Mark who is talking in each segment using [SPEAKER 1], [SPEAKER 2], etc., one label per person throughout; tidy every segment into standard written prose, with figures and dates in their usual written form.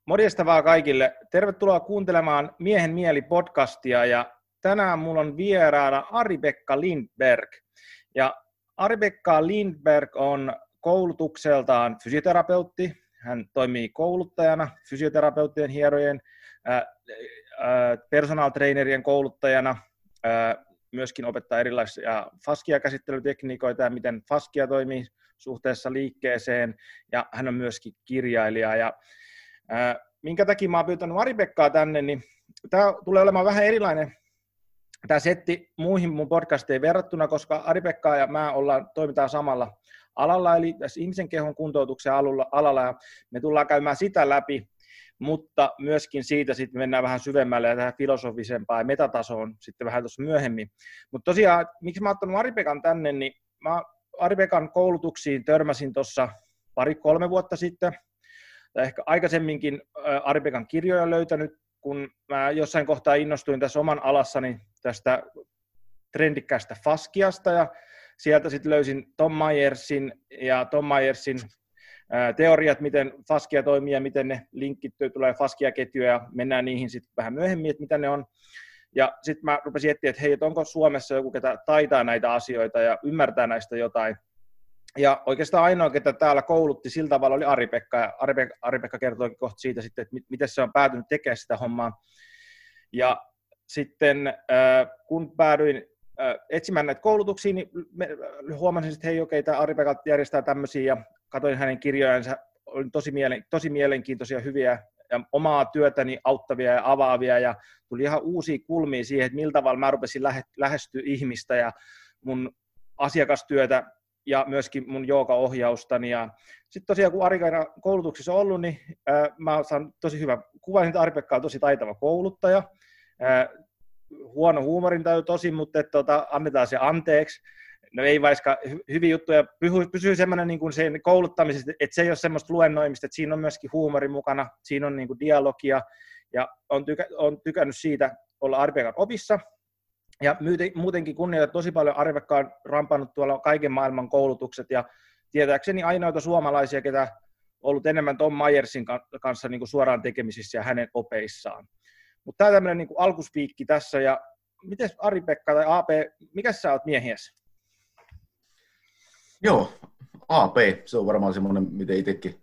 [SPEAKER 1] Morjesta vaan kaikille. Tervetuloa kuuntelemaan Miehen mieli podcastia ja tänään mulla on vieraana Ari-Pekka Lindberg. Ja Ari-Pekka Lindberg on koulutukseltaan fysioterapeutti. Hän toimii kouluttajana, fysioterapeuttien, hierojen, personal trainerien kouluttajana, myöskin opettaa erilaisia faskia-käsittelytekniikoita ja miten faskia toimii suhteessa liikkeeseen, ja hän on myöskin kirjailija. Ja minkä takia mä oon pyytänyt Ari-Pekkaa tänne, niin tämä tulee olemaan vähän erilainen tämä setti muihin mun podcasteihin verrattuna, koska Ari-Pekkaa ja mä toimitaan samalla alalla, eli tässä ihmisen kehon kuntoutuksen alalla, ja me tullaan käymään sitä läpi, mutta myöskin siitä sitten mennään vähän syvemmälle ja tähän filosofisempaan ja metatasoon sitten vähän tuossa myöhemmin. Mutta tosiaan, miksi mä oon ottanut Ari-Pekan tänne, niin mä Ari-Pekan koulutuksiin törmäsin tuossa 2-3 vuotta sitten, tai ehkä aikaisemminkin Ari-Pekan kirjoja löytänyt, kun mä jossain kohtaa innostuin tässä oman alassani tästä trendikkäästä faskiasta, ja sieltä sitten löysin Tom Myersin teoriat, miten faskia toimii ja miten ne linkittyy, tulee faskiaketjuja, ja mennään niihin sitten vähän myöhemmin, että mitä ne on. Ja sitten mä rupesin etsiä, että hei, että onko Suomessa joku, ketä taitaa näitä asioita ja ymmärtää näistä jotain. Ja oikeastaan ainoa, ketä täällä koulutti sillä tavalla, oli Ari-Pekka. Ja Ari-Pekka kertookin kohta siitä sitten, että miten se on päätynyt tekemään sitä hommaa. Ja sitten kun päädyin etsimään näitä koulutuksia, niin huomasin, että hei, okei, tämä Ari-Pekka järjestää tämmöisiä, ja katsoin hänen kirjojansa, oli tosi mielenkiintoisia, hyviä ja omaa työtäni auttavia ja avaavia, ja tuli ihan uusia kulmia siihen, että millä tavalla mä rupesin lähestyä ihmistä ja mun asiakastyötä ja myöskin mun joogaohjaustani. Ja sitten tosiaan, kun Ari-Pekka koulutuksessa on ollut, niin mä saan tosi hyvä kuva, että Ari-Pekka on tosi taitava kouluttaja, huono huumorintaju tosi, mutta annetaan se anteeksi. No ei vaikka hyviä juttuja, pysyy semmoinen niin kuin sen kouluttamisesta, että se ei ole semmoista luennoimista, että siinä on myöskin huumori mukana, siinä on niin kuin dialogia, ja on tykännyt siitä olla Ari-Pekan opissa. Ja muutenkin kunnioitan tosi paljon. Ari-Pekka on rampannut tuolla kaiken maailman koulutukset, ja tietääkseni ainoita suomalaisia, ketä on ollut enemmän Tom Myersin kanssa niin kuin suoraan tekemisissä ja hänen opeissaan. Mutta tämä tämmöinen niin kuin alkuspiikki tässä, ja miten Ari-Pekka tai AP, mikä sä oot miehiäs?
[SPEAKER 2] Joo, AP, se on varmaan semmoinen, miten itsekin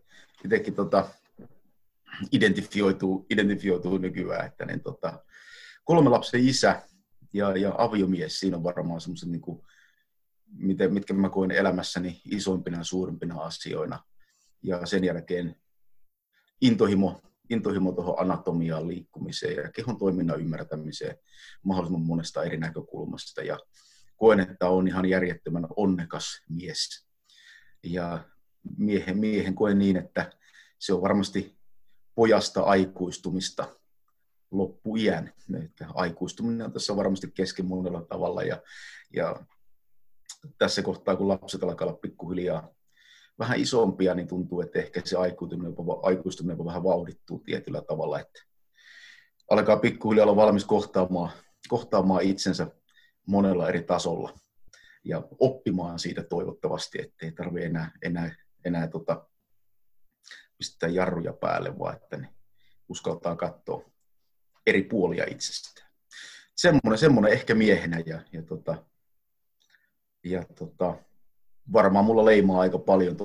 [SPEAKER 2] identifioituu nykyään, että niin, 3 lapsen isä ja aviomies, siinä on varmaan semmoiset, niin kuin, mitkä mä koen elämässäni isoimpina ja suurimpina asioina, ja sen jälkeen intohimo tuohon anatomiaan, liikkumiseen ja kehon toiminnan ymmärtämiseen mahdollisimman monesta eri näkökulmasta, ja koen, että on ihan järjettömän onnekas mies. Ja miehen koen niin, että se on varmasti pojasta aikuistumista loppuiän. Että aikuistuminen on tässä varmasti kesken monella tavalla. Ja tässä kohtaa, kun lapset alkaa olla pikkuhiljaa vähän isompia, niin tuntuu, että ehkä se aikuistuminen vähän vauhdittuu tietyllä tavalla. Että alkaa pikkuhiljaa olla valmis kohtaamaan itsensä monella eri tasolla ja oppimaan siitä toivottavasti, ettei tarvitse enää pistää jarruja päälle, vaan että ne uskaltaa katsoa eri puolia itsestään. Semmoinen ehkä miehenä ja varmaan mulla leimaa aika paljon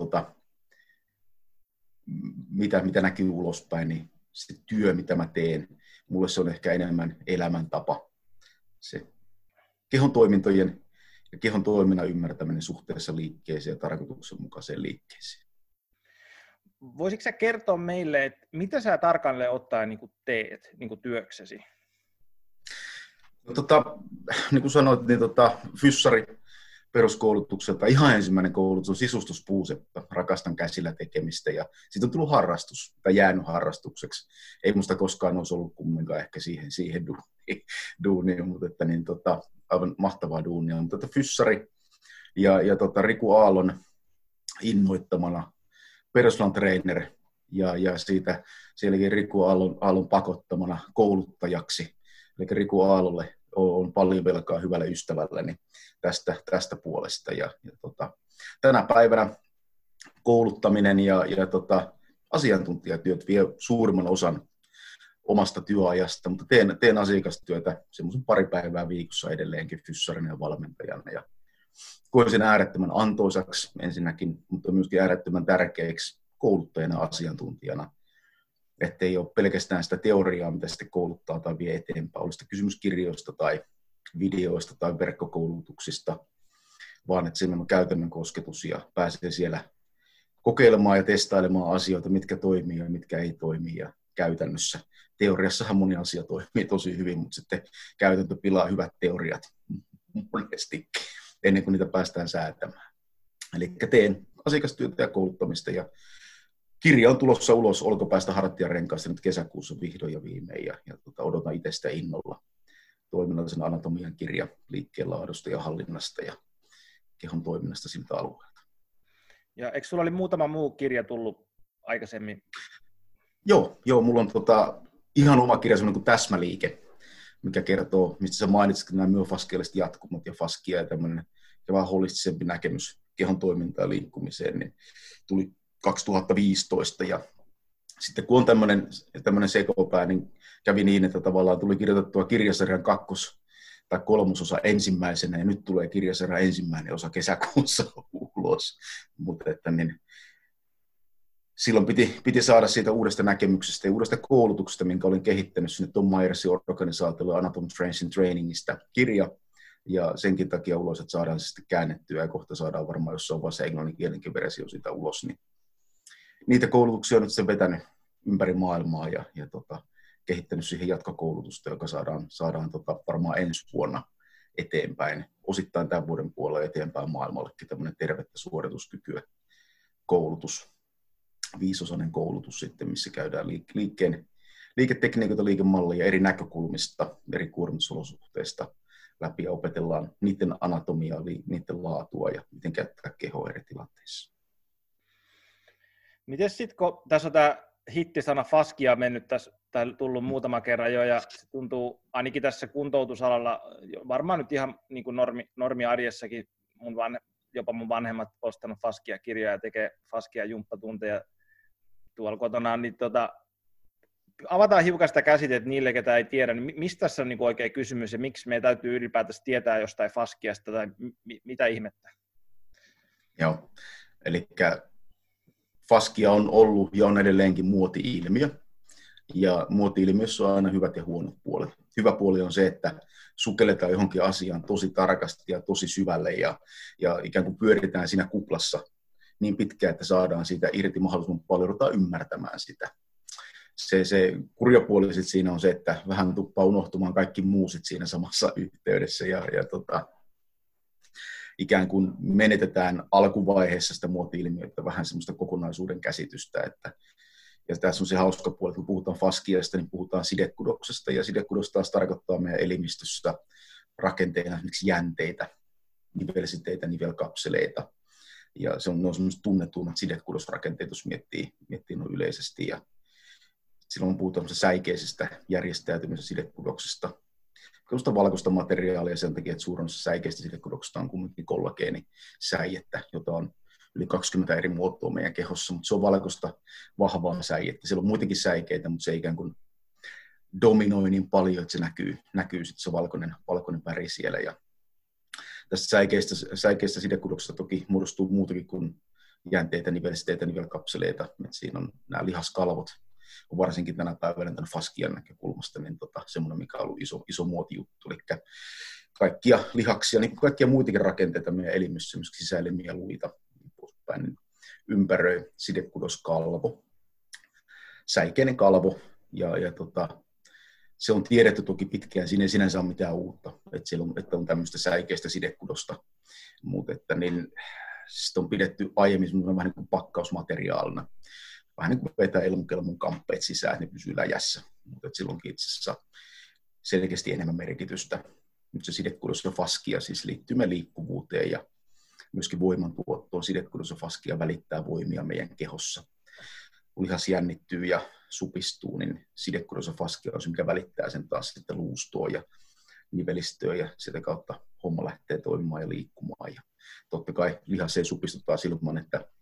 [SPEAKER 2] mitä näkyy ulospäin, niin se työ, mitä mä teen, mulle se on ehkä enemmän elämäntapa. Se kehon toimintojen ja kehon toiminnan ymmärtäminen suhteessa liikkeeseen ja tarkoituksenmukaiseen liikkeeseen.
[SPEAKER 1] Voisitko sä kertoa meille, että mitä sä tarkalleen ottaen niin kuin teet niin kuin työksesi?
[SPEAKER 2] No, niin kuin sanoit, niin fyssari peruskoulutukselta ihan ensimmäinen koulutus on sisustuspuuseppä. Rakastan käsillä tekemistä, ja siitä on tullut harrastus tai jäänyt harrastukseksi. Ei musta koskaan olisi ollut kumminkaan ehkä siihen duuniin, mutta että niin, aivan mahtavaa duunia. Mutta fyssari ja Riku Aallon innoittamana personal trainer ja siitä sielläkin Riku Aallon pakottamana kouluttajaksi. Eli Riku Aallolle on paljon velkaa hyvälle ystävälleni tästä puolesta. Ja tänä päivänä kouluttaminen ja asiantuntijatyöt vie suurimman osan omasta työajasta, mutta teen asiakastyötä semmoisen 2 päivää viikossa edelleenkin fyssarina ja valmentajana. Ja koen sen äärettömän antoisaksi ensinnäkin, mutta myöskin äärettömän tärkeäksi kouluttajana, asiantuntijana. Että ei ole pelkästään sitä teoriaa, mitä sitten kouluttaa tai vie eteenpäin. Oli sitten kysymys kirjoista tai videoista tai verkkokoulutuksista, vaan että siinä on käytännön kosketus ja pääsee siellä kokeilemaan ja testailemaan asioita, mitkä toimii ja mitkä ei toimi. Ja käytännössä teoriassahan moni asia toimii tosi hyvin, mutta sitten käytäntö pilaa hyvät teoriat monesti ennen kuin niitä päästään säätämään. Eli teen asiakastyötä ja kouluttamista ja kirja on tulossa ulos olkopäästä hartiarenkaasta nyt kesäkuussa vihdoin ja viimein ja odotan itse sitä innolla. Toiminnallisen anatomian kirja liikkeenlaadusta ja hallinnasta ja kehon toiminnasta siltä alueelta.
[SPEAKER 1] Ja eikö sulla oli muutama muu kirja tullut aikaisemmin?
[SPEAKER 2] Joo, mulla on ihan oma kirja, semmoinen kuin Täsmäliike, mikä kertoo, mistä sä mainitsit, nämä myofaskiaaliset jatkumot ja faskia ja tämmöinen ja vähän holistisempi näkemys kehon toimintaan ja liikkumiseen, niin tuli 2015 ja sitten kun on tämmöinen sekopää, niin kävi niin, että tavallaan tuli kirjoitettua kirjasarjan 2. tai 3. osa ensimmäisenä ja nyt tulee kirjasarjan 1. osa kesäkuussa ulos, mutta että niin silloin piti saada siitä uudesta näkemyksestä ja uudesta koulutuksesta, minkä olin kehittänyt sinne Tom Myersin organisaatiolle Anatomy Trends and Trainingista kirja. Ja senkin takia ulos, että saadaan se sitten käännettyä ja kohta saadaan varmaan jossain vaiheessa englanninkielenkin versio siitä ulos. Niin niitä koulutuksia on nyt sitten vetänyt ympäri maailmaa ja kehittänyt siihen jatkokoulutusta, joka saadaan varmaan ensi vuonna eteenpäin. Osittain tämän vuoden puolella eteenpäin maailmallekin tämmöinen tervettä suorituskykyä koulutus. 5-osainen koulutus sitten, missä käydään liiketekniikoita, liikemalleja eri näkökulmista, eri kuormitusolosuhteista läpi ja opetellaan niiden anatomiaa, niiden laatua ja miten käyttää kehoa eri tilanteissa.
[SPEAKER 1] Miten sitten, kun tässä on tämä hittisana faskia mennyt tässä, tai tullut muutama kerran jo, ja se tuntuu ainakin tässä kuntoutusalalla, varmaan nyt ihan niin kuin normiarjessakin, jopa mun vanhemmat ostanut faskia-kirjoja ja tekee faskia-jumppatunteja tuolla kotona, niin avataan hiukan sitä käsitettä niille, ketä ei tiedä, niin mistä tässä on niin oikein kysymys ja miksi meidän täytyy ylipäätänsä tietää jostain faskiasta tai mitä ihmettä?
[SPEAKER 2] Joo, eli faskia on ollut ja on edelleenkin muoti-ilmiö ja muoti-ilmiössä on aina hyvät ja huonot puolet. Hyvä puoli on se, että sukelletaan johonkin asiaan tosi tarkasti ja tosi syvälle ja ikään kuin pyöritään siinä kuplassa niin pitkään, että saadaan siitä irti mahdollisimman paljon, ruvetaan ymmärtämään sitä. Se kurja puoli siinä on se, että vähän tuppaa unohtumaan kaikki muusit siinä samassa yhteydessä ja ikään kuin menetetään alkuvaiheessa sitä muoti-ilmiötä vähän semmoista kokonaisuuden käsitystä, ja tässä on se hauska puoli, että kun puhutaan faskiasta, niin puhutaan sidekudoksesta, ja sidekudos taas tarkoittaa meidän elimistössä rakenteena esimerkiksi jänteitä, nivelsiteitä, nivelkapseleita, ja ne on semmoiset tunnetummat sidekudosrakenteet, jos miettii noin yleisesti, ja silloin puhutaan säikeisestä järjestäytymisestä sidekudoksesta, semmoista valkoista materiaalia sen takia, että suurin osa säikeistä sidekudoksesta on kuitenkin kollageenisäijettä, jota on yli 20 eri muotoa meidän kehossa, mutta se on valkoista vahvaa säijettä. Siellä on muitakin säikeitä, mutta se ikään kuin dominoi niin paljon, että se näkyy sitten se valkoinen väri siellä. Ja tästä säikeistä sidekudoksesta toki muodostuu muutakin kuin jänteitä, nivelsiteitä, nivelkapseleita. Siinä on nämä lihaskalvot, on varsinkin tänä päivänä tämän faskian näkökulmasta niin semmoinen, mikä on ollut iso muotijuttu. Eli kaikkia lihaksia, niin kaikkia muitakin rakenteita meidän elimistössä, esimerkiksi sisäelimiä, luita, niin ympäröi sidekudoskalvo, säikeinen kalvo, ja se on tiedetty toki pitkään, siinä ei sinänsä ole mitään uutta, että on tämmöistä säikeistä sidekudosta, mutta että niin, sitä on pidetty aiemmin vähän niin kuin pakkausmateriaalina, vähän niin kuin vetää elmukelmun kamppeet sisään, että ne pysyy läjässä, mutta silloinkin itse asiassa selkeästi enemmän merkitystä. Nyt se sidekudos ja faskia siis liittyy meidän liikkuvuuteen ja myöskin voimantuottoon. Sidekudos ja faskia välittää voimia meidän kehossa. Kun lihas jännittyy ja supistuu, niin sidekudos ja faskia on se, mikä välittää sen taas sitten luustoon ja nivelistöön ja sitä kautta homma lähtee toimimaan ja liikkumaan. Ja totta kai lihas ei supistu taas ilman, että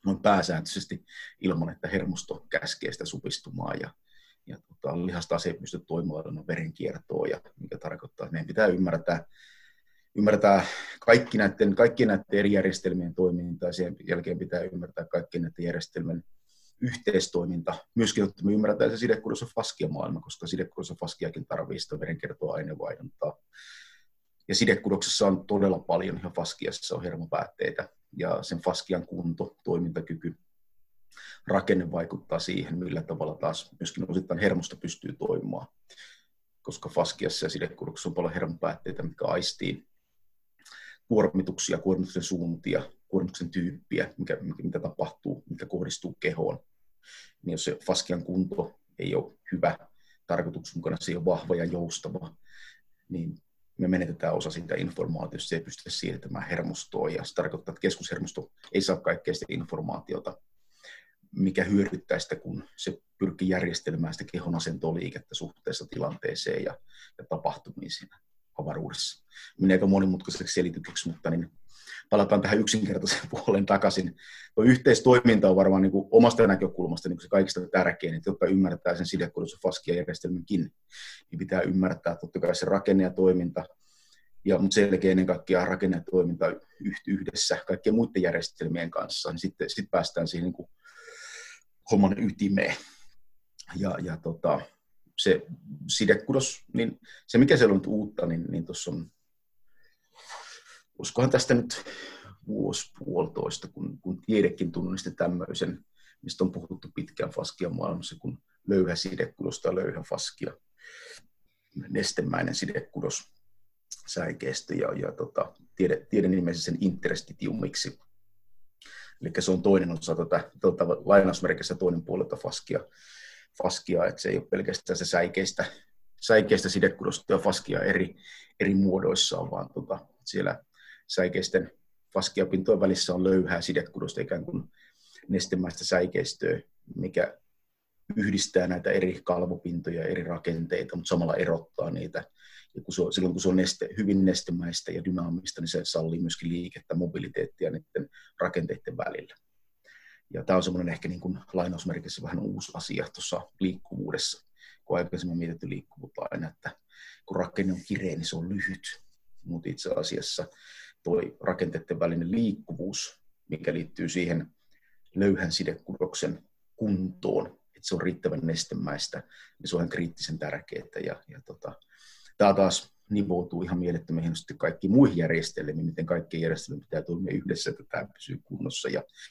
[SPEAKER 2] noin pääsääntöisesti ilman, että hermosto käskee sitä supistumaan ja lihasta ei pysty toimimaan verenkiertoon, ja mikä tarkoittaa, että meidän pitää ymmärtää kaikkien näiden eri järjestelmien toimintaa, ja sen jälkeen pitää ymmärtää kaikkien näiden järjestelmien yhteistoiminta. Myöskin, että me ymmärretään se sidekudossa faskia-maailma, koska sidekudossa faskiakin tarvitsee sitä verenkiertoa aineenvaihduntaa. Ja sidekudoksessa on todella paljon, ja faskiassa on hermopäätteitä, ja sen faskian kunto, toimintakyky, rakenne vaikuttaa siihen, millä tavalla taas myöskin osittain hermosto pystyy toimimaan, koska faskiassa ja sidekudoksessa on paljon hermopäätteitä, mitkä aistii kuormituksia, kuormituksen suuntia, kuormituksen tyyppiä, mitä tapahtuu, mikä kohdistuu kehoon. Niin jos se faskian kunto ei ole hyvä, tarkoituksenmukainen, se ei ole vahva ja joustava, niin me menetetään osa siitä informaatiosta, se ei pystytä siirtämään hermostoon, ja se tarkoittaa, että keskushermosto ei saa kaikkea sitä informaatiota, mikä hyödyttää sitä, kun se pyrkii järjestelemään sitä kehon asentoliikettä suhteessa tilanteeseen ja tapahtumiin siinä avaruudessa. Menee aika monimutkaiseksi selitykseksi, mutta niin palataan tähän yksinkertaisen puolen takaisin. Tuo yhteistoiminta on varmaan niin kuin omasta näkökulmasta niin kuin se kaikista tärkein, että jotta ymmärretään sen sidekudossa faskia-järjestelmänkin, niin pitää ymmärtää totta kai se rakenne ja toiminta, mutta selkeä ennen kaikkea rakenne ja toiminta yhdessä kaikkien muiden järjestelmien kanssa, niin sitten päästään siihen niin kuin homman ytimeen. Se sidekudos, niin se mikä siellä on nyt uutta, niin tuossa on, olisikohan tästä nyt vuosi-puolitoista, kun tiedekin tunnisti tämmöisen, mistä on puhuttu pitkään faskian maailmassa, kun löyhä sidekudos tai löyhä faskia, nestemäinen sidekudos säikeistä, ja tiede nimesi sen interstitiumiksi. Eli se on toinen osa lainausmerkissä toinen puolelta faskia, että se ei ole pelkästään se säikeistä sidekudosta ja faskia eri muodoissaan, vaan siellä säikeisten faskiapintojen välissä on löyhää sidekudosta, ikään kuin nestemäistä säikeistöä, mikä yhdistää näitä eri kalvopintoja ja eri rakenteita, mutta samalla erottaa niitä. Ja silloin kun se on hyvin nestemäistä ja dynaamista, niin se sallii myöskin liikettä, mobiliteettia niiden rakenteiden välillä. Ja tämä on semmoinen ehkä niin kuin lainausmerkissä vähän uusi asia tuossa liikkuvuudessa, kun aikaisemmin on mietitty liikkuvuutta aina, että kun rakenne on kireä, niin se on lyhyt. Mutta itse asiassa tuo rakenteiden välinen liikkuvuus, mikä liittyy siihen löyhän sidekudoksen kuntoon, että se on riittävän nestemäistä, niin se on kriittisen tärkeää. Tämä taas nivoutuu ihan mielettömän hienosti kaikkiin muihin järjestelmiin, miten kaikkien järjestelmien pitää toimia yhdessä, että tämä pysyy kunnossa.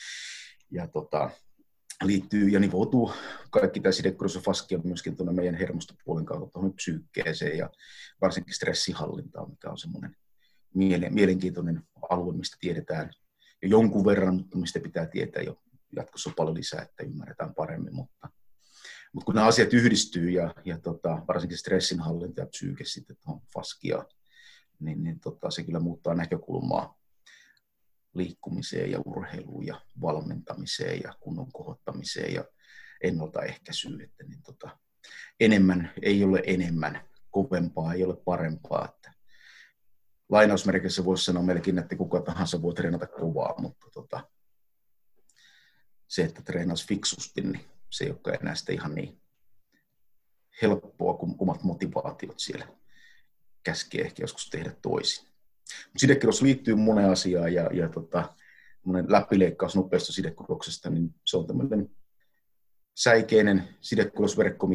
[SPEAKER 2] Liittyy ja nivoutuu kaikki tämä sidekudos ja faskia myöskin tuonne meidän hermostopuolen kautta tuohon psyykkeeseen ja varsinkin stressihallintaan, mikä on semmoinen mielenkiintoinen alue, mistä tiedetään jo jonkun verran, mutta mistä pitää tietää jo jatkossa paljon lisää, että ymmärretään paremmin. Mutta kun nämä asiat yhdistyy ja varsinkin stressinhallinta ja psyyke sitten tuohon faskiaan, niin se kyllä muuttaa näkökulmaa liikkumiseen ja urheiluun ja valmentamiseen ja kunnon kohottamiseen ja ennaltaehkäisyyn. Että enemmän ei ole enemmän, kovempaa ei ole parempaa. Että lainausmerkissä voisi sanoa melkein, että kuka tahansa voi treenata kovaa, mutta se, että treenaisi fiksusti, niin se ei olekaan enää sitä ihan niin helppoa, kun omat motivaatiot siellä käskee ehkä joskus tehdä toisin. Sidekudos liittyy moneen asiaan ja monen läpileikkaus nopeasta sidekudoksesta, niin se on tämmöinen säikeinen sidekudosverkko,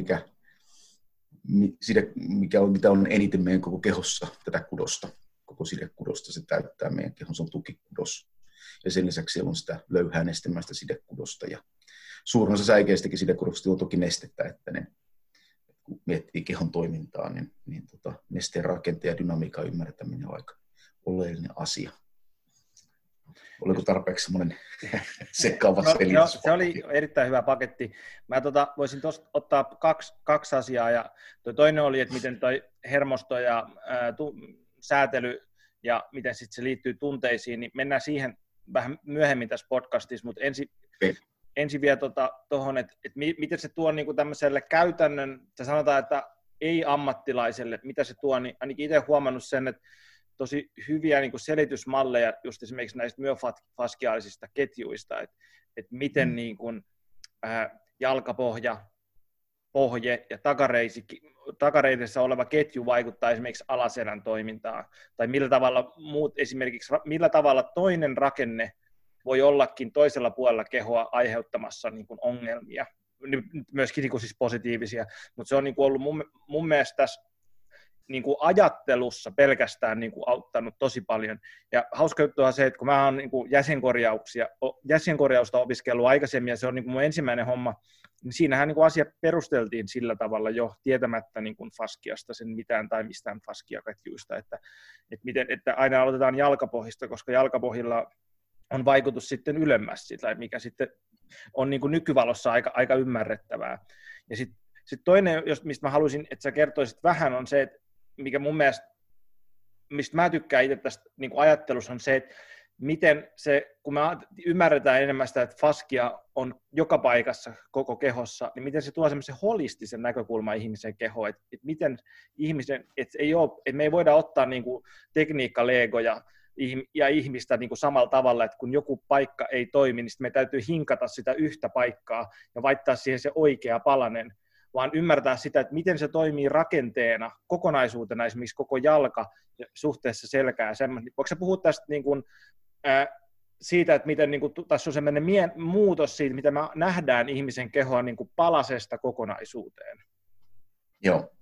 [SPEAKER 2] mitä on eniten meidän koko kehossa tätä kudosta, koko sidekudosta. Se täyttää meidän kehon, se on tukikudos. Ja sen lisäksi siellä on sitä löyhää nestemäistä sidekudosta. Ja suurin osa säikeistäkin sidekudoksesta on toki nestettä, että kun miettii kehon toimintaa, niin nesteen rakenteen ja dynamiikan ymmärtäminen on aika oleellinen asia. Oliko tarpeeksi semmoinen sekaava selitys?
[SPEAKER 1] Se oli erittäin hyvä paketti. Mä voisin tuosta ottaa kaksi asiaa. Ja toinen oli, että miten toi hermosto ja säätely ja miten sitten se liittyy tunteisiin, niin mennään siihen vähän myöhemmin tässä podcastissa, mutta ensin vielä tuohon, että miten se tuo niin kuin tämmöiselle käytännön, sanotaan, että ei-ammattilaiselle, mitä se tuo, niin ainakin itse huomannut sen, että tosi hyviä niin kuin selitysmalleja just esimerkiksi näistä myofaskiaalisista ketjuista, että että miten niin kuin, jalkapohja, pohje ja takareidessä oleva ketju vaikuttaa esimerkiksi alaselän toimintaan, tai millä tavalla toinen rakenne voi ollakin toisella puolella kehoa aiheuttamassa niin kuin ongelmia, myöskin niin kuin siis positiivisia, mutta se on niin kuin ollut mun mielestä tässä niin kuin ajattelussa pelkästään niin kuin auttanut tosi paljon. Ja hauska juttu on se, että kun mä oon niin kuin jäsenkorjausta opiskellut aikaisemmin, ja se on niin kuin mun ensimmäinen homma, niin siinähän niin kuin asia perusteltiin sillä tavalla jo tietämättä niin kuin faskiasta sen mitään tai mistään faskiaketjuista, että aina aloitetaan jalkapohjista, koska jalkapohjilla on vaikutus sitten ylemmässä, tai mikä sitten on niin kuin nykyvalossa aika ymmärrettävää. Ja sitten toinen, mistä mä haluaisin, että sä kertoisit vähän, on se, että mikä mun mielestä, mistä mä tykkään itse tästä niin kuin ajattelussa, on se, että miten se, kun me ymmärretään enemmän sitä, että faskia on joka paikassa koko kehossa, niin miten se tuo semmoisen holistisen näkökulman ihmisen kehoon, että miten ihmisen, että me ei voida ottaa niin kuin tekniikkalegoja ja ihmistä niin kuin samalla tavalla, että kun joku paikka ei toimi, niin me täytyy hinkata sitä yhtä paikkaa ja vaihtaa siihen se oikea palanen, vaan ymmärtää sitä, että miten se toimii rakenteena, kokonaisuutena, esimerkiksi koko jalka suhteessa selkää. Voiko sä puhua tästä niin kuin, siitä, että miten niin kuin, tässä on sellainen muutos siitä, mitä me nähdään ihmisen kehoa niin kuin palasesta kokonaisuuteen?
[SPEAKER 2] Joo.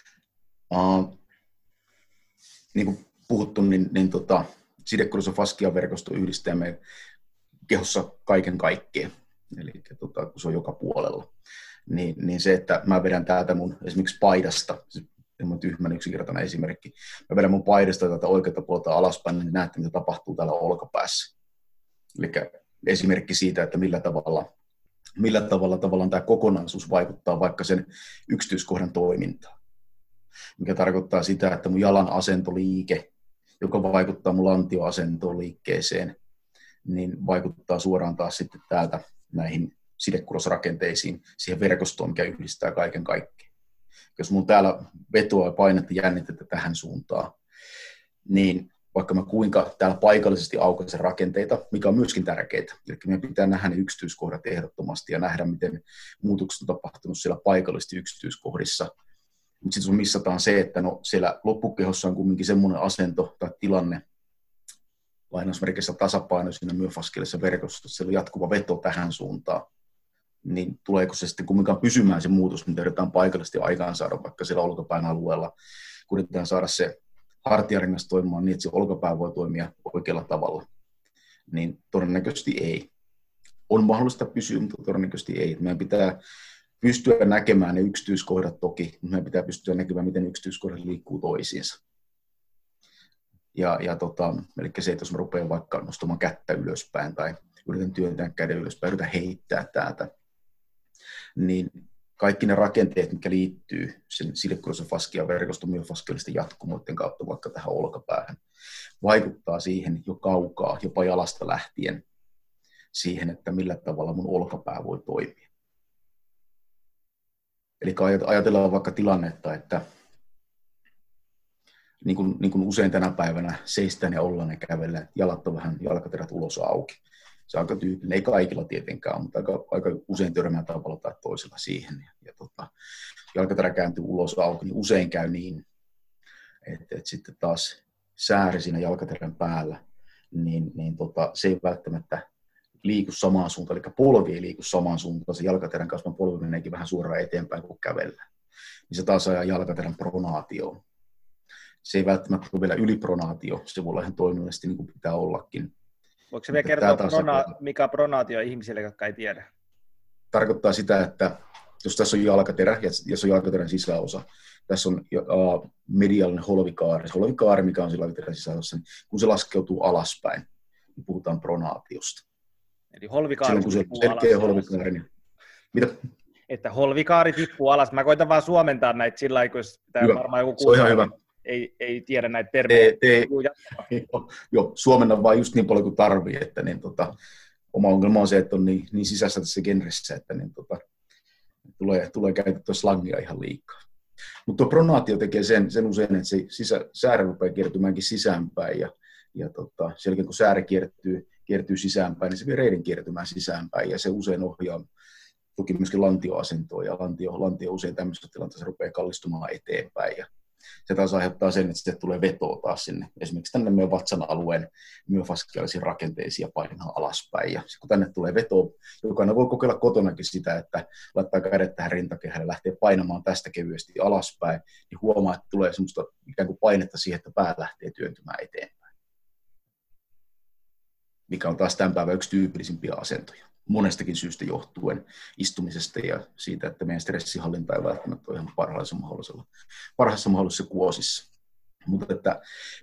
[SPEAKER 2] Niin kuin puhuttu, niin sidekudossa fasciaverkosto yhdistää meidän kehossa kaiken kaikkeen, eli kun se on joka puolella. Niin se, että mä vedän täältä mun esimerkiksi paidasta, semmoinen tyhmän yksinkertainen esimerkki, mä vedän mun paidasta täältä oikealta puolelta alaspäin, niin näette, mitä tapahtuu täällä olkapäässä. Eli esimerkki siitä, että millä tavalla tavallaan tämä kokonaisuus vaikuttaa vaikka sen yksityiskohdan toimintaan. Mikä tarkoittaa sitä, että mun jalan asentoliike, joka vaikuttaa mun lantioasentoon liikkeeseen, niin vaikuttaa suoraan taas sitten täältä näihin sidekudosrakenteisiin, siihen verkostoon, mikä yhdistää kaiken kaikkeen. Jos mun täällä vetoa ja painetta jännitettä tähän suuntaan, niin vaikka mä kuinka täällä paikallisesti aukaisen rakenteita, mikä on myöskin tärkeää, eli meidän pitää nähdä ne yksityiskohdat ehdottomasti ja nähdä, miten muutokset on tapahtunut siellä paikallisesti yksityiskohdissa. Mutta sitten missataan se, että no siellä loppukehossa on kuitenkin semmoinen asento tai tilanne, lainausmerkeissä tasapaino siinä myofasciaalisessa verkostossa, siellä on jatkuva veto tähän suuntaan, niin tuleeko se sitten kumminkaan pysymään se muutos, mitä yritetään paikallisesti aikaansaada, vaikka siellä olkapään alueella, kun yritetään saada se hartiarengas toimimaan niin, että se olkapää voi toimia oikealla tavalla, niin todennäköisesti ei. On mahdollista pysyä, mutta todennäköisesti ei. Meidän pitää pystyä näkemään ne yksityiskohdat toki, mutta meidän pitää pystyä näkemään, miten yksityiskohdat liikkuu toisiinsa. Eli se, että jos mä rupean vaikka nostamaan kättä ylöspäin tai yritän työntää käden ylöspäin, yritän heittää täältä, niin kaikki ne rakenteet, mitkä liittyy sen sidekudosen fasciaverkoston myofasciaalisten jatkumoiden kautta vaikka tähän olkapäähän, vaikuttaa siihen jo kaukaa, jopa jalasta lähtien, siihen, että millä tavalla mun olkapää voi toimia. Eli ajatellaan vaikka tilannetta, että niin kuin usein tänä päivänä seistään ja ollaan ja kävellään, jalat on vähän jalkaterät ulos auki. Se on aika tyypillinen, ei kaikilla tietenkään, mutta aika usein törmää tavalla tai toisella siihen. Jalkaterä kääntyy ulos auki, niin usein käy niin, että sitten taas sääri siinä jalkaterän päällä, niin se ei välttämättä liiku samaan suuntaan, eli polvi ei liiku samaan suuntaan, se jalkaterän kasvan polvi meneekin vähän suoraan eteenpäin, kun kävellään. Niin se taas ajaa jalkaterän pronaatioon. Se ei välttämättä ole vielä ylipronaatio, se voi olla ihan toiminnallisesti niin kuin pitää ollakin.
[SPEAKER 1] Voiko se vielä kertoa, mikä on pronaatio ihmisille, jotka ei tiedä?
[SPEAKER 2] Tarkoittaa sitä, että jos tässä on jalkaterä, ja se on jalkaterän sisäosa, tässä on mediaalinen holvikaari, mikä on se jalkaterän sisäosassa, niin kun se laskeutuu alaspäin, niin puhutaan pronaatiosta.
[SPEAKER 1] Eli holvikaari tippuu alas.
[SPEAKER 2] Niin... Mitä?
[SPEAKER 1] Että holvikaari tippuu alas. Mä koitan vaan suomentaa näitä sillä lailla, kun varmaan joku
[SPEAKER 2] kuuluu.
[SPEAKER 1] Ei tiedä näitä termejä.
[SPEAKER 2] Joo, suomennan vaan just niin paljon kuin tarvii, että oma ongelma on se, että on niin sisässä tässä genressä, että tulee käytettyä slangia ihan liikaa. Mutta tuo pronaatio tekee sen usein, että se säärä rupeaa kiertymäänkin sisäänpäin ja sen jälkeen kun säärä kiertyy sisäänpäin, niin se vie reidin kiertymään sisäänpäin, ja se usein ohjaa toki myöskin lantioasentoa, ja lantio usein tämmöisessä tilanteessa rupeaa kallistumaan eteenpäin, ja se taas aiheuttaa sen, että sitten tulee vetoa taas sinne, esimerkiksi tänne meidän vatsan alueen myofaskiaalisiin rakenteisiin ja painaa alaspäin. Ja kun tänne tulee vetoa, jokainen voi kokeilla kotonakin sitä, että laittaa kädet tähän rintakehään ja lähtee painamaan tästä kevyesti alaspäin, niin huomaa, että tulee semmoista ikään kuin painetta siihen, että pää lähtee työntymään eteenpäin. Mikä on taas tämän päivän yksi tyypillisimpiä asentoja. Monestakin syystä johtuen istumisesta ja siitä, että meidän stressihallinta ei välttämättä ole ihan parhaassa mahdollisessa kuosissa. Mutta että,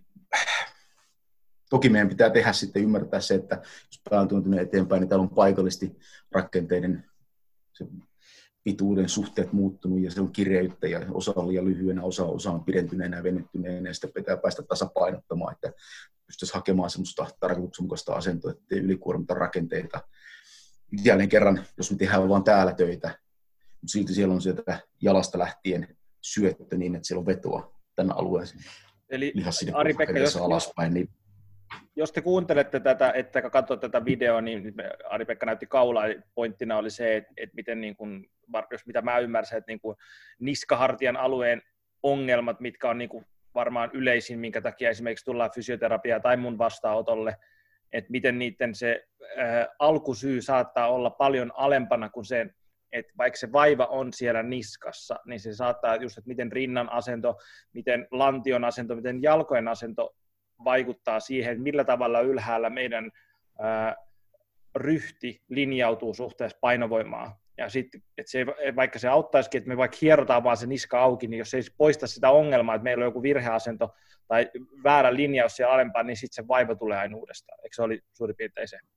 [SPEAKER 2] toki meidän pitää tehdä sitten ymmärtää se, että jos pää on työntynyt eteenpäin, niin täällä on paikallisesti rakenteiden pituuden suhteet muuttunut ja se on kireyttä ja osa on liian lyhyenä, osa on pidentyneenä ja venyttyneenä ja sitä pitää päästä tasapainottamaan, että pystyisi hakemaan semmoista tarkoituksenmukaista asentoa, ettei ylikuormita rakenteita. Jälleen kerran, jos me tehdään vaan täällä töitä, mutta silti siellä on sieltä jalasta lähtien syöttö niin, että siellä on vetoa tänä alueeseen.
[SPEAKER 1] Eli Ari-Pekka, jos te kuuntelette tätä, että katsotte tätä videoa, niin Ari-Pekka näytti kaulaa, pointtina oli se, että miten, niin kuin, jos mitä mä ymmärsin, että niin kuin niskahartian alueen ongelmat, mitkä on niin kuin varmaan yleisin, minkä takia esimerkiksi tullaan fysioterapiaa tai mun vastaanotolle, että miten niiden se alkusyy saattaa olla paljon alempana kuin se, että vaikka se vaiva on siellä niskassa, niin se saattaa just, että miten rinnan asento, miten lantion asento, miten jalkojen asento vaikuttaa siihen, että millä tavalla ylhäällä meidän ryhti linjautuu suhteessa painovoimaan. Ja sitten, että se, vaikka se auttaisikin, että me vaikka hierotaan vaan se niska auki, niin jos se ei poista sitä ongelmaa, että meillä on joku virheasento tai väärä linjaus siellä alempaa, niin sitten se vaiva tulee aina uudestaan. Eikö se oli suurin piirtein se?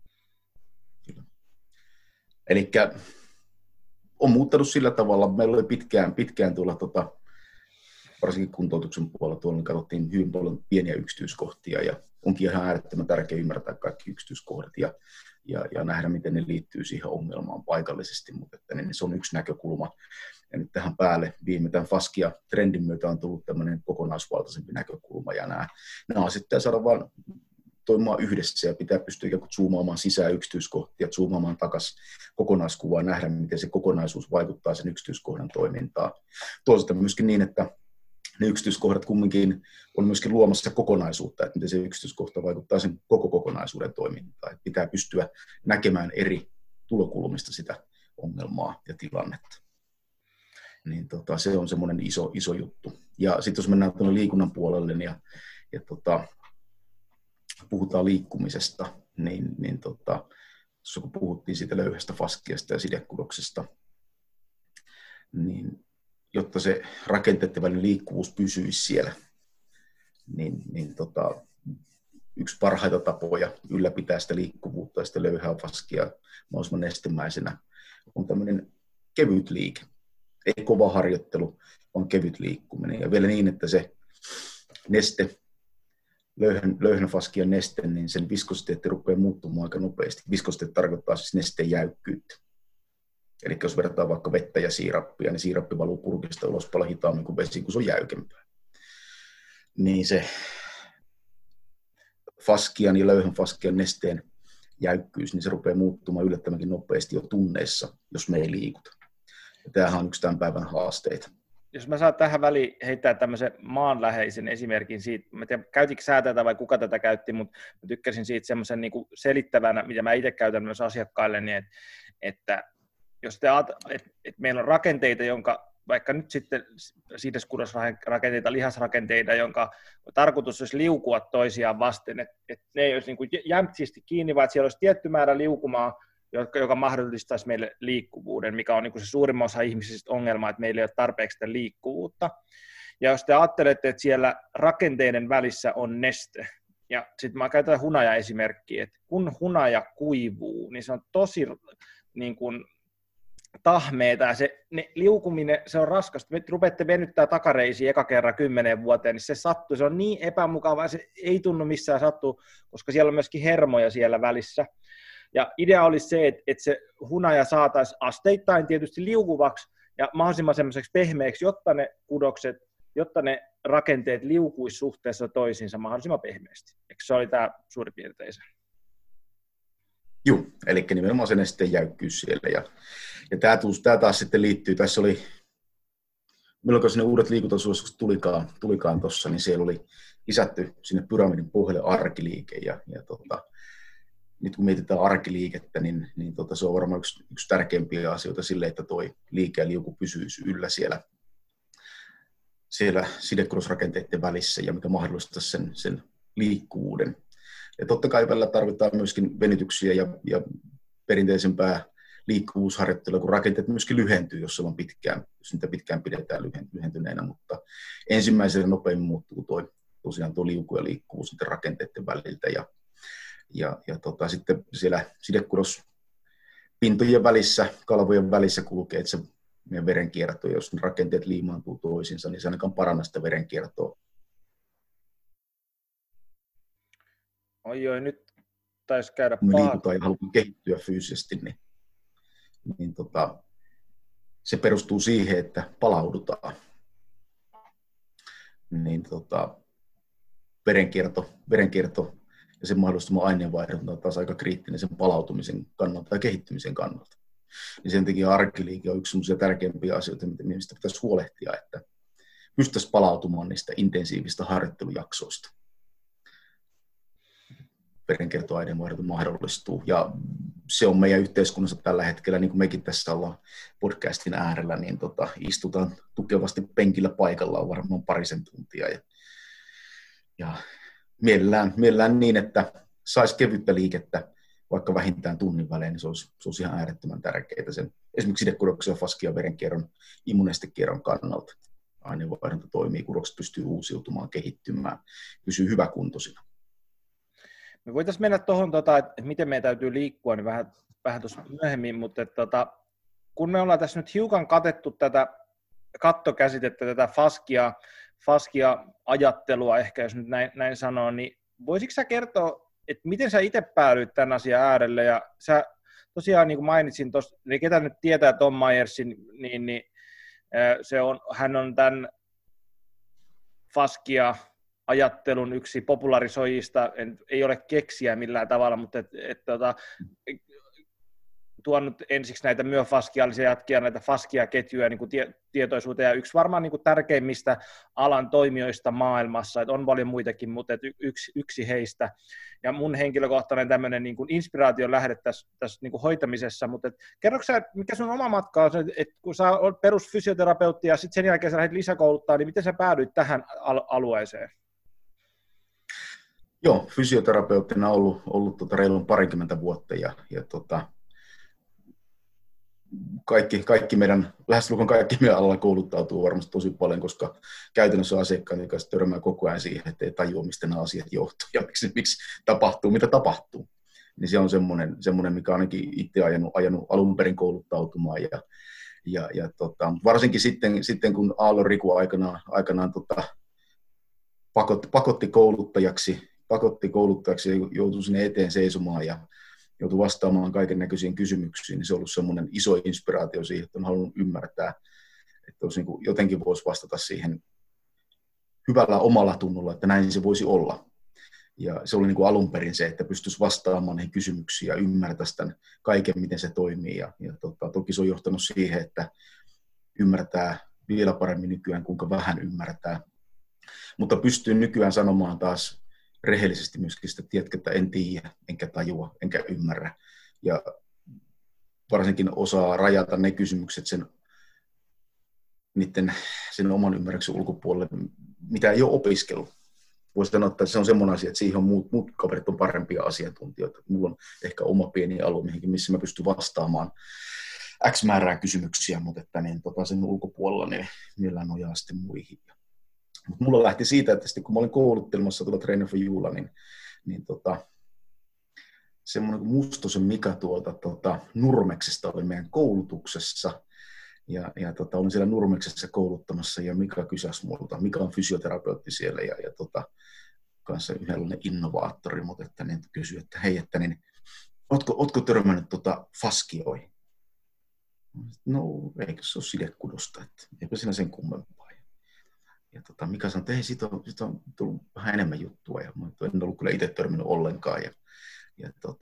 [SPEAKER 2] Eli on muuttanut sillä tavalla, meillä oli pitkään tuolla varsinkin kuntoutuksen puolella tuolla katsottiin hyvin paljon pieniä yksityiskohtia ja onkin ihan äärettömän tärkeää ymmärtää kaikki yksityiskohdat ja nähdä, miten ne liittyy siihen ongelmaan paikallisesti, mutta että niin se on yksi näkökulma. Ja nyt tähän päälle tämän faskia-trendin myötä on tullut tämmöinen kokonaisvaltaisempi näkökulma ja nämä asiat pitää saada vaan toimimaan yhdessä ja pitää pystyä zoomaamaan sisään yksityiskohtia, zoomaamaan takaisin kokonaiskuvaa, nähdä, miten se kokonaisuus vaikuttaa sen yksityiskohdan toimintaan. Toisaalta myöskin niin, että ne yksityiskohdat kumminkin on myöskin luomassa kokonaisuutta, että miten se yksityiskohta vaikuttaa sen koko kokonaisuuden toimintaan. Että pitää pystyä näkemään eri tulokulmista sitä ongelmaa ja tilannetta. Niin se on semmoinen iso juttu. Ja sitten jos mennään tuonne liikunnan puolelle puhutaan liikkumisesta, niin kun puhuttiin siitä löyhästä faskiasta ja sidekudoksesta, niin jotta se rakenteiden välinen liikkuvuus pysyisi siellä, niin yksi parhaita tapoja ylläpitää sitä liikkuvuutta ja sitä löyhää faskia mahdollisimman nestemäisenä on tämmöinen kevyt liike. Ei kova harjoittelu, vaan kevyt liikkuminen. Ja vielä niin, että se neste, löyhän faskian neste, niin sen viskositeetti rupeaa muuttumaan aika nopeasti. Viskositeetti tarkoittaa siis nesteen jäykkyyttä. Eli jos verrataan vaikka vettä ja siirappia, niin siirappi valuu purkista ulos paljon hitaammin kuin vesi, kun se on jäykempää. Niin se faskian ja löyhän faskian nesteen jäykkyys, niin se rupeaa muuttumaan yllättävänkin nopeasti jo tunneissa, jos me ei liikuta. Ja tämähän on yksi tämän päivän haasteita.
[SPEAKER 1] Jos mä saan tähän väliin heittää tämmöisen maanläheisen esimerkin siitä, mä tiedän, käytinkö sä tätä vai kuka tätä käytti, mutta mä tykkäsin siitä semmoisen niin kuin selittävänä, mitä mä itse käytän myös asiakkaille, niin että jos että meillä on rakenteita, jonka vaikka nyt sitten sideskudosrakenteita, lihasrakenteita, jonka tarkoitus olisi liukua toisiaan vasten, että ne ei olisi niin kuin jämptisti kiinni, vaan että siellä olisi tietty määrä liukumaa, joka mahdollistaisi meille liikkuvuuden, mikä on niin kuin se suurimman osa ihmisistä ongelma, että meillä ei ole tarpeeksi sitä liikkuvuutta. Ja jos te ajattelette, että siellä rakenteiden välissä on neste, ja sitten mä käytän hunaja-esimerkkiä, että kun hunaja kuivuu, niin se on tosi niin kuin tahmeeta, ja liukuminen, se on raskasta. Me rupeatte venyttää takareisiin eka kerran 10 vuoteen, niin se sattuu. Se on niin epämukavaa, se ei tunnu missään sattuu, koska siellä on myöskin hermoja siellä välissä. Ja idea olisi se, että se hunaja saataisiin asteittain tietysti liukuvaksi ja mahdollisimman semmoiseksi pehmeäksi, jotta ne kudokset, jotta ne rakenteet liukuisi suhteessa toisiinsa mahdollisimman pehmeästi. Eikö se oli tämä suurin piirtein se?
[SPEAKER 2] Joo, eli nimenomaan se nesteen jäykkyys siellä. Ja tämä taas sitten liittyy, tässä oli, milloin sinne uudet liikuntasuositukset tulikaan tuossa, niin siellä oli lisätty sinne pyramidin pohjalle arkiliike. Ja nyt kun mietitään arkiliikettä, niin se on varmaan yksi tärkeimpiä asioita sille, että toi liike ja liuku pysyisi yllä siellä sidekudosrakenteiden välissä ja mikä mahdollistaa sen liikkuvuuden. Ja totta kai välillä tarvitaan myöskin venytyksiä ja perinteisempää liikkuvuusharjoittelua, kun rakenteet myöskin lyhentyy, jos niitä pitkään pidetään lyhentyneenä, mutta ensimmäisenä nopeimmin muuttuu tosiaan tuo liuku ja liikkuvuus niiden rakenteiden väliltä. Ja sitten siellä sidekudospintojen välissä, kalvojen välissä kulkee, että se meidän verenkierto, jos ne rakenteet liimaantuu toisiinsa, niin se ainakaan paranna sitä verenkiertoa.
[SPEAKER 1] Oi, nyt taisi käydä
[SPEAKER 2] kun me liikutaan ja halutaan kehittyä fyysisesti, niin se perustuu siihen, että palaudutaan. Niin verenkierto ja sen mahdollistama aineenvaihdunta on taas aika kriittinen sen palautumisen kannalta ja kehittymisen kannalta. Niin sen takia arkiliike on yksi sellaisia tärkeimpiä asioita, mistä pitäisi huolehtia, että pystyttäisiin palautumaan niistä intensiivistä harjoittelujaksoista. Verenkiertoaineenvaihdunta mahdollistuu. Ja se on meidän yhteiskunnassa tällä hetkellä, niin kuin mekin tässä ollaan podcastin äärellä, niin istutaan tukevasti penkillä paikallaan varmaan parisen tuntia. Ja mielellään niin, että saisi kevyttä liikettä vaikka vähintään tunnin välein, niin se olisi ihan äärettömän tärkeää sen esimerkiksi sidekudoksen, faskia, verenkierron, immunestekierron kannalta. Aineenvaihdunta toimii, kudokset pystyy uusiutumaan, kehittymään, pysyy hyväkuntoisina.
[SPEAKER 1] Me voitaisiin mennä tuohon, että miten meidän täytyy liikkua, niin vähän tuossa myöhemmin, mutta kun me ollaan tässä nyt hiukan katettu tätä kattokäsitettä, tätä faskia-ajattelua, ehkä jos nyt näin sanoo, niin voisitko sä kertoa, että miten sä itse päädyit tämän asian äärelle, ja sä tosiaan niin kuin mainitsin tuossa, niin ketä nyt tietää Tom Myersin, niin hän on tämän faskia-ajattelun yksi popularisoijista, ei ole keksiä millään tavalla, mutta tuonut ensiksi näitä myofasciaalisia jatkia, näitä faskia-ketjuja niin kuin tietoisuuteen, ja yksi varmaan niin kuin tärkeimmistä alan toimijoista maailmassa, että on paljon muitakin, mutta yksi heistä, ja mun henkilökohtainen tämmöinen niin kuin inspiraation lähde tässä niin kuin hoitamisessa, mutta kerroksä sä, mikä sun oma matka on, että kun sä olet perusfysioterapeutti, ja sitten sen jälkeen sä lähdit lisäkouluttaa, niin miten sä päädyit tähän alueeseen?
[SPEAKER 2] Joo, fysioterapeuttina ollut reilun 20 vuotta, ja lähestulkoon kaikki meidän alalla kouluttautuu varmasti tosi paljon, koska käytännössä asiakkaiden kanssa törmää koko ajan siihen, että ei tajua, mistä nämä asiat johtuu ja miksi tapahtuu, mitä tapahtuu. Niin se on semmoinen mikä ainakin itse ajanut alun perin kouluttautumaan. Varsinkin sitten kun Aallon Riku aikanaan pakotti kouluttajaksi ja joutui sinne eteen seisomaan ja joutui vastaamaan kaiken näköisiin kysymyksiin, niin se on ollut semmoinen iso inspiraatio siihen, että on halunnut ymmärtää, että niin kuin jotenkin voisi vastata siihen hyvällä omalla tunnolla, että näin se voisi olla. Ja se oli niin kuin alun perin se, että pystyisi vastaamaan niihin kysymyksiin ja ymmärtäisi tämän kaiken, miten se toimii. Ja toki se on johtanut siihen, että ymmärtää vielä paremmin nykyään, kuinka vähän ymmärtää. Mutta pystyy nykyään sanomaan taas rehellisesti myöskin sitä, että en tiedä, enkä tajua, enkä ymmärrä. Ja varsinkin osaa rajata ne kysymykset sen oman ymmärryksen ulkopuolelle, mitä ei ole opiskellut. Voisi sanoa, että se on semmoinen asia, että siihen on muut kaverit on parempia asiantuntijoita. Mulla on ehkä oma pieni alue, missä mä pystyn vastaamaan X määrää kysymyksiä, mutta sen ulkopuolella niin mielellään nojaa sitten muihin. Mutta mulla lähti siitä, että sitten kun mä olin kouluttelemassa tuolla Trainer for Youlla, niin semmoinen kuin Mustosen Mika tuolta Nurmeksesta oli meidän koulutuksessa. Ja olin siellä Nurmeksessa kouluttamassa ja Mika kysäsi multa. Mika on fysioterapeutti siellä ja kanssa yhdenlainen innovaattori, mutta kysyi, että hei, että ootko törmännyt faskioihin? No, eikö se ole sidekudosta, että eipä siinä sen kummempaa. Ja Mika sanoi, että hei, siitä on tullut vähän enemmän juttua, ja en ollut kyllä itse törmännyt ollenkaan. Ja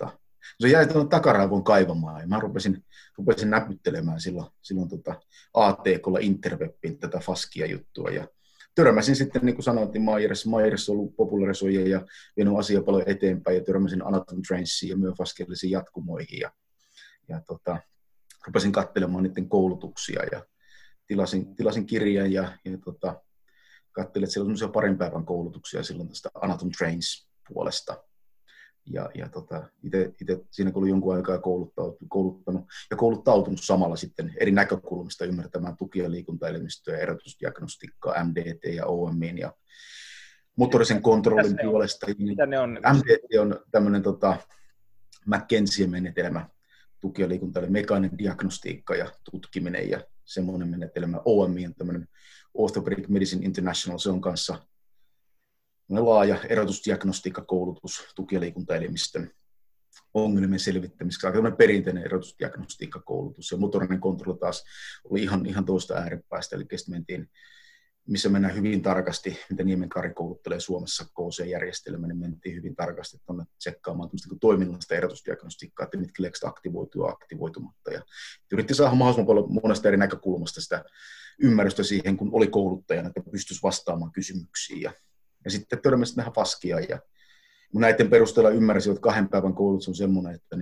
[SPEAKER 2] Se jäi tuonne takaraivon kaivamaan ja mä rupesin näpyttelemään silloin ATK:lla Interwebin tätä Faskia juttua ja törmäsin sitten, niin kuin sanoin, Myers on ollut popularisoija ja vienyt asiaa paljon eteenpäin ja törmäsin Anatom Trainsiin ja myös Faskiallisiin jatkumoihin ja rupesin katselemaan niiden koulutuksia ja tilasin kirjan ja katselin, että siellä on semmoisia parin päivän koulutuksia silloin tästä Anatom Trains puolesta. Ja itse siinä kun oli jonkun aikaa kouluttanut ja kouluttautunut samalla sitten eri näkökulmista ymmärtämään tuki- ja liikuntaelimistöä, erotusdiagnostiikkaa, MDT ja OM:in ja motorisen kontrollin puolesta.
[SPEAKER 1] Mitä ne on?
[SPEAKER 2] MDT on tämmöinen McKenzien menetelmä, tuki- ja liikuntaelimistöä, mekaaninen diagnostiikka ja tutkiminen ja semmoinen menetelmä. OMI on tämmöinen Orthopedic Medicine International, se on kanssa laaja erotusdiagnostiikkakoulutus tuki- ja liikuntaelimistön ongelmien selvittämiseksi. Aika perinteinen erotusdiagnostiikkakoulutus. Ja motorinen kontrolli taas oli ihan toista ääripäästä. Eli mentiin, missä mennään hyvin tarkasti, mitä Niemenkari kouluttelee Suomessa KC-järjestelmä, niin mentiin hyvin tarkasti tuonne tsekkaamaan toiminnallista erotusdiagnostiikkaa, että mitkä leksit aktivoituu ja aktivoitumatta. Ja yritti saada mahdollisimman paljon monesta eri näkökulmasta sitä ymmärrystä siihen, kun oli kouluttajana, että pystyisi vastaamaan kysymyksiin. Ja sitten törmäsin tähän Faskiaan ja näiden perusteella ymmärsin, että 2 päivän koulutus on semmoinen, että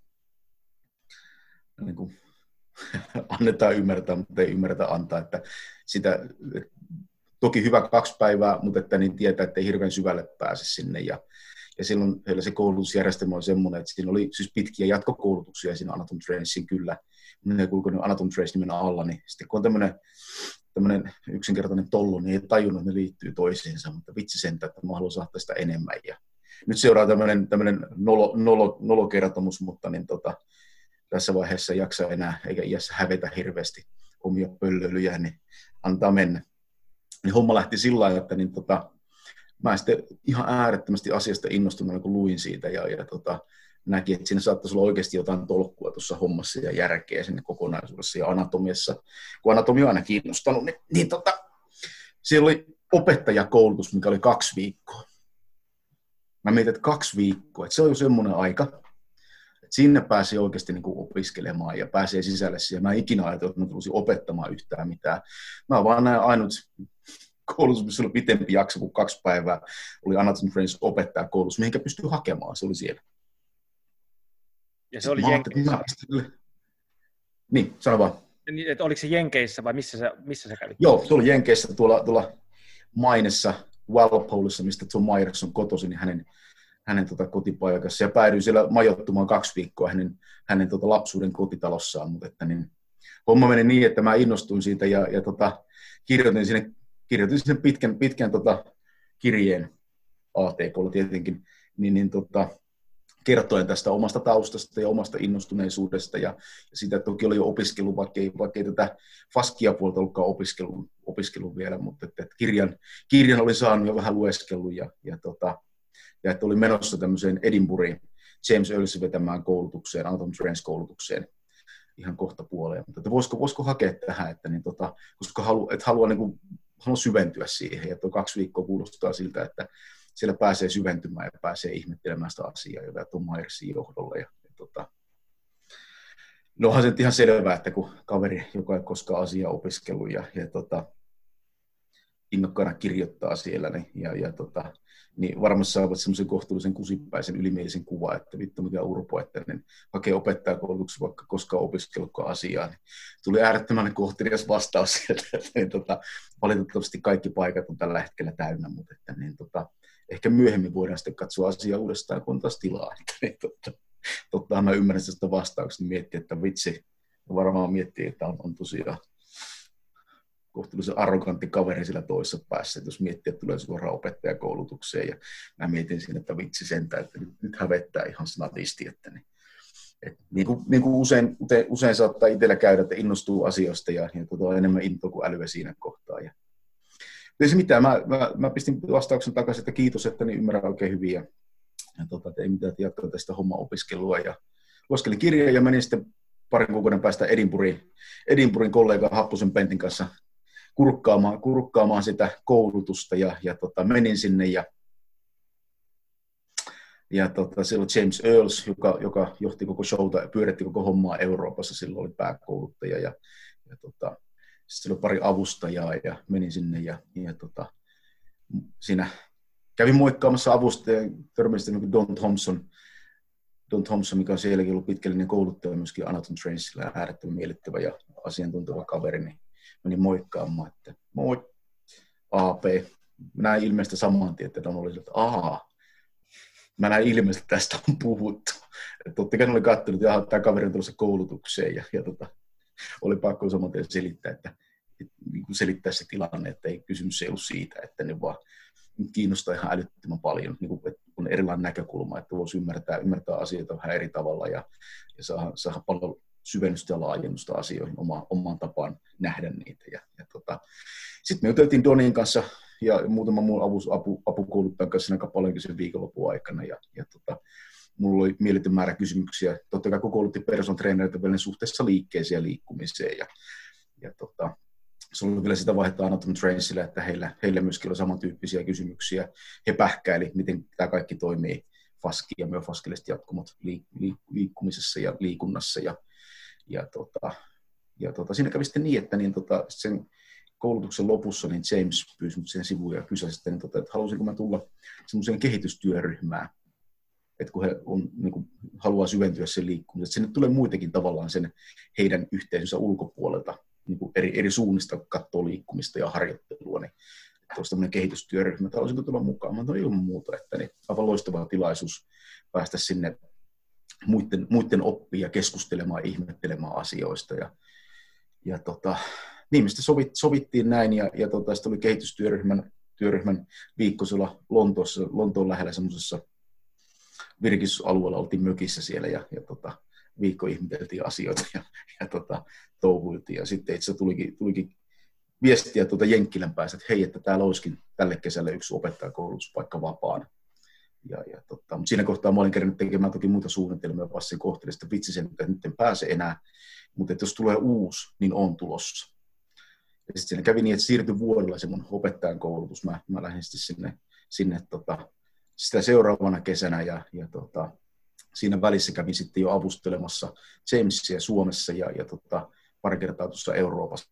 [SPEAKER 2] niin kuin, annetaan ymmärtää, mutta ei ymmärretä antaa. Että sitä, toki hyvä 2 päivää, mutta että niin tietää, että ei hirveän syvälle pääse sinne. Ja silloin heillä se koulutusjärjestelmä on semmoinen, että siinä oli siis pitkiä jatkokoulutuksia siinä Anatom Trainsin kyllä. Ne kulkenut Anatom Trains nimen alla, niin sitten kun on tämmöinen yksinkertainen tollo, niin ei tajunnut, että ne liittyy toisiinsa, mutta vitsi sentä, että mä haluan saada sitä enemmän. Ja nyt seuraa tämmöinen nolokertomus, mutta niin tässä vaiheessa ei jaksa enää, eikä iässä hävetä hirveästi omia pöllöilyjä, niin antaa mennä. Niin homma lähti sillä lailla, että mä sitten ihan äärettömästi asiasta innostuneena, kun luin siitä ja näki, että siinä saattaisi olla oikeasti jotain tolkkua tuossa hommassa ja järkeä sinne kokonaisuudessa ja anatomiassa. Kun anatomia on aina kiinnostanut, niin siellä oli opettajakoulutus, mikä oli 2 viikkoa. Mä mietin, että 2 viikkoa, että se on jo semmoinen aika, että sinne pääsee oikeasti niin kuin opiskelemaan ja pääsee sisälle siihen. Mä en ikinä ajatellut, että mä tulisin opettamaan yhtään mitään. Mä vaan näin ainut koulutus, missä oli pitempi jakso kuin 2 päivää, oli Anatom Trains opettajakoulutus, mihinkä pystyy hakemaan, se oli siellä.
[SPEAKER 1] Ja se oli Jenkeissä.
[SPEAKER 2] Niin, sano vaan.
[SPEAKER 1] Että oliko se Jenkeissä vai missä sä kävit?
[SPEAKER 2] Joo, se oli Jenkeissä tuolla Mainessa, Walpoleissa, mistä Tom Myers on kotoisin, niin hänen kotipaikassa. Ja päädyin siellä majoittumaan 2 viikkoa hänen lapsuuden kotitalossaan. Mutta homma meni niin, että mä innostuin siitä ja kirjoitin sinne pitkän kirjeen ATK:lla tietenkin, kertoen tästä omasta taustasta ja omasta innostuneisuudesta ja sitä, että toki oli jo opiskelu, vaikka ei tätä Faskia-puolta ollutkaan opiskellut vielä, mutta että kirjan oli saanut jo vähän lueskellut ja että oli menossa tämmöiseen Edinburghin James Earlsin vetämään koulutukseen, Anatom Trains-koulutukseen ihan kohta puoleen, mutta että voisiko hakea tähän, että koska haluan syventyä siihen ja tuo 2 viikkoa kuulostaa siltä, että siellä pääsee syventymään ja pääsee ihmettelemään sitä asiaa, jota Tom Myersin johdolla. No onhan se nyt ihan selvää, että kun kaveri, joka ei koskaan asiaa opiskellut ja innokkaana kirjoittaa siellä, niin varmasti saavat semmoisen kohtuullisen kusipäisen ylimielisen kuvan, että vittu mikä urpo, että ne hakee opettajakoulutuksen, vaikka koskaan opiskellutkaan asiaa. Niin tuli äärettömän kohtelias vastaus sieltä, että valitettavasti kaikki paikat on tällä hetkellä täynnä, mutta että ehkä myöhemmin voidaan sitten katsoa asiaa uudestaan, kun on taas tilaa. Tottahan mä ymmärrän sitä vastauksesta, niin miettii, että vitsi, varmaan miettii, että on tosiaan kohtuullisen arrogantti kaveri sillä toisessa päässä, että jos miettii, että tulee suoraan opettajakoulutukseen, ja mä mietin siinä, että vitsi sentään, että nyt hävettää ihan snadisti, että niin kuin usein saattaa itsellä käydä, että innostuu asioista ja on enemmän intoa kuin älyä siinä kohtaa. Ja ei se mitään, mä pistin vastauksen takaisin, että kiitos, että niin ymmärrän oikein hyvin ja ei mitään, että jatkaa tästä homma-opiskelua ja lueskelin kirjaa ja menin sitten 2 kuukauden päästä Edinburghin kollega Happosen Pentin kanssa kurkkaamaan sitä koulutusta ja menin sinne ja siellä James Earls, joka johti koko showta ja pyöritti koko hommaa Euroopassa, silloin oli pääkouluttaja ja sitten oli pari avustajaa ja menin sinne ja siinä kävin moikkaamassa avustajan, törmäsin Don Thompson, mikä on sielläkin ollut pitkällinen kouluttaja myöskin Anatom Trainsillä, äärettömän miellyttävä ja asiantunteva kaveri, niin menin moikkaamaan, että moi, AP. Mä näin ilmeisesti saman tien, että Don oli että mä näin ilmeisesti, että tästä on puhuttu. Totta kai oli katsonut, että tämä kaveri on tulossa koulutukseen ja oli pakko saman tien selittää se tilanne, että ei kysymys ei ollut siitä, että ne vaan kiinnostaa ihan älyttömän paljon, niin kuin, että on erilainen näkökulma, että voisi ymmärtää asioita vähän eri tavalla ja saada paljon syvennystä ja laajennusta asioihin omaan tapaan nähdä niitä. Sitten me juteltiin Donin kanssa ja muutaman muun apukouluttajan kanssa aika paljonkin sen viikonlopun aikana. Mulla oli mieletön määrä kysymyksiä. Totta kai kun koulutti personal trainereita vielä suhteessa liikkeeseen ja liikkumiseen. Se oli vielä sitä vaihetta Anatom Trainsillä, että heillä myöskin oli samantyyppisiä kysymyksiä. He pähkäili, miten tämä kaikki toimii faski- ja myofaskiliset jatkumot liikkumisessa ja liikunnassa. Siinä kävi sitten niin, että sen koulutuksen lopussa niin James pyysi mut sen sivuun ja kysyi sitten, että haluaisinko mä tulla semmoiseen kehitystyöryhmään, että kun he haluaa syventyä sen liikkumiseen, sinne tulee muitakin tavallaan sen heidän yhteisönsä ulkopuolelta, niin kuin eri suunnista katsoo liikkumista ja harjoittelua, niin että olisi tämmöinen kehitystyöryhmä, että haluaisinko tulla mukaan. Mä ilman muuta, että niin aivan loistava tilaisuus päästä sinne muiden oppia keskustelemaan, ihmettelemään asioista. Niin, mistä sovittiin näin, ja sitten oli kehitystyöryhmän viikko siellä Lontoon lähellä semmoisessa virkistysalueella, oltiin mökissä siellä, ja viikko ihmeteltiin asioita, ja touhuiltiin, ja sitten itse tulikin viestiä Jenkkilän päästä, että hei, että täällä olisikin tälle kesälle yksi opettajakoulutuspaikka vapaana. Mutta siinä kohtaa mä olin kerännyt tekemään toki muuta suunnitelmia Vassin kohteelle, että vitsi sen, että nyt en pääse enää, mutta jos tulee uusi, niin on tulossa. Ja sitten siinä kävi niin, että siirtyi vuodella se mun opettajan koulutus. Mä lähdin sitten sinne sitä seuraavana kesänä ja siinä välissä kävin sitten jo avustelemassa Jamesia Suomessa ja pari kertaa tuossa Euroopassa.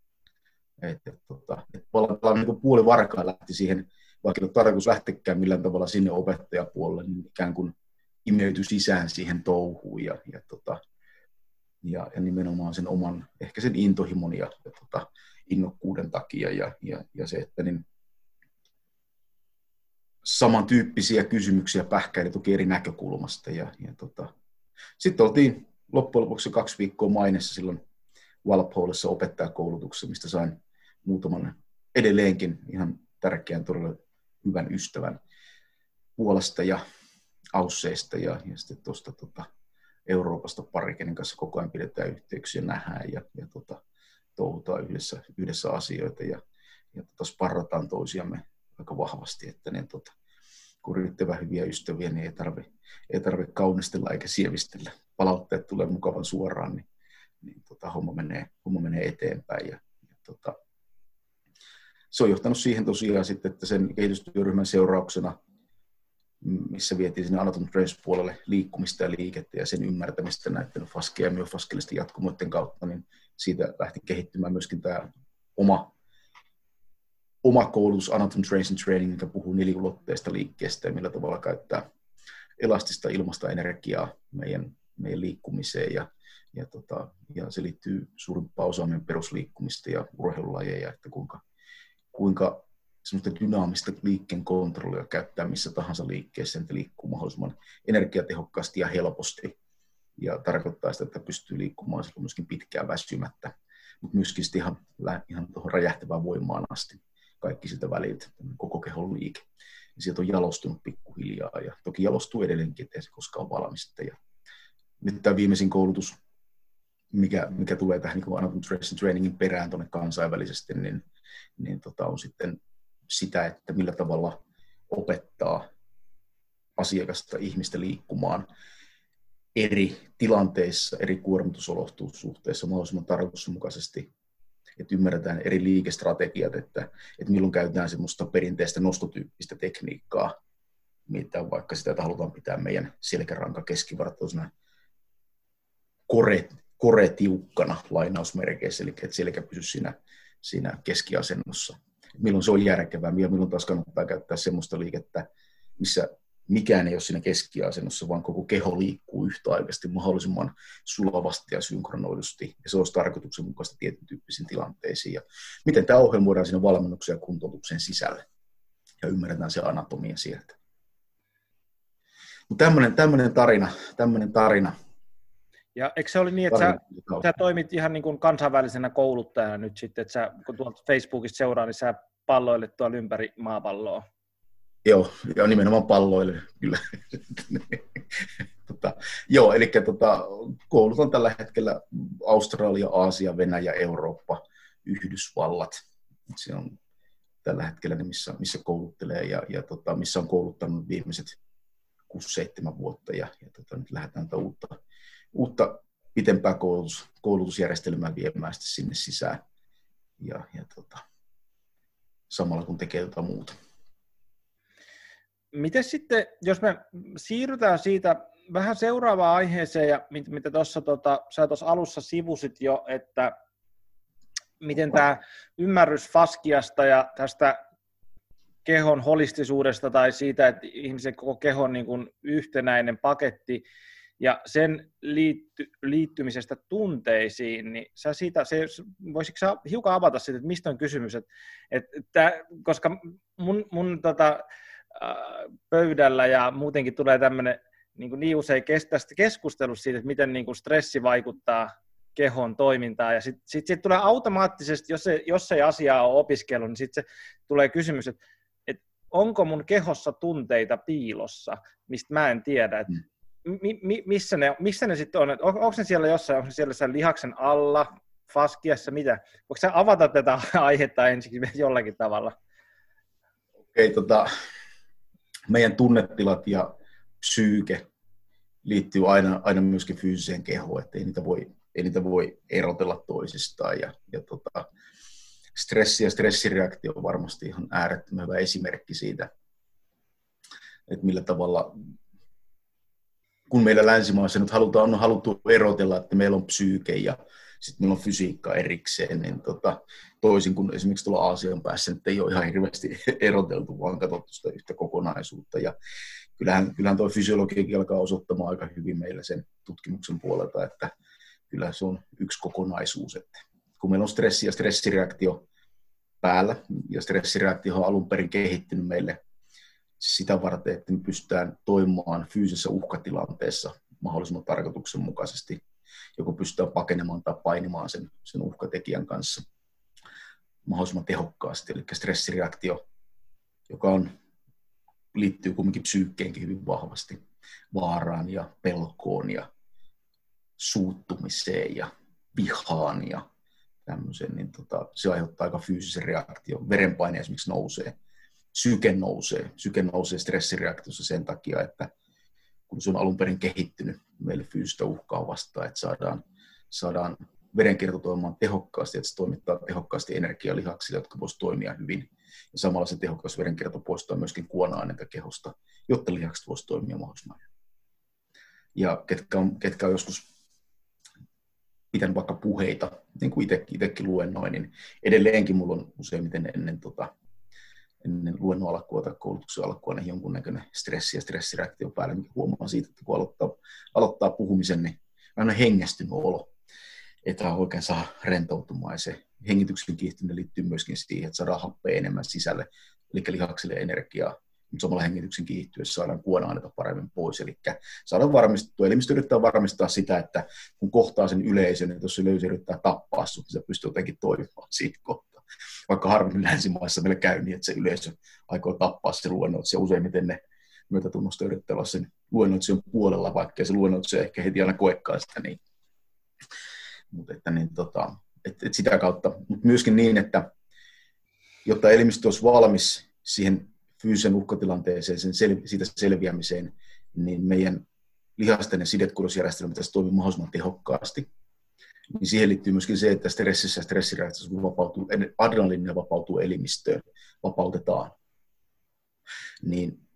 [SPEAKER 2] Tavallaan niin puoli varkaa lähti siihen, vaikka ei ole tarkoitus lähtekään millään tavalla sinne opettajapuolelle, niin ikään kuin imeytyi sisään siihen touhuun ja nimenomaan sen oman, ehkä sen intohimon ja innokkuuden takia ja se, että niin samantyyppisiä kysymyksiä pähkäili toki eri näkökulmasta. Sitten oltiin loppujen lopuksi 2 viikkoa Mainessa silloin Walpoleissa opettajakoulutuksessa, mistä sain muutaman edelleenkin ihan tärkeän, todella hyvän ystävän Puolasta ja Ausseista ja sitten tuosta Euroopasta pari, kenen kanssa koko ajan pidetään yhteyksiä, nähdään ja touhutaan yhdessä asioita ja sparrataan toisiamme aika vahvasti, että ne, kun riittävän hyviä ystäviä, niin ei tarvitse kaunistella eikä sievistellä. Palautteet tulee mukavan suoraan, niin homma menee eteenpäin. Se on johtanut siihen tosiaan sitten, että sen kehitystyöryhmän seurauksena, missä vietiin sinne Anatom Trains puolelle liikkumista ja liikettä ja sen ymmärtämistä näiden faski- ja myofaskilisten jatkumoiden kautta, niin siitä lähti kehittymään myöskin tämä oma koulutus Anatom Trains and Training, mikä puhuu neliulotteista liikkeestä ja millä tavalla käyttää elastista ilmasta energiaa meidän liikkumiseen ja se liittyy suurimpaan osaan meidän perusliikkumista ja urheilulajeja, että kuinka semmoista dynaamista liikkeen kontrollia käyttää missä tahansa liikkeessä, että liikkuu mahdollisimman energiatehokkaasti ja helposti. Ja tarkoittaa sitä, että pystyy liikkumaan silloin myöskin pitkään väsymättä, mutta myöskin ihan tuohon räjähtävään voimaan asti. Kaikki siltä väliltä, koko kehon liike. Ja sieltä on jalostunut pikkuhiljaa ja toki jalostuu edelleenkin, ettei se koskaan valmista. Ja nyt tämä viimeisin koulutus, mikä tulee tähän niin Anatom Trainingin perään tuonne kansainvälisesti, niin on sitten sitä, että millä tavalla opettaa asiakasta, ihmistä liikkumaan eri tilanteissa, eri kuormitusolosuhteissa mahdollisimman tarkoituksenmukaisesti, että ymmärretään eri liikestrategiat, että milloin käytetään semmoista perinteistä nostotyyppistä tekniikkaa mitä vaikka sitä, että halutaan pitää meidän selkäranka keskivartalo koretiukkana lainausmerkeissä, eli että selkä pysyisi siinä keskiasennossa. Milloin se on järkevää, milloin taas kannattaa käyttää semmoista liikettä, missä mikään ei ole siinä keskiasennossa, vaan koko keho liikkuu yhtäaikaisesti mahdollisimman sulavasti ja synkronoidusti, ja se olisi tarkoituksenmukaista tietyn tyyppisiin tilanteisiin. Ja miten tämä ohjelmoidaan siinä valmennuksen ja kuntoutuksen sisälle, ja ymmärretään se anatomia sieltä. Mutta tämmöinen tarina.
[SPEAKER 1] Ja eikö se oli niin, että sä toimit ihan niin kuin kansainvälisenä kouluttajana nyt sitten, että sä, kun tuolta Facebookista seuraa, niin sä palloilet tuolla ympäri maapalloa?
[SPEAKER 2] Joo, ja nimenomaan palloille, kyllä. Joo, eli koulutan tällä hetkellä Australia, Aasia, Venäjä, Eurooppa, Yhdysvallat. Se on tällä hetkellä ne, missä kouluttelee ja missä on kouluttanut viimeiset 6-7 vuotta. Ja nyt lähdetään uutta pitempää koulutusjärjestelmää viemään sinne sisään ja samalla kun tekee jotain muuta.
[SPEAKER 1] Miten sitten, jos me siirrytään siitä vähän seuraavaan aiheeseen, ja mitä sä tuossa alussa sivusit jo, että miten tämä ymmärrys faskiasta ja tästä kehon holistisuudesta tai siitä, että ihmisen koko keho on niin kuin yhtenäinen paketti, ja sen liittymisestä tunteisiin, niin voisitko sä hiukan avata siitä, että mistä on kysymys? Koska mun pöydällä ja muutenkin tulee tämmöinen, niin usein kestää keskustelussa siitä, että miten niin kuin stressi vaikuttaa kehon toimintaan, ja sitten tulee automaattisesti, jos ei asiaa ole opiskellut, niin sitten se tulee kysymys, että onko mun kehossa tunteita piilossa, mistä mä en tiedä, että missä ne sitten on, onko ne siellä jossain, onko ne siellä lihaksen alla, faskiassa, mitä? Voitko sä avata tätä aihetta ensin jollakin tavalla?
[SPEAKER 2] Okei, meidän tunnetilat ja psyyke liittyy aina myöskin fyysiseen kehoon, että ei niitä voi erotella toisistaan. Ja stressi ja stressireaktio on varmasti ihan äärettömän hyvä esimerkki siitä, että millä tavalla, kun meillä länsimaissa nyt on haluttu erotella, että meillä on psyyke ja sitten meillä on fysiikka erikseen, niin toisin kuin esimerkiksi tuolla Aasian päässä nyt ei ole ihan hirveästi eroteltu, vaan katsottu sitä yhtä kokonaisuutta. Ja kyllähän tuo fysiologiakin alkaa osoittamaan aika hyvin meillä sen tutkimuksen puolelta, että kyllä se on yksi kokonaisuus. Että kun meillä on stressi ja stressireaktio päällä, ja stressireaktio on alun perin kehittynyt meille sitä varten, että me pystytään toimimaan fyysisessä uhkatilanteessa mahdollisimman tarkoituksenmukaisesti, joko pystytään pakenemaan tai painimaan sen uhkatekijän kanssa mahdollisimman tehokkaasti. Eli stressireaktio, joka liittyy kuitenkin psyykkeenkin hyvin vahvasti, vaaraan ja pelkoon ja suuttumiseen ja vihaan ja tämmöisen, niin se aiheuttaa aika fyysisen reaktion. Verenpaine esimerkiksi nousee, syke nousee stressireaktiossa sen takia, että kun se on alun perin kehittynyt meille fyysistä uhkaa vastaan, että saadaan verenkierto toimimaan tehokkaasti, että se toimittaa tehokkaasti energiaa lihaksille, jotka voisivat toimia hyvin. Ja samalla se tehokas verenkierto poistaa myöskin kuona-aineita kehosta, jotta lihakset voisivat toimia mahdollisimman hyvin. Ja ketkä on joskus pitänyt vaikka puheita, niin kuin itsekin luennoin, niin edelleenkin mulla on useimmiten ennen luennon alkua tai koulutuksen alkua niin jonkunnäköinen stressi ja stressireaktio päällä, mikä huomaa siitä, että kun aloittaa puhumisen, niin aina hengästynyt olo, että oikein saa rentoutumaan. Ja se hengityksen kiihtyminen liittyy myöskin siihen, että saadaan happea enemmän sisälle, eli lihaksille energiaa, mutta samalla hengityksen kiihtyessä saadaan kuona-aineita paremmin pois. Eli saadaan varmistettua, elimistö yrittää varmistaa sitä, että kun kohtaa sen yleisön, että jos se yleisö yrittää tappaa sinut, niin se pystyy jotenkin toimimaan siitä kohtaa. Vaikka harvemmin länsimaissa meillä käy niin, että se yleisö aikoo tappaa se luennoitsija. Useimmiten ne myötätunnosta yrittää olla sen luennoitsijan puolella, vaikka se luennoitsija ehkä heti aina koekaan sitä. Niin. Mutta että sitä kautta. Mutta myöskin niin, että jotta elimistö olisi valmis siihen fyysisen uhkatilanteeseen, siitä selviämiseen, niin meidän lihasten ja sidekudosjärjestelmä pitäisi toimia mahdollisimman tehokkaasti. Niin siihen liittyy myöskin se, että stressissä ja stressireaktiossa adrenaliinia vapautuu elimistöön, vapautetaan. Niin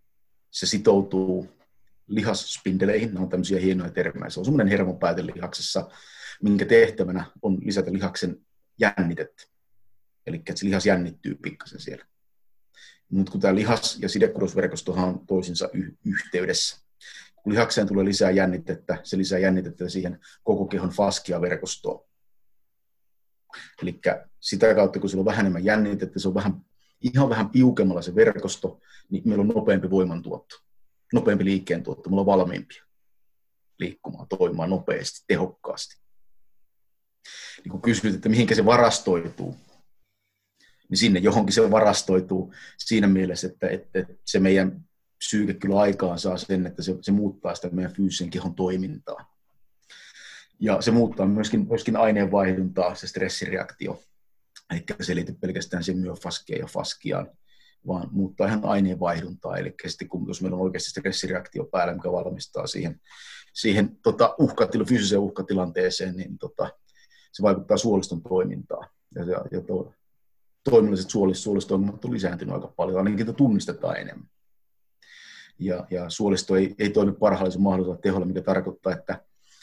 [SPEAKER 2] se sitoutuu lihasspindeleihin, nämä on tämmöisiä hienoja termejä. Se on semmoinen hermopääte lihaksessa, minkä tehtävänä on lisätä lihaksen jännitettä. Eli että se lihas jännittyy pikkasen siellä. Mutta kun tämä lihas- ja sidekudosverkostohan on toisinsa yhteydessä. Kun lihakseen tulee lisää jännitettä, se lisää jännitettä siihen koko kehon fasciaverkostoon. Eli sitä kautta, kun sillä on vähän enemmän jännitettä, se on ihan vähän piukemmalla se verkosto, niin meillä on nopeampi voimantuotto, nopeampi liikkeentuotto, meillä on valmiimpia liikkumaan, toimimaan nopeasti, tehokkaasti. Niin kun kysyt, että mihinkä se varastoituu, niin sinne johonkin se varastoituu siinä mielessä, että se meidän psyyke kyllä aikaan saa sen, että se muuttaa sitä meidän fyysisen kehon toimintaa. Ja se muuttaa myöskin aineenvaihduntaa, se stressireaktio. Eikä se liity pelkästään siihen myofaskiaan ja faskiaan, vaan muuttaa ihan aineenvaihduntaa. Eli sitten jos meillä on oikeasti stressireaktio päällä, mikä valmistaa siihen fyysiseen uhkatilanteeseen, niin se vaikuttaa suoliston toimintaan. Ja toiminnalliset suolistoongelmat on lisääntynyt aika paljon, ainakin tunnistetaan enemmän. Ja suolisto ei toimi parhaalla mahdollisella teholla, mikä tarkoittaa, että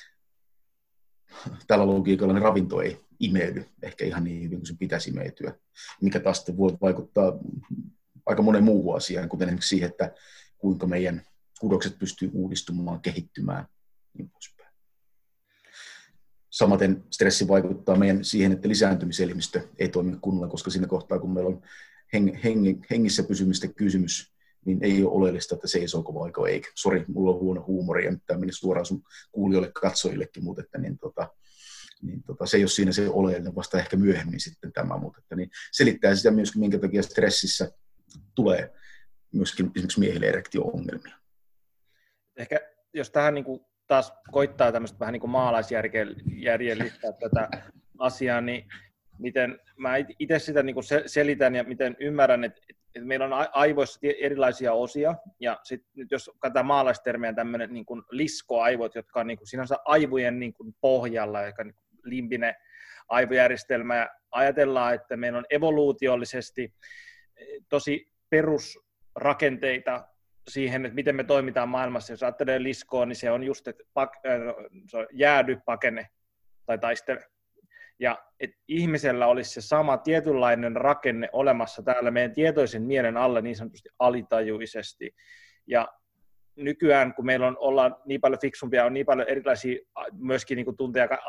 [SPEAKER 2] tällä logiikalla niin ravinto ei imeydy ehkä ihan niin hyvin kuin se pitäisi imeytyä, mikä taas voi vaikuttaa aika monen muuhun asiaan, kuten esimerkiksi siihen, että kuinka meidän kudokset pystyy uudistumaan, kehittymään niin poispäin. Samaten stressi vaikuttaa meidän siihen, että lisääntymiselimistö ei toimi kunnolla, koska siinä kohtaa, kun meillä on hengissä pysymistä kysymys, niin ei ole oleellista, että seisooko vaiko eikä. Sori, mulla on huono huumori, ja nyt tämä meni suoraan sun kuulijoille, katsojillekin, mutta että, se ei ole siinä se oleellinen, vasta ehkä myöhemmin sitten tämä, mutta että, niin selittää sitä myöskin, minkä takia stressissä tulee myöskin esimerkiksi miehille erektio-ongelmia.
[SPEAKER 1] Ehkä jos tähän niin kuin taas koittaa tämmöistä vähän niin kuin maalaisjärjellistää tätä asiaa, niin miten mä itse sitä niin kuin selitän ja miten ymmärrän, että meillä on aivoissa erilaisia osia, ja sitten nyt jos katsotaan maalaistermejä tämmöinen niin kuin liskoaivot, jotka on niin kuin sinänsä aivojen niin kuin pohjalla, joka on niin kuin limbinen aivojärjestelmä, ja ajatellaan, että meillä on evoluutiollisesti tosi perusrakenteita siihen, että miten me toimitaan maailmassa. Jos ajattelee liskoa, niin se on just, että se on jäädy, pakene tai taistele. Ja että ihmisellä olisi se sama tietynlainen rakenne olemassa täällä meidän tietoisen mielen alla niin sanotusti alitajuisesti. Ja nykyään, kun meillä ollaan niin paljon fiksumpia, on niin paljon erilaisia myöskin niin kuin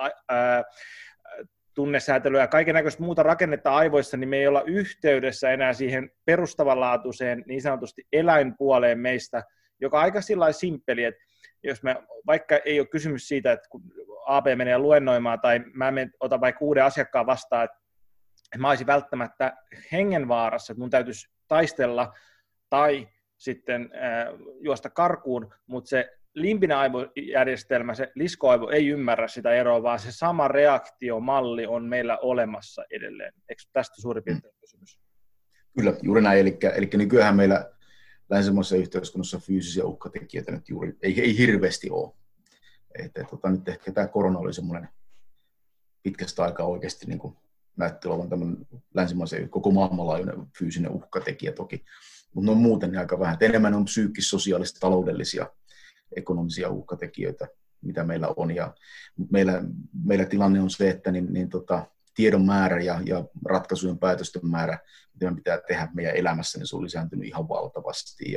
[SPEAKER 1] tunnesäätelyä ja kaikennäköistä muuta rakennetta aivoissa, niin me ei olla yhteydessä enää siihen perustavanlaatuiseen niin sanotusti eläinpuoleen meistä, joka on aika sillä simppeli, että jos me, vaikka ei ole kysymys siitä, että kun AB menee luennoimaan tai mä otan vaikka uuden asiakkaan vastaan, että mä olisin välttämättä hengenvaarassa, että mun täytyisi taistella tai sitten juosta karkuun, mutta se limbinen aivojärjestelmä, se liskoaivo ei ymmärrä sitä eroa, vaan se sama reaktiomalli on meillä olemassa edelleen. Eikö tästä suurin piirtein kysymys?
[SPEAKER 2] Kyllä, juuri näin. Eli nykyään meillä länsimaisessa yhteiskunnassa fyysisiä uhkatekijöitä nyt juuri ei hirveästi ole. Nyt ehkä tämä korona oli semmoinen pitkästä aikaa oikeasti niin kuin näytti olevan tämmöinen länsimaisen koko maailmanlaajuinen fyysinen uhkatekijä toki, mutta ne on muuten aika vähän. Enemmän on psyykkis-sosiaalisia, taloudellisia, ekonomisia uhkatekijöitä, mitä meillä on. Ja meillä tilanne on se, että tiedon määrä ja ratkaisujen päätösten määrä, mitä me pitää tehdä meidän elämässä, niin se on lisääntynyt ihan valtavasti.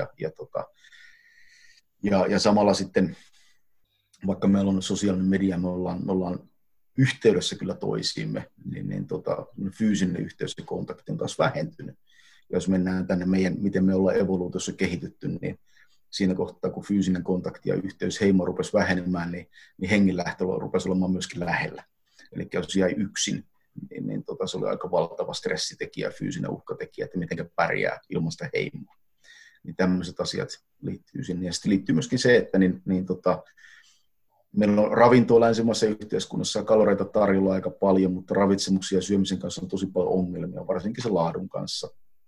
[SPEAKER 2] Ja samalla sitten, vaikka meillä on sosiaalinen media, me ollaan yhteydessä kyllä toisiimme, niin fyysinen yhteys ja kontakti on taas vähentynyt. Ja jos mennään tänne miten me ollaan evoluutiossa kehitytty, niin siinä kohtaa, kun fyysinen kontakti ja yhteys heimo rupesi vähenemään, niin hengenlähtö rupesi olemaan myöskin lähellä. Eli jos jäi yksin, niin se oli aika valtava stressitekijä, fyysinen uhkatekijä, että miten pärjää ilman sitä heimoa. Niin tämmöiset asiat liittyy sinne. Ja sitten liittyy myöskin se, että meillä on ravintoa länsimaisessa yhteiskunnassa, kaloreita tarjolla aika paljon, mutta ravitsemuksia ja syömisen kanssa on tosi paljon ongelmia, varsinkin se laadun kanssa.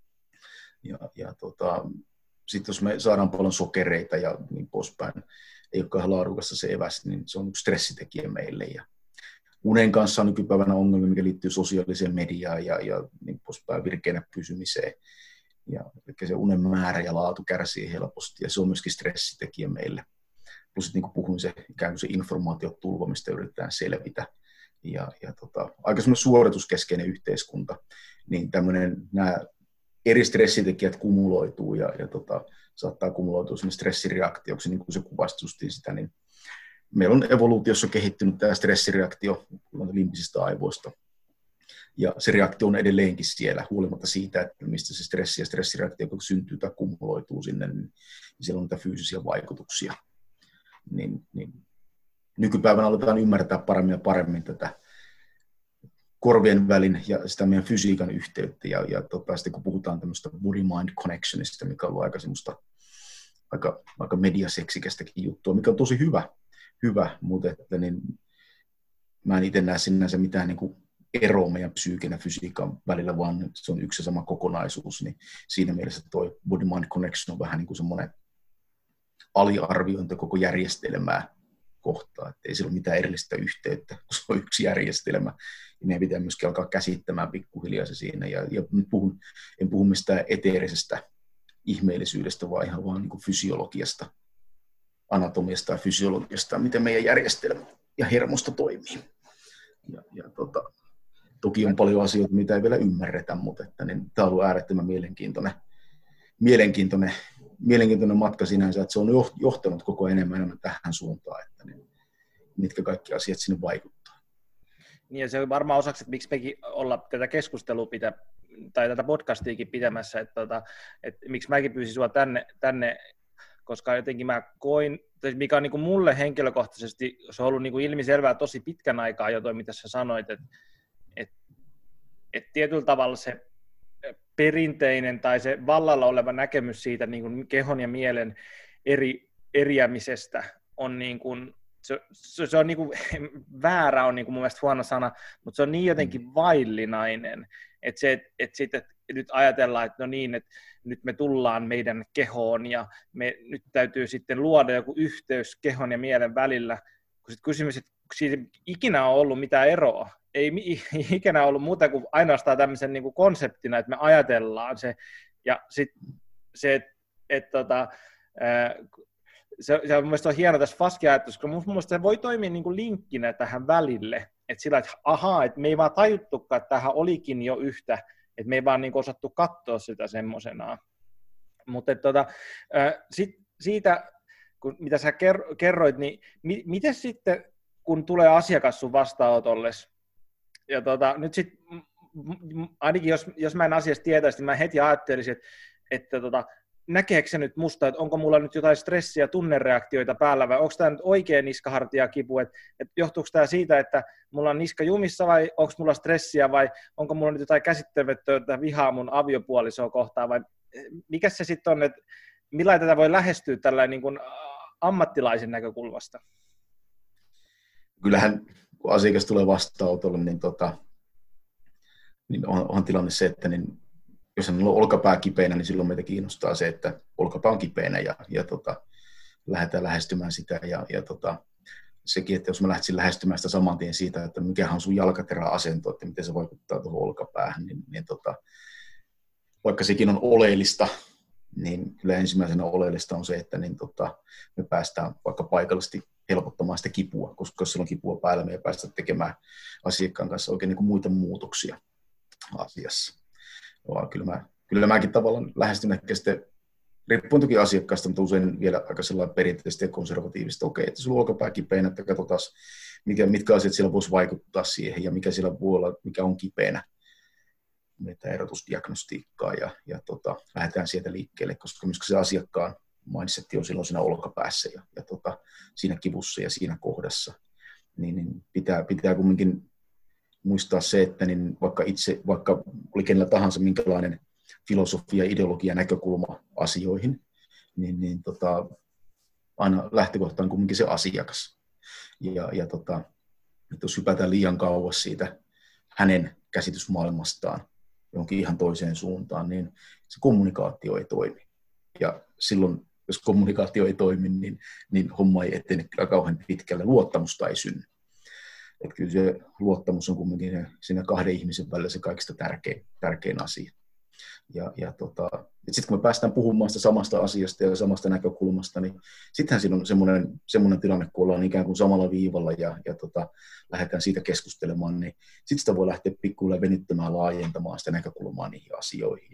[SPEAKER 2] Sitten jos me saadaan paljon sokereita ja niin poispäin, ei olekaan laadukasta se eväs, niin se on yksi stressitekijä meille. Ja unen kanssa on nykypäivänä ongelmia, mikä liittyy sosiaaliseen mediaan ja niin poispäin virkeänä pysymiseen. eli se unen määrä ja laatu kärsii helposti, ja se on myöskin stressitekijä meille. Plus, niin kuin puhuin, se ikään kuin se informaatiotulva, mistä yritetään selvitä. Aika semmoinen suorituskeskeinen yhteiskunta, niin nämä eri stressitekijät kumuloituu ja saattaa kumuloitua semmoinen stressireaktioksi, niin kuin se kuvasi justiin sitä, niin meillä on evoluutiossa kehittynyt tämä stressireaktio limbisistä aivoista. Ja se reaktio on edelleenkin siellä, huolimatta siitä, että mistä se stressi ja stressireaktio syntyy tai kumuloituu sinne, niin siellä on niitä fyysisiä vaikutuksia. Niin nykypäivänä aletaan ymmärtää paremmin ja paremmin tätä korvien välin ja sitä meidän fysiikan yhteyttä. Ja sitten kun puhutaan tämmöistä body-mind connectionista, mikä on ollut aika semmoista aika mediaseksikästäkin juttua, mikä on tosi hyvä, mutta että niin, mä en itse näe sinänsä mitään niin kuin eroa meidän psyyken ja fysiikan välillä, vaan se on yksi ja sama kokonaisuus, niin siinä mielessä tuo body-mind connection on vähän niin kuin semmoinen aliarviointi koko järjestelmää kohtaan, että ei sillä ole mitään erillistä yhteyttä, kun se on yksi järjestelmä, ja meidän pitää myöskin alkaa käsittämään pikkuhiljaa se siinä, ja nyt en puhu mistään eteerisestä ihmeellisyydestä, vaan ihan vaan niin kuin fysiologiasta, anatomiasta ja fysiologiasta, miten meidän järjestelmä ja hermosto toimii. Toki on paljon asioita, mitä ei vielä ymmärretä, mutta että, niin, tämä on ollut äärettömän mielenkiintoinen matka sinänsä, että se on johtanut koko enemmän tähän suuntaan, että niin, mitkä kaikki asiat sinne vaikuttaa.
[SPEAKER 1] Niin ja se on varmaan osaksi, että miksi mekin ollaan tätä keskustelua tai tätä podcastiakin pitämässä, että miksi mäkin pyysin sinua tänne, koska jotenkin mä koin, mikä on niin kuin mulle henkilökohtaisesti, se on ollut niin kuin ilmiselvää tosi pitkän aikaa jo toi, mitä sä sanoit, että tietyllä tavalla se perinteinen tai se vallalla oleva näkemys siitä niin kuin kehon ja mielen eriämisestä on niin kuin, se on niin kuin, väärä on niin kuin mun mielestä huono sana, mutta se on niin jotenkin vaillinainen, että nyt ajatellaan, että no niin, että nyt me tullaan meidän kehoon ja nyt täytyy sitten luoda joku yhteys kehon ja mielen välillä, kun sitten kysymys, että siitä ikinä on ollut mitään eroa. Ei ikinä ollut muuta kuin ainoastaan tämmöisen niin kuin konseptina, että me ajatellaan se, ja sitten se, että se on mielestäni hieno tässä faskia-ajattelussa, koska mun mielestä se voi toimia niin kuin linkkinä tähän välille, että sillä, että ahaa, että me ei vaan tajuttukaan, että tämähän olikin jo yhtä, että me ei vaan niin kuin osattu katsoa sitä semmoisenaan. Mutta siitä, mitä sä kerroit, niin miten sitten, kun tulee asiakas sun vastaanotollesi, ja nyt sitten, ainakin jos mä en asiasta tietäisi, niin mä heti ajattelisin, että näkeekö se nyt musta, että onko mulla nyt jotain stressiä, tunnereaktioita päällä, vai onko tämä nyt oikea niskahartiakipu, että johtuuko tämä siitä, että mulla on niska jumissa, vai onko mulla stressiä, vai onko mulla nyt jotain käsittelemätöntä vihaa mun aviopuolisoa kohtaan, vai mikä se sitten on, että millä tätä voi lähestyä tällainen niin kuin ammattilaisen näkökulmasta?
[SPEAKER 2] Kyllähän kun asiakas tulee vastaanotolle, niin on tilanne se, että niin, jos hän on olkapää kipeänä, niin silloin meitä kiinnostaa se, että olkapää on kipeänä ja lähdetään lähestymään sitä. Sekin, että jos mä lähtisin lähestymään sitä saman tien siitä, että mikähän on sun jalkaterä-asento, että miten se vaikuttaa tuohon olkapäähän, niin vaikka sekin on oleellista, niin kyllä ensimmäisenä oleellista on se, että me päästään vaikka paikallisesti helpottamaan sitä kipua, koska jos siellä on kipua päällä, me ei päästä tekemään asiakkaan kanssa oikein niin kuin muita muutoksia asiassa. Kyllä mäkin tavallaan lähestyn ehkä sitten, riippuen toki asiakkaasta, mutta usein vielä aika sellainen perinteisesti ja konservatiivista, okei, että sulla on olkapää kipeänä, että katsotaan, mitkä asiat siellä voisi vaikuttaa siihen ja mikä siellä voi olla, mikä on kipeänä. Meitä erotusdiagnostiikkaa ja lähdetään sieltä liikkeelle, koska myös se asiakkaan mindsetti on silloin siinä olkapäässä ja siinä kivussa ja siinä kohdassa. Niin pitää kumminkin muistaa se, että niin vaikka oli kenellä tahansa minkälainen filosofia, ideologia, näkökulma asioihin, niin aina lähtökohta on kumminkin se asiakas. Jos hypätään liian kauas siitä hänen käsitysmaailmastaan johonkin ihan toiseen suuntaan, niin se kommunikaatio ei toimi. Ja silloin, jos kommunikaatio ei toimi, niin homma ei etene kauhean pitkälle, luottamusta ei synny. Että kyllä se luottamus on kuitenkin siinä kahden ihmisen välillä se kaikista tärkein asia. Sitten kun me päästään puhumaan sitä samasta asiasta ja samasta näkökulmasta, niin sittenhän siinä on semmoinen tilanne, kun ollaan ikään kuin samalla viivalla ja lähdetään siitä keskustelemaan, niin sitten sitä voi lähteä pikkuille venyttämään, laajentamaan sitä näkökulmaa niihin asioihin.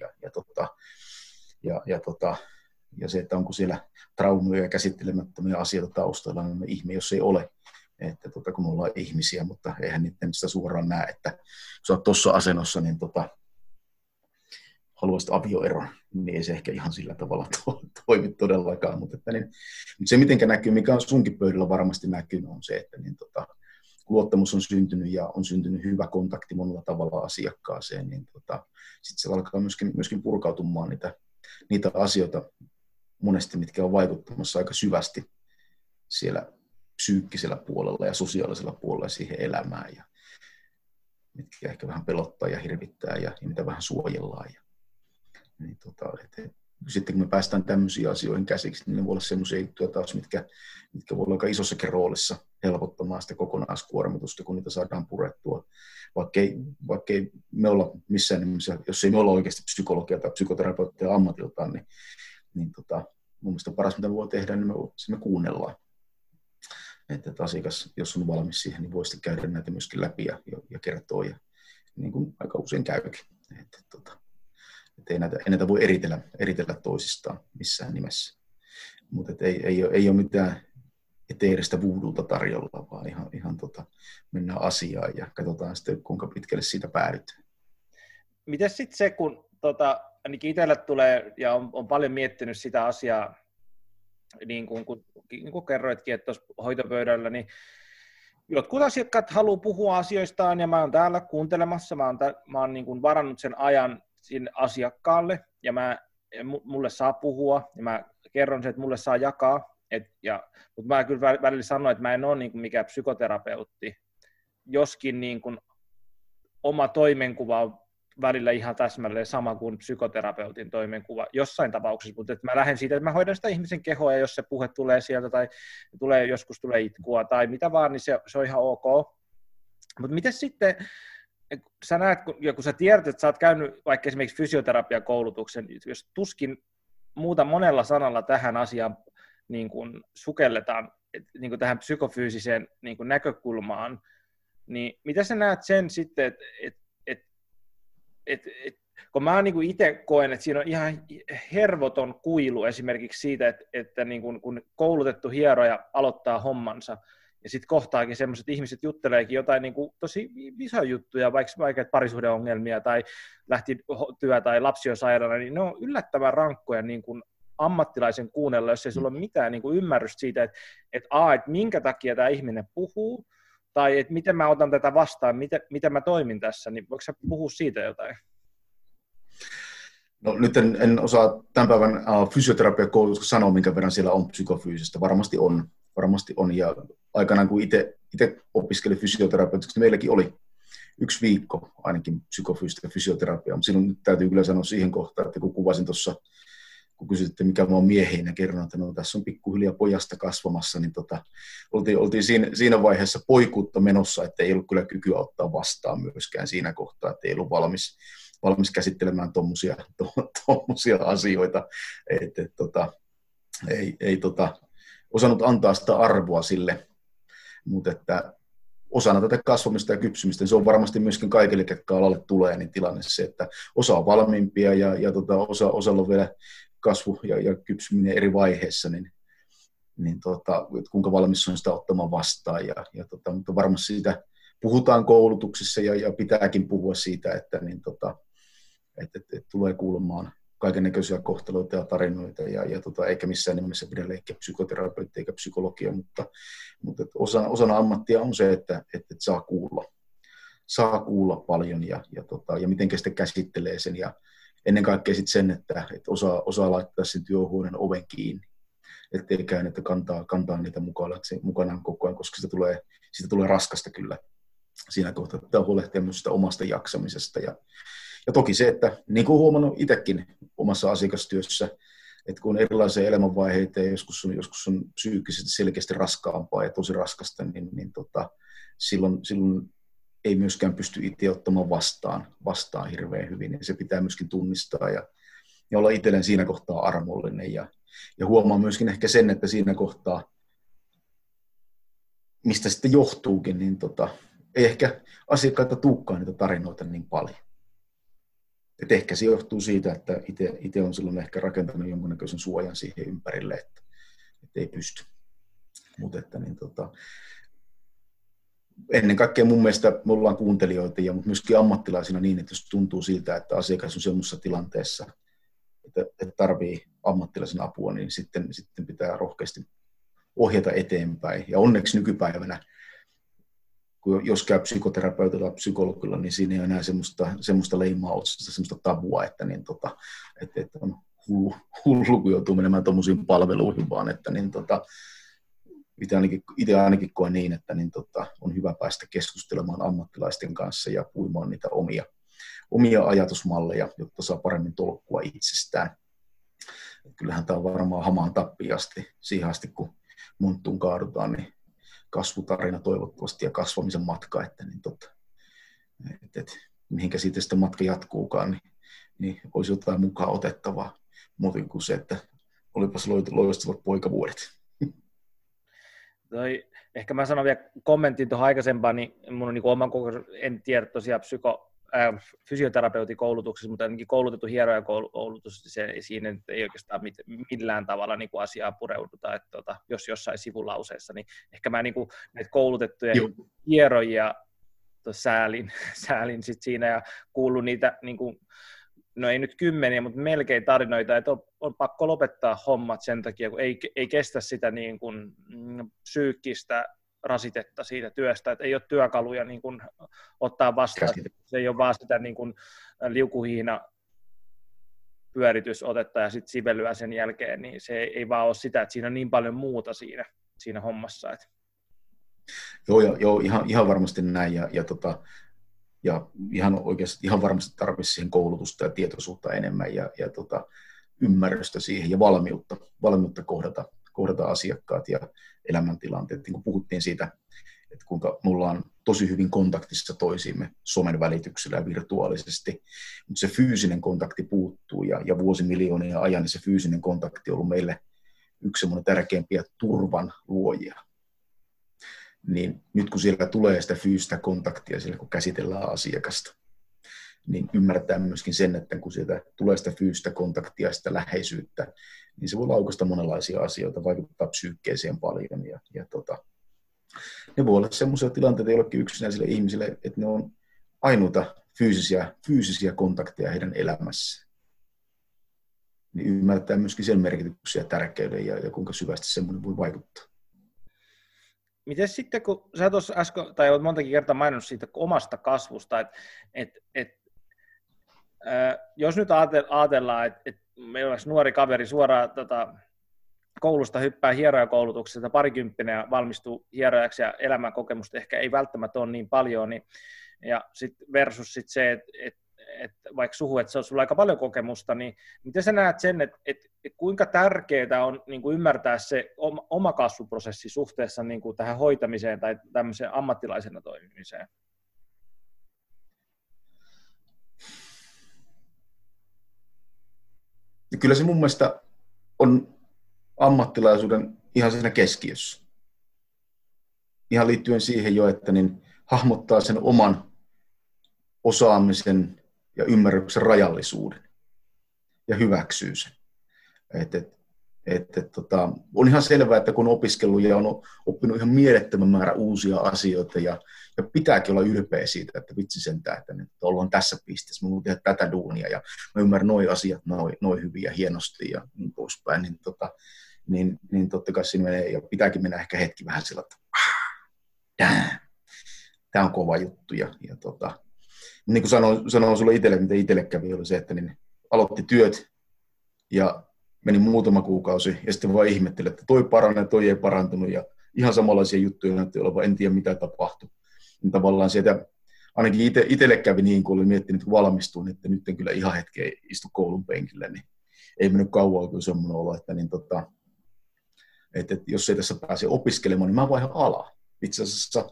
[SPEAKER 2] Ja se, että onko siellä traumoja ja käsittelemättömiä asioita taustalla, niin ihme, jos ei ole. Että kun me ollaan ihmisiä, mutta eihän niiden sitä suoraan näe, että kun sä oot tuossa asennossa, niin haluaisit avioeron, niin ei se ehkä ihan sillä tavalla toimi todellakaan. Mutta se, miten näkyy, mikä on sunkin pöydällä varmasti näkyy, on se, että luottamus on syntynyt ja on syntynyt hyvä kontakti monella tavalla asiakkaaseen, niin sitten se alkaa myöskin purkautumaan niitä asioita monesti, mitkä on vaikuttamassa aika syvästi siellä psyykkisellä puolella ja sosiaalisella puolella siihen elämään, ja mitkä ehkä vähän pelottaa ja hirvittää ja mitä vähän suojellaan. Niin sitten kun me päästään tämmöisiin asioihin käsiksi, niin ne voi olla semmoisia juttuja taas, mitkä voi olla aika isossakin roolissa helpottamaan sitä kokonaiskuormitusta, kun niitä saadaan purettua. Vaikkei me olla missään nimessä, jos ei me olla oikeasti psykologia tai psykoterapeutteja ammatiltaan, niin mun mielestä paras, mitä me voi tehdä, niin me kuunnellaan. Että asiakas, jos on valmis siihen, niin voi sitten käydä näitä myöskin läpi ja kertoa, ja niin kuin aika usein käykin. Että ei näitä voi eritellä toisistaan missään nimessä. Mutta ei ole mitään eteeristä voodoo'ta tarjolla, vaan ihan mennään asiaan ja katsotaan sitten, kuinka pitkälle siitä päädytään.
[SPEAKER 1] Miten sitten se, kun ainakin itselle tulee, ja on paljon miettinyt sitä asiaa, niin kuin kerroitkin, että tuossa hoitopöydällä, niin jotkut asiakkaat haluaa puhua asioistaan, ja mä oon täällä kuuntelemassa, mä oon niin kuin varannut sen ajan sinne asiakkaalle, ja mulle saa puhua, ja mä kerron sen, että mulle saa jakaa, mutta mä kyllä välillä sanon, että mä en ole niin kuin mikään psykoterapeutti, joskin niin kuin oma toimenkuva on välillä ihan täsmälleen sama kuin psykoterapeutin toimenkuva jossain tapauksessa, mutta että mä lähden siitä, että mä hoidan sitä ihmisen kehoa, ja jos se puhe tulee sieltä tai joskus tulee itkua tai mitä vaan, niin se on ihan ok. Mutta miten sitten, sä näet, kun sä tiedät, että sä oot käynyt vaikka esimerkiksi fysioterapiakoulutuksen, jos tuskin muuta monella sanalla tähän asiaan niin kuin sukelletaan, niin kuin tähän psykofyysiseen niin kuin näkökulmaan, niin mitä sä näet sen sitten, kun mä niin kuin itse koen, että siinä on ihan hervoton kuilu esimerkiksi siitä, että niin kun koulutettu hieroja aloittaa hommansa, ja sitten kohtaakin sellaiset ihmiset jutteleekin jotain niin kuin tosi isoja juttuja, vaikka vaikeat parisuhdeongelmia tai lähti työ tai lapsi on sairaana, niin ne on yllättävän rankkoja niin kuin ammattilaisen kuunnella, jos ei sulla ole mitään niin kuin ymmärrystä siitä, että minkä takia tämä ihminen puhuu, tai että miten mä otan tätä vastaan, miten mä toimin tässä, niin voiko sä puhua siitä jotain?
[SPEAKER 2] No nyt en osaa tämän päivän fysioterapiakoulutuksessa sanoa, minkä verran siellä on psykofyysistä. Varmasti on. Ja aikanaan, kun itse opiskelin fysioterapeutiksi, niin meilläkin oli 1 viikko ainakin psykofyysistä fysioterapiaa. Mutta silloin täytyy kyllä sanoa siihen kohtaan, että kun kuvasin tuossa, kun kysytte, mikä mä oon mieheinä, kerron, että no, tässä on pikkuhiljaa pojasta kasvamassa, niin oltiin siinä vaiheessa poikuutta menossa, että ei ollut kyllä kykyä ottaa vastaan myöskään siinä kohtaa, että ei ollut valmis käsittelemään tommosia asioita, että ei osannut antaa sitä arvoa sille, mutta että osana tätä kasvamista ja kypsymistä, niin se on varmasti myöskin kaikille, ketkä alalle tulee, niin tilanne se, että osa on valmiimpia ja osalla on vielä kasvu ja kypsyminen eri vaiheissa, niin kuinka valmis on sitä ottamaan vastaan. Mutta varmasti siitä puhutaan koulutuksissa ja pitääkin puhua siitä, että tulee kuulemaan kaikennäköisiä kohtaloita ja tarinoita, eikä missään nimessä pidä leikkiä psykoterapeuttia eikä psykologia, mutta osana ammattia on se, että saa kuulla paljon ja miten sitä käsittelee sen, ja ennen kaikkea sitten sen, että osaa laittaa sen työhuoneen oven kiinni, ettei käy, että kantaa niitä mukanaan koko ajan, koska siitä tulee raskasta kyllä siinä kohtaa, että huolehtia myös sitä omasta jaksamisesta. Ja toki se, että niin kuin huomannut itsekin omassa asiakastyössä, että kun on erilaisia elämänvaiheita ja joskus on psyykkisesti selkeästi raskaampaa ja tosi raskasta, niin silloin ei myöskään pysty itse ottamaan vastaan hirveän hyvin, ja se pitää myöskin tunnistaa ja olla itselleen siinä kohtaa armollinen, ja huomaa myöskin ehkä sen, että siinä kohtaa, mistä sitten johtuukin, niin ei ehkä asiakkaita tulekaan niitä tarinoita niin paljon. Et ehkä se johtuu siitä, että itse on silloin ehkä rakentanut jonkunnäköisen suojan siihen ympärille, että ei pysty. Mutta ennen kaikkea mun mielestä me ollaan kuuntelijoita, mutta myöskin ammattilaisina niin, että jos tuntuu siltä, että asiakas on semmoisessa tilanteessa, että tarvii ammattilaisen apua, niin sitten pitää rohkeasti ohjata eteenpäin. Ja onneksi nykypäivänä, jos käy psykoterapeutilla tai psykologilla, niin siinä ei ole enää semmoista leimausta, semmoista tabua, että on hullu, kun joutuu menemään tuommoisiin palveluihin, vaan että itse ainakin koen niin, että on hyvä päästä keskustelemaan ammattilaisten kanssa ja puimaan niitä omia ajatusmalleja, jotta saa paremmin tolkkua itsestään. Kyllähän tämä on varmaan hamaan tappiin asti, siihen asti kun monttuun kaadutaan, niin kasvutarina toivottavasti ja kasvamisen matka, että mihinkä siitä sitten matka jatkuukaan, niin olisi jotain mukaan otettavaa, muuten kuin se, että olipas loistavat poikavuodet.
[SPEAKER 1] Ehkä mä sanon vielä kommentin tuohon aikaisempaan, niin mun on niin oma kokemus, en tiedä tosiaan fysioterapeutin koulutuksessa, mutta ainakin koulutettu hieroja koulutus, siinä ei oikeastaan millään tavalla niin kuin asiaa pureuduta, että jos jossain sivulauseessa, niin ehkä mä niin kuin näitä koulutettuja hierojia säälin sit siinä ja kuullut niitä, niin kuin, no ei nyt kymmeniä, mutta melkein tarinoita, että on pakko lopettaa hommat sen takia, kun ei kestä sitä niin kuin psyykkistä rasitetta siitä työstä, että ei ole työkaluja niin kuin ottaa vastaan. Se ei ole vaan sitä niin kuin liukuhiina pyöritysotetta ja sitten sivelyä sen jälkeen, niin se ei vaan ole sitä, että siinä on niin paljon muuta siinä hommassa. Että.
[SPEAKER 2] Joo, ihan varmasti näin ja ihan oikeasti ihan varmasti tarvitsisi siihen koulutusta ja tietoisuutta enemmän ja ymmärrystä siihen ja valmiutta kohdata asiakkaat ja elämäntilanteet. Niin kuin puhuttiin siitä, että kuinka me ollaan tosi hyvin kontaktissa toisiimme somen välityksellä ja virtuaalisesti, mutta se fyysinen kontakti puuttuu ja vuosimiljoonien ajan niin se fyysinen kontakti on ollut meille yksi semmoinen tärkeimpiä turvan luojia. Niin nyt kun siellä tulee sitä fyysistä kontaktia, siellä kun käsitellään asiakasta, niin ymmärtää myöskin sen, että kun sieltä tulee sitä fyysistä kontaktia ja sitä läheisyyttä, niin se voi laukaista monenlaisia asioita, vaikuttaa psyykkeeseen paljon. Ne voi olla sellaisia tilanteita jollekin yksinäisille ihmisille, että ne on ainoita fyysisiä kontakteja heidän elämässään. Niin ymmärtää myöskin sen merkityksen ja tärkeyden ja kuinka syvästi semmoinen voi vaikuttaa.
[SPEAKER 1] Miten sitten, kun sä tuossa äsken, tai olet montakin kertaa maininnut siitä omasta kasvusta, jos nyt ajatellaan, että meillä olisi nuori kaveri suoraan koulusta hyppää hierojakoulutuksesta, parikymppinen ja valmistuu hierojaksi ja elämänkokemusta ehkä ei välttämättä ole niin paljon, niin, ja sit versus sit se, että vaikka että se on sulla aika paljon kokemusta, niin miten sä näet sen, että kuinka tärkeää on niin kuin ymmärtää se oma kasvuprosessi suhteessa niin kuin tähän hoitamiseen tai tämmöiseen ammattilaisena toimimiseen?
[SPEAKER 2] Ja kyllä se mun mielestä on ammattilaisuuden ihan siinä keskiössä. Ihan liittyen siihen jo, että niin hahmottaa sen oman osaamisen ja ymmärryksen rajallisuuden ja hyväksyy sen. On ihan selvää, että kun on opiskellut ja on oppinut ihan mielettömän määrä uusia asioita ja pitääkin olla ylpeä siitä, että vitsi sentään, että nyt ollaan tässä pisteessä, mä voin tehdä tätä duunia ja mä ymmärrän noi asiat noin hyvin ja hienosti ja niin poispäin, niin totta kai siinä menee ja pitääkin mennä ehkä hetki vähän sillä, että tämä on kova juttu niin kuin sanoin sulle itselle, mitä itselle kävi, oli se, että niin aloitti työt ja meni muutama kuukausi ja sitten vaan ihmetteli, että toi paranee, toi ei parantunut ja ihan samanlaisia juttuja näytti olevan, en tiedä mitä tapahtui. Niin tavallaan sieltä ainakin itselle kävi niin, kun olin miettinyt, kun valmistuin, että nyt en kyllä ihan hetkeä istu koulun penkillä, niin ei mennyt kauan, kun semmoinen olo, että jos ei tässä pääse opiskelemaan, niin mä vaihan alaa. Itse asiassa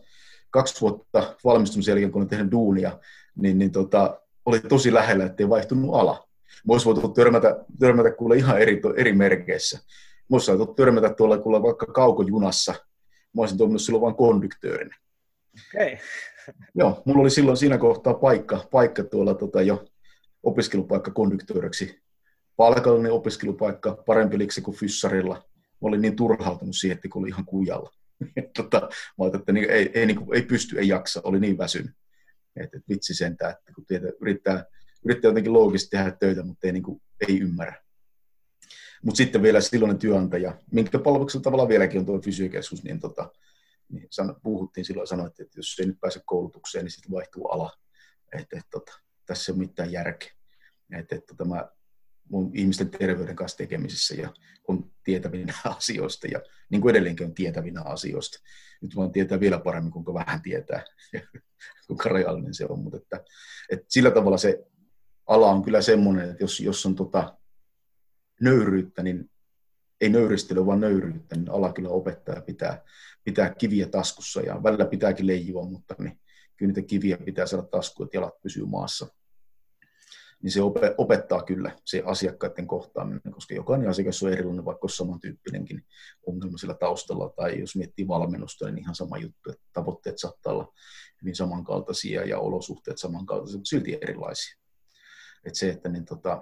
[SPEAKER 2] 2 vuotta valmistumisen jälkeen, kun olin tehnyt duunia, niin oli tosi lähellä, ettei vaihtunut ala. Mä olisi voitu törmätä kuule ihan eri merkeissä. Mä olisi voitu törmätä tuolla kuule vaikka kaukojunassa. Mä olisin toiminut silloin vain konduktöörinä.
[SPEAKER 1] Okay.
[SPEAKER 2] Joo, mulla oli silloin siinä kohtaa paikka tuolla jo opiskelupaikka konduktööriksi. Palkallinen opiskelupaikka, parempi liksi kuin fyssarilla. Mä olin niin turhautunut siihen, että kun oli ihan kujalla. Mä ajattelin, että ei pysty, ei jaksa, oli niin väsynyt. Että vitsi sentään, että kun yrittää jotenkin loogisesti tehdä töitä, mutta ei ymmärrä. Mutta sitten vielä silloinen työnantaja, minkä palveluksella tavallaan vieläkin on tuo fysiokeskus, niin puhuttiin silloin, sanoitte, että jos ei nyt pääse koulutukseen, niin sitten vaihtuu ala. Tässä ei ole mitään järkeä. Mä olen ihmisten terveyden kanssa tekemisissä ja on tietävinä asioista ja niin kuin edelleenkin on tietävinä asioista. Nyt vaan tietää vielä paremmin, kuinka vähän tietää, kuinka rajallinen se on. Mutta että sillä tavalla se ala on kyllä semmoinen, että jos on nöyryyttä, niin ei nöyristely, vaan nöyryyttä, niin ala kyllä opettaa ja pitää kiviä taskussa ja välillä pitääkin leijua, mutta niin kyllä niitä kiviä pitää saada taskuun, että jalat pysyy maassa. Niin se opettaa kyllä se asiakkaiden kohtaaminen, koska jokainen asiakas on erilainen, vaikka olisi samantyyppinenkin ongelma sillä taustalla, tai jos miettii valmennusta, niin ihan sama juttu, että tavoitteet saattaa olla hyvin samankaltaisia ja olosuhteet samankaltaisia, mutta silti erilaisia. Että se, että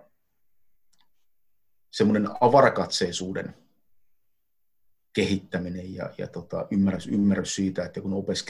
[SPEAKER 2] semmoinen avarakatseisuuden kehittäminen ja ymmärrys siitä, että kun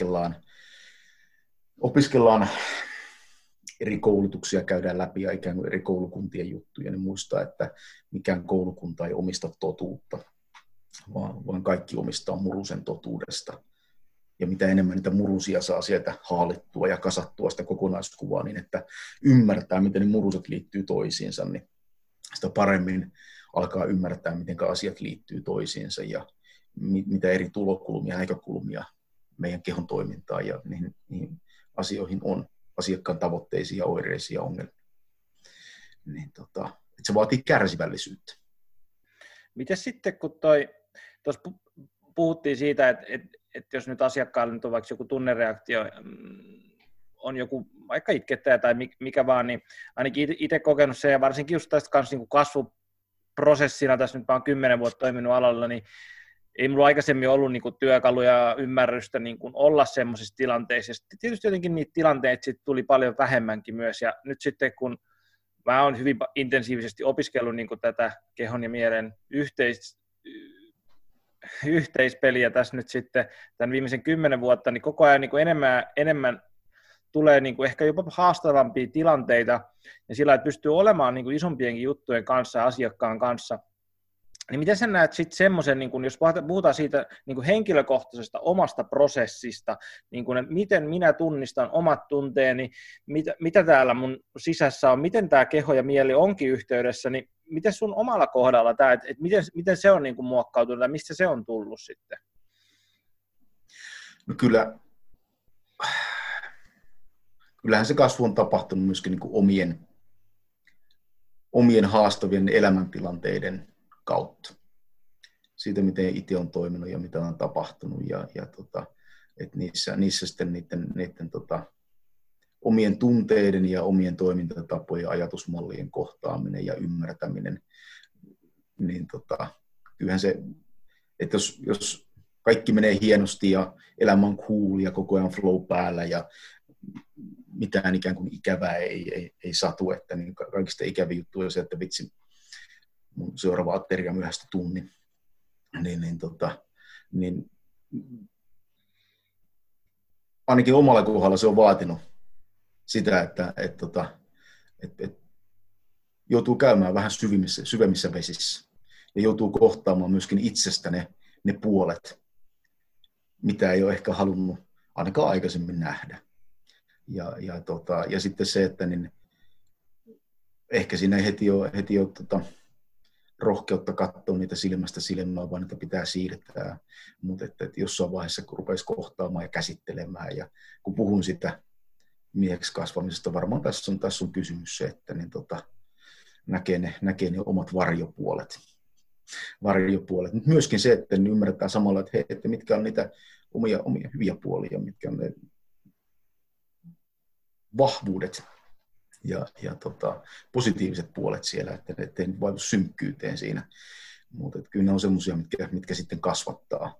[SPEAKER 2] opiskellaan eri koulutuksia, käydään läpi ja ikään kuin eri koulukuntien juttuja, niin muistaa, että mikään koulukunta ei omista totuutta, vaan kaikki omistaa murusen totuudesta. Ja mitä enemmän niitä murusia saa sieltä haalittua ja kasattua sitä kokonaiskuvaa, niin että ymmärtää, miten ne muruset liittyy toisiinsa, niin sitä paremmin alkaa ymmärtää, miten asiat liittyy toisiinsa ja mitä eri tulokulmia ja näkökulmia meidän kehon toimintaan ja niihin asioihin on, asiakkaan tavoitteisiin ja oireisiin ja ongelmiin. Niin että se vaatii kärsivällisyyttä.
[SPEAKER 1] Miten sitten, kun tuossa puhuttiin siitä, että jos nyt asiakkaalle nyt on vaikka joku tunnereaktio, on joku vaikka itkettäjä tai mikä vaan, niin ainakin itse kokenut se, ja varsinkin just tästä kanssa niin kasvuprosessina, tässä nyt vaan 10 vuotta toiminut alalla, niin ei mulla aikaisemmin ollut niin kuin työkaluja ja ymmärrystä niin kuin olla semmoisissa tilanteissa. Ja sitten tietysti jotenkin niitä tilanteita sit tuli paljon vähemmänkin myös. Ja nyt sitten kun mä oon hyvin intensiivisesti opiskellut niin kuin tätä kehon ja mielen yhteispeliä tässä nyt sitten tämän viimeisen 10 vuotta, niin koko ajan niin kuin enemmän tulee niin kuin ehkä jopa haastavampia tilanteita. Ja sillä että pystyy olemaan niin kuin isompienkin juttujen kanssa ja asiakkaan kanssa. Niin miten sä näet sitten semmoisen, niin jos puhutaan siitä niin henkilökohtaisesta omasta prosessista, niin kun, että miten minä tunnistan omat tunteeni, mitä täällä mun sisässä on, miten tämä keho ja mieli onkin yhteydessä, niin miten sun omalla kohdalla tämä, että miten se on niin kuin muokkautunut ja mistä se on tullut sitten?
[SPEAKER 2] No kyllähän se kasvu on tapahtunut myöskin niin kuin omien haastavien elämäntilanteiden kautta. Siitä, miten itse on toiminut ja mitä on tapahtunut että niissä sitten niiden omien tunteiden ja omien toimintatapojen ja ajatusmallien kohtaaminen ja ymmärtäminen, niin kyllähän se, että jos kaikki menee hienosti ja elämä on cool ja koko ajan flow päällä ja mitään ikään kuin ikävää ei satu, että niin kaikista ikävin juttu on se, että vitsi, mun seuraava ateria myöhästi tunnin, niin ainakin omalla kohdalla se on vaatinut sitä, että joutuu käymään vähän syvemmissä vesissä ja joutuu kohtaamaan myöskin itsestä ne puolet, mitä ei ole ehkä halunnut ainakaan aikaisemmin nähdä. Ja sitten se, että niin ehkä siinä ei heti ole rohkeutta katsoa niitä silmästä silmään, vaan niitä pitää siirtää, mutta että jossain vaiheessa kun rupesi kohtaamaan ja käsittelemään, ja kun puhun sitä mieheksi kasvamisesta, varmaan tässä on kysymys se, että niin näkee ne omat varjopuolet. Mutta myöskin se, että ne ymmärretään samalla, että, hei, että mitkä on niitä omia hyviä puolia, mitkä on ne vahvuudet ja positiiviset puolet siellä, että ei vaikuta synkkyyteen siinä. Mutta kyllä ne on semmoisia, mitkä sitten kasvattaa.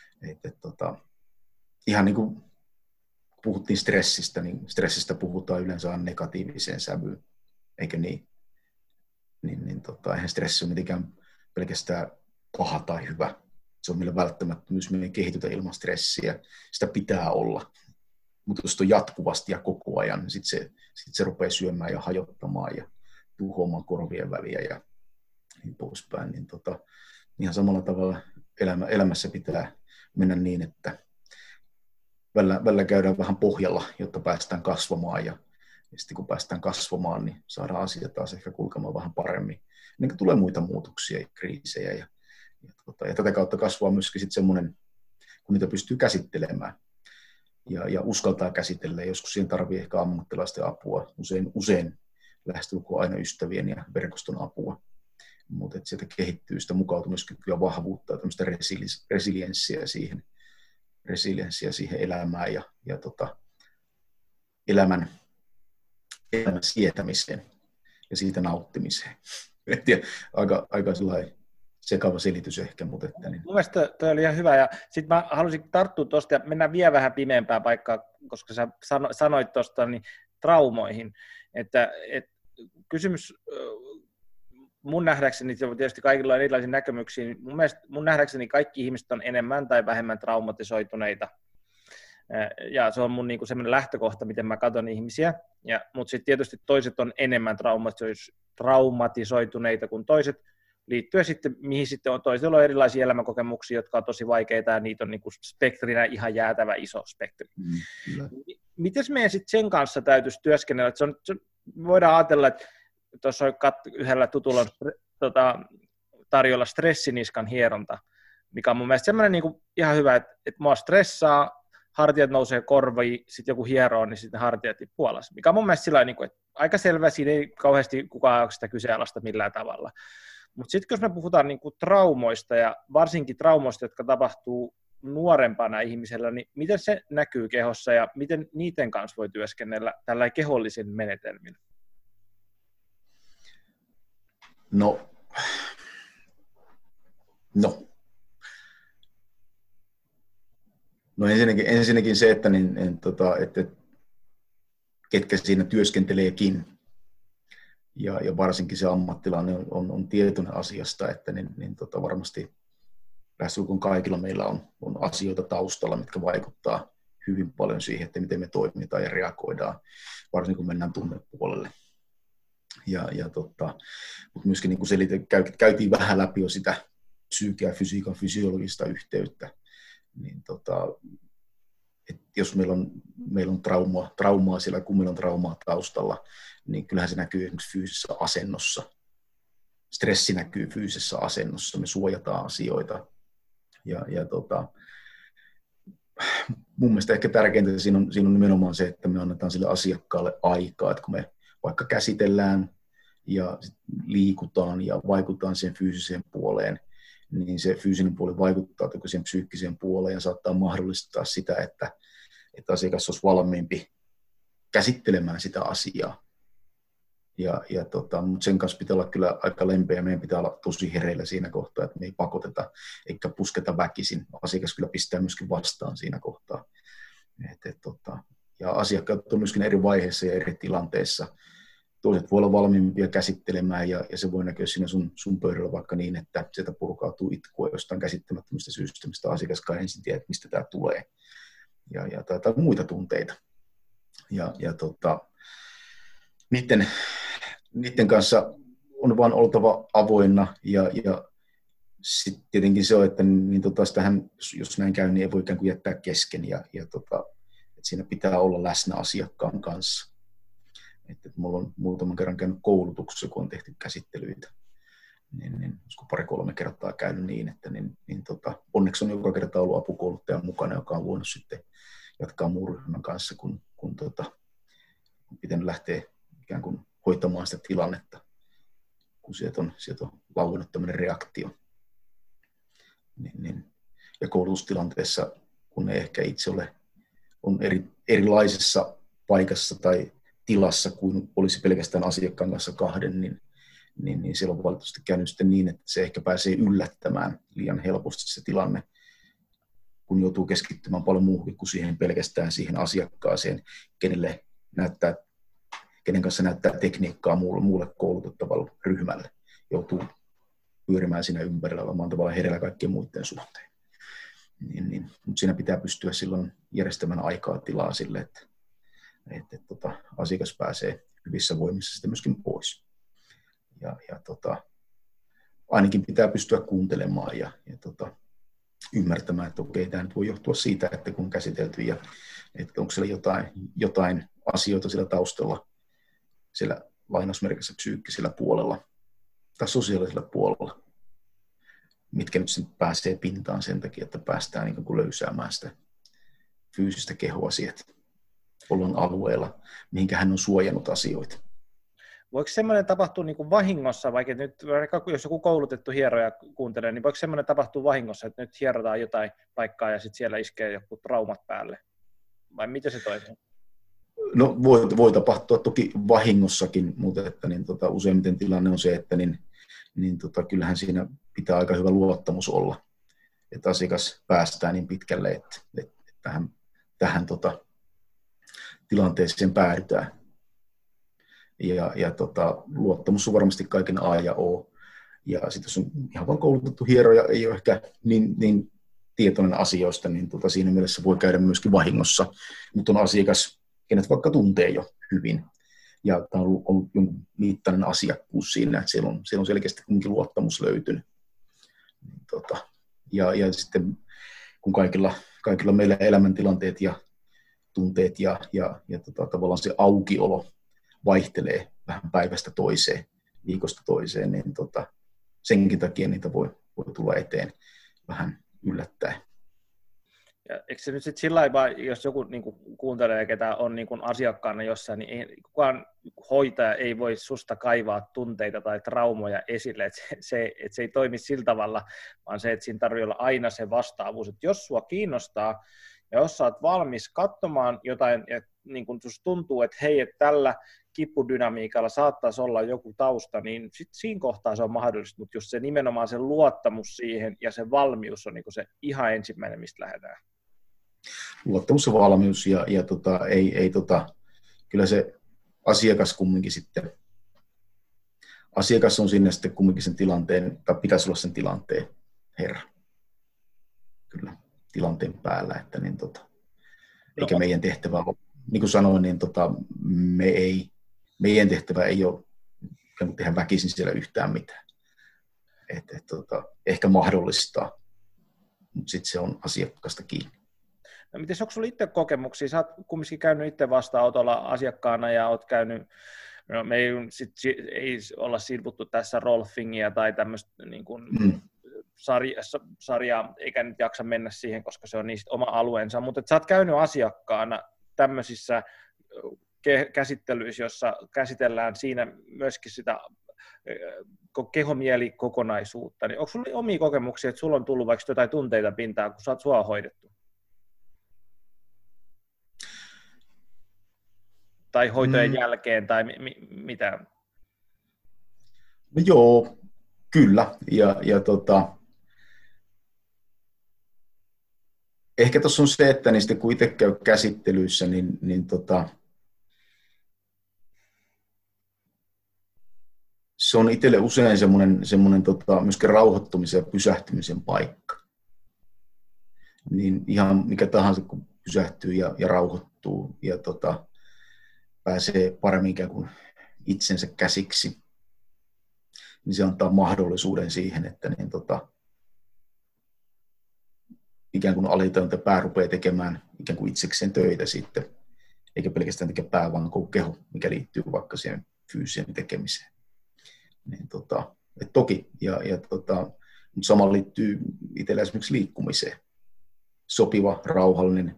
[SPEAKER 2] Ihan niin kuin puhuttiin stressistä, niin stressistä puhutaan yleensä negatiiviseen sävyyn, eikö niin? Eihän stressi ole mitenkään pelkästään paha tai hyvä. Se on meille välttämättömyys, me ei kehitytä ilman stressiä. Sitä pitää olla. Mutta jos on jatkuvasti ja koko ajan, niin sitten se rupeaa syömään ja hajottamaan ja tuhoamaan korvien väliä ja niin poispäin. Niin ihan samalla tavalla elämässä pitää mennä niin, että välillä käydään vähän pohjalla, jotta päästään kasvamaan ja sitten kun päästään kasvamaan, niin saadaan asiat taas ehkä kulkemaan vähän paremmin. Niin tulee muita muutoksia ja kriisejä ja tätä kautta kasvaa myöskin sitten semmoinen, kun niitä pystyy käsittelemään ja uskaltaa käsitellä. Joskus siihen tarvitsee ehkä ammattilaisten apua, usein lähestulkoon aina ystävien ja verkoston apua. Mutta sieltä kehittyy sitä mukautumiskykyä, vahvuutta ja tämmöistä resilienssiä siihen elämään ja elämän sietämiseen ja siitä nauttimiseen. En tiedä, aika sellainen sekava selitys ehkä, mutta että niin.
[SPEAKER 1] Mun mielestä toi oli ihan hyvä, ja sitten mä halusin tarttua tuosta ja mennä vielä vähän pimeämpään paikkaan, koska sä sanoit tuosta niin traumoihin, että kysymys mun nähdäkseni, tietysti kaikilla on erilaisia näkemyksiä, niin mun nähdäkseni kaikki ihmiset on enemmän tai vähemmän traumatisoituneita. Ja se on mun niinku semmoinen lähtökohta, miten mä katson ihmisiä. Mutta sitten tietysti toiset on enemmän traumatisoituneita kuin toiset, liittyen sitten, mihin sitten on toisilla on erilaisia elämänkokemuksia, jotka on tosi vaikeita, ja niitä on niinku spektrinä ihan jäätävä iso spektri. Miten meidän sitten sen kanssa täytyisi työskennellä? Voidaan ajatella, että tuossa on yhdellä tutulla tarjolla stressiniskan hieronta, mikä on mun mielestä semmoinen niinku ihan hyvä, että mua stressaa, hartiat nousee korviin, sitten joku hieroo, niin sitten hartiat tippuu alas. Mikä on mun mielestä sillä tavalla, että aika selvä, siinä ei kauheasti kukaan ole sitä kyseenalaista millään tavalla. Mutta sitten jos me puhutaan niinku traumoista, ja varsinkin traumoista, jotka tapahtuu nuorempana ihmisellä, niin miten se näkyy kehossa, ja miten niiden kanssa voi työskennellä tällä kehollisen menetelmin?
[SPEAKER 2] No. No ensinnäkin se, että ketkä siinä työskenteleekin ja varsinkin se ammattilainen on tietoinen asiasta, että varmasti lähestulkoon kaikilla meillä on asioita taustalla, mitkä vaikuttaa hyvin paljon siihen, että miten me toimitaan ja reagoidaan, varsinkin kun mennään tunnepuolelle. Mutta myöskin niin kuin käytiin vähän läpi jo sitä psyykeä, fysiikan, fysiologista yhteyttä, niin että jos meillä on traumaa siellä, kun meillä on traumaa taustalla, niin kyllähän se näkyy esimerkiksi fyysisessä asennossa. Stressi näkyy fyysisessä asennossa, me suojataan asioita. Mun mielestä ehkä tärkeintä siinä on nimenomaan se, että me annetaan sille asiakkaalle aikaa, että kun me vaikka käsitellään ja liikutaan ja vaikutaan siihen fyysiseen puoleen, niin se fyysinen puoli vaikuttaa siihen psyykkiseen puoleen ja saattaa mahdollistaa sitä, että asiakas olisi valmiimpi käsittelemään sitä asiaa. Mutta sen kanssa pitää olla kyllä aika lempeä ja meidän pitää olla tosi hereillä siinä kohtaa, että me ei pakoteta eikä pusketa väkisin. Asiakas kyllä pistää myöskin vastaan siinä kohtaa. Ja asiakkaat on myöskin eri vaiheissa ja eri tilanteissa. Toiset voi olla valmiimpia käsittelemään ja se voi näkyä siinä sun pöydällä vaikka niin, että sieltä purkautuu itkua jostain käsittämättömistä syystä, mistä asiakaskaan ensin tiedä, että mistä tämä tulee. Tai muita tunteita. Niiden kanssa on vaan oltava avoinna ja sitten tietenkin se on, että sitähän, jos näin käy, niin ei voi ikään kuin jättää kesken että siinä pitää olla läsnä asiakkaan kanssa. Että mulla on muutaman kerran käynyt koulutuksessa, kun on tehty käsittelyitä, niin 2-3 kertaa käynyt niin, että onneksi on joka kerta ollut apukouluttaja mukana, joka on voinut sitten jatkaa muun ryhmän kanssa, kun on pitänyt lähteä ikään kuin hoitamaan sitä tilannetta, kun sieltä on lauennut tämmöinen reaktio. Ja koulutustilanteessa, kun ne ehkä itse on erilaisessa paikassa tai tilassa kuin olisi pelkästään asiakkaan kanssa kahden, niin siellä on valitettavasti käynyt sitten niin, että se ehkä pääsee yllättämään liian helposti se tilanne, kun joutuu keskittymään paljon muuhun kuin pelkästään siihen asiakkaaseen, kenen kanssa näyttää tekniikkaa muulle koulutettavalle ryhmälle. Joutuu pyörimään siinä ympärillä olemaan tavallaan hereillä kaikkien muiden suhteen. Mutta siinä pitää pystyä silloin järjestämään aikaa tilaa sille, että asiakas pääsee hyvissä voimissa sitten myöskin pois. Ainakin pitää pystyä kuuntelemaan ja ymmärtämään, että okei, tämä nyt voi johtua siitä, että kun on käsitelty ja että onko siellä jotain asioita siellä taustalla, siellä lainausmerkissä psyykkisellä puolella tai sosiaalisella puolella, mitkä nyt sen pääsee pintaan sen takia, että päästään niin kuin löysäämään sitä fyysistä kehoa sieltä olon alueella, mihinkä hän on suojannut asioita.
[SPEAKER 1] Voiko semmoinen tapahtua niin kuin vahingossa, vaikka nyt jos joku koulutettu hieroja kuuntelee, niin voiko semmoinen tapahtua vahingossa, että nyt hierotaan jotain paikkaa ja sitten siellä iskee joku traumat päälle? Vai miten se toimii?
[SPEAKER 2] No voi tapahtua toki vahingossakin, mutta että, useimmiten tilanne on se, että kyllähän siinä pitää aika hyvä luottamus olla, että asiakas päästään niin pitkälle, että tähän tilanteeseen päädytään. Ja luottamus on varmasti kaiken A ja O. Ja sitten jos on ihan vain koulutettu hieroja, ei ole ehkä niin tietoinen asioista, niin siinä mielessä voi käydä myöskin vahingossa. Mutta on asiakas, kenet vaikka tuntee jo hyvin. Ja tämä on ollut jonkun mittainen asiakkuus siinä, että siellä on selkeästi kuitenkin luottamus löytynyt. Ja sitten kun kaikilla meillä elämäntilanteet ja tunteet ja tavallaan se aukiolo vaihtelee vähän päivästä toiseen, viikosta toiseen, niin senkin takia niitä voi tulla eteen vähän yllättäen.
[SPEAKER 1] Ja eikö se nyt sitten sillä lailla, jos joku niin kuin kuuntelee, ketä on niin kuin asiakkaana jossain, niin kukaan hoitaja ei voi susta kaivaa tunteita tai traumoja esille, että se ei toimi sillä tavalla, vaan se, että siinä tarvitsee olla aina se vastaavuus, että jos sua kiinnostaa ja jos sä oot valmis katsomaan jotain, että niin kun susta tuntuu, että hei, että tällä kipudynamiikalla saattaisi olla joku tausta, niin sitten siinä kohtaa se on mahdollista, mutta just se nimenomaan se luottamus siihen ja se valmius on niin se ihan ensimmäinen, mistä lähdetään.
[SPEAKER 2] Luottamus ja valmius ja kyllä se asiakas kumminkin sitten, asiakas on sinne sitten kumminkin sen tilanteen, tai pitäisi olla sen tilanteen herra. Kyllä, tilanteen päällä, että eikä meidän tehtävä ole, niin kuin sanoin, niin meidän tehtävä ei ole tehdä väkisin siellä yhtään mitään. Ehkä mahdollistaa, mutta sitten se on asiakkaasta kiinni.
[SPEAKER 1] No, miten onko sinulla itse kokemuksia? Sä oot kumminkin käynyt itse vastaanotolla asiakkaana ja oot käynyt, no, me ei olla silputtu tässä Rolfingia tai tämmöistä niin kuin sarjaa, eikä nyt jaksa mennä siihen, koska se on niistä oma alueensa, mutta sä oot käynyt asiakkaana tämmöisissä käsittelyissä, jossa käsitellään siinä myöskin sitä kehomielikokonaisuutta, niin onko sinulla omia kokemuksia, että sulla on tullut vaikka jotain tunteita pintaan, kun sä oot sua hoidettu? Tai hoitojen jälkeen, tai mitä?
[SPEAKER 2] No joo, kyllä. Ehkä tuossa on se, että niin kun itse käy käsittelyissä, se on itselle usein semmoinen myöskin rauhoittumisen ja pysähtymisen paikka. Niin ihan mikä tahansa, kun pysähtyy ja rauhoittuu ja pääsee paremmin ikään kuin itsensä käsiksi, niin se antaa mahdollisuuden siihen, että ikään kuin alitajunta pää rupeaa tekemään ikään kuin itsekseen töitä sitten, eikä pelkästään tekee pää, vaan koko keho, mikä liittyy vaikka siihen fyysiseen tekemiseen. Niin toki, mutta sama liittyy itsellä esimerkiksi liikkumiseen. Sopiva, rauhallinen,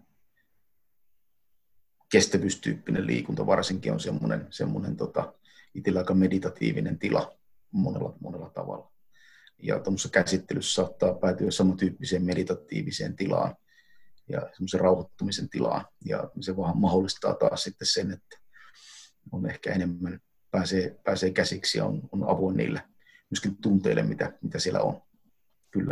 [SPEAKER 2] kestävyystyyppinen liikunta varsinkin on semmoinen itsellä aika meditatiivinen tila monella tavalla. Ja tuollaisessa käsittelyssä saattaa päätyä samantyyppiseen meditatiiviseen tilaan. ja semmoisen rauhoittumisen tilaan. Ja se vaan mahdollistaa taas sitten sen, että on ehkä enemmän, pääsee käsiksi ja on avoin niille myöskin tunteille, mitä siellä on. Kyllä.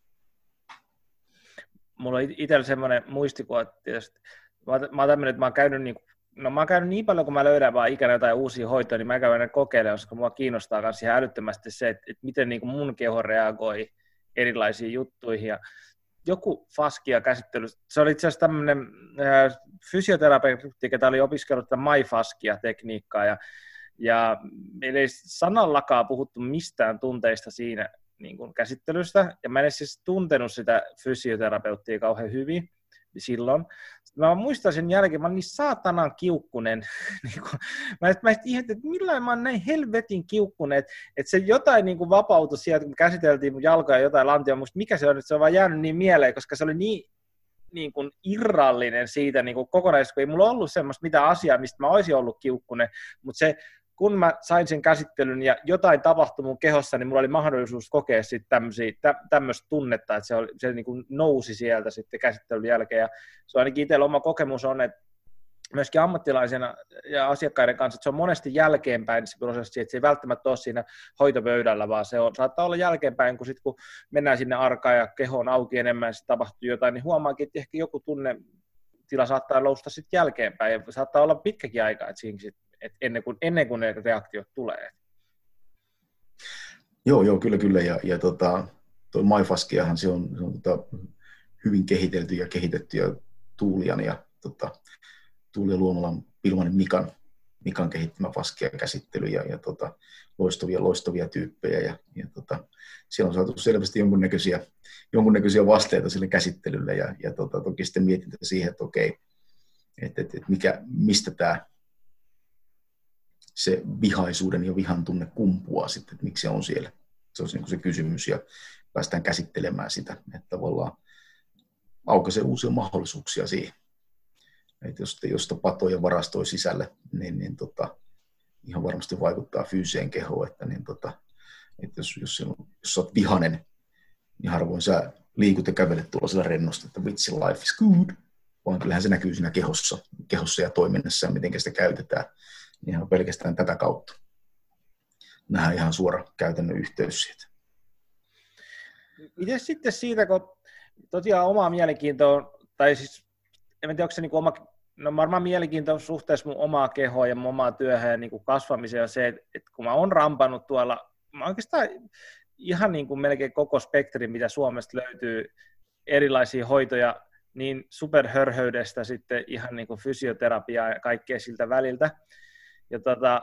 [SPEAKER 1] Mulla on itsellä semmoinen muistikuva, että tietysti, mä oon tämmöinen, että mä oon käynyt niin paljon, kun mä löydän vaan ikänä jotain uusia hoitoja, niin mä käyn kokeilemaan, koska mua kiinnostaa myös ihan älyttömästi se, että miten niin kuin mun keho reagoi erilaisiin juttuihin. Ja joku faskia-käsittely, se oli itse asiassa tämmöinen fysioterapeutti, joka oli opiskellut tätä MyFaskia-tekniikkaa, ja meillä ei sanallakaan puhuttu mistään tunteista siinä niin kuin käsittelystä, ja mä en siis tuntenut sitä fysioterapeuttia kauhean hyvin silloin. Sitten mä muistan sen jälkeen, mä olin niin saatanan kiukkunen. Mä ihmettelin, että millainen mä oon näin helvetin kiukkunen, että se jotain niin kuin vapautui sieltä, kun käsiteltiin mun jalkoja jotain lantia, musta mikä se on, että se on vaan jäänyt niin mieleen, koska se oli niin kuin irrallinen siitä niin kuin kokonaisuudesta, kun ei mulla ollut semmoista mitään asiaa, mistä mä olisin ollut kiukkunen, mutta se, kun mä sain sen käsittelyn ja jotain tapahtui mun kehossa, niin mulla oli mahdollisuus kokea tämmöistä tunnetta, että se niin kuin nousi sieltä sitten käsittelyn jälkeen. Ja se on ainakin itsellä oma kokemus on, että myöskin ammattilaisena ja asiakkaiden kanssa, että se on monesti jälkeenpäin se prosessi, että se ei välttämättä ole siinä hoitopöydällä, vaan se saattaa olla jälkeenpäin, kun mennään sinne arkaan ja keho on auki enemmän ja sitten tapahtuu jotain, niin huomaakin, että ehkä joku tunnetila saattaa nousta sitten jälkeenpäin ja saattaa olla pitkäkin aikaa, että ennen kuin ne reaktiot tulee.
[SPEAKER 2] Joo, kyllä. Ja tuo MyFaskiahan se on hyvin kehitelty ja kehitetty Tuulian ja Tuuli Luomolan Pilmanen Mikan kehittämä faskia-käsittely ja loistavia tyyppejä. Ja siellä on saatu selvästi jonkunnäköisiä vasteita sille käsittelylle ja toki sitten mietintä siihen, että okei, että mistä tämä se vihaisuuden ja vihan tunne kumpuaa sitten, että miksi se on siellä. Se on niin se kysymys ja päästään käsittelemään sitä, että tavallaan aukaisee uusia mahdollisuuksia siihen. Että jos patoja varastoi sisälle, niin ihan varmasti vaikuttaa fyysiseen kehoon, että että jos olet vihainen, niin harvoin sä liikut ja kävelet tuollaisella rennosti, että vitsi, life is good, vaan kyllähän se näkyy siinä kehossa ja toiminnassa ja miten sitä käytetään. Ihan pelkästään tätä kautta. Nähdään ihan suora käytännön yhteys siitä.
[SPEAKER 1] Miten sitten siitä, kun tosiaan omaa mielenkiintoa, tai siis en tiedä, onko se niin varmaan mielenkiintoa suhteessa mun omaa kehoa ja mun omaa työhön ja niin kasvamiseen on se, että kun mä oon rampannut tuolla, mä oikeastaan ihan niin kuin melkein koko spektrin, mitä Suomesta löytyy, erilaisia hoitoja, niin superhörhöydestä sitten ihan niin kuin fysioterapiaa ja kaikkea siltä väliltä. Ja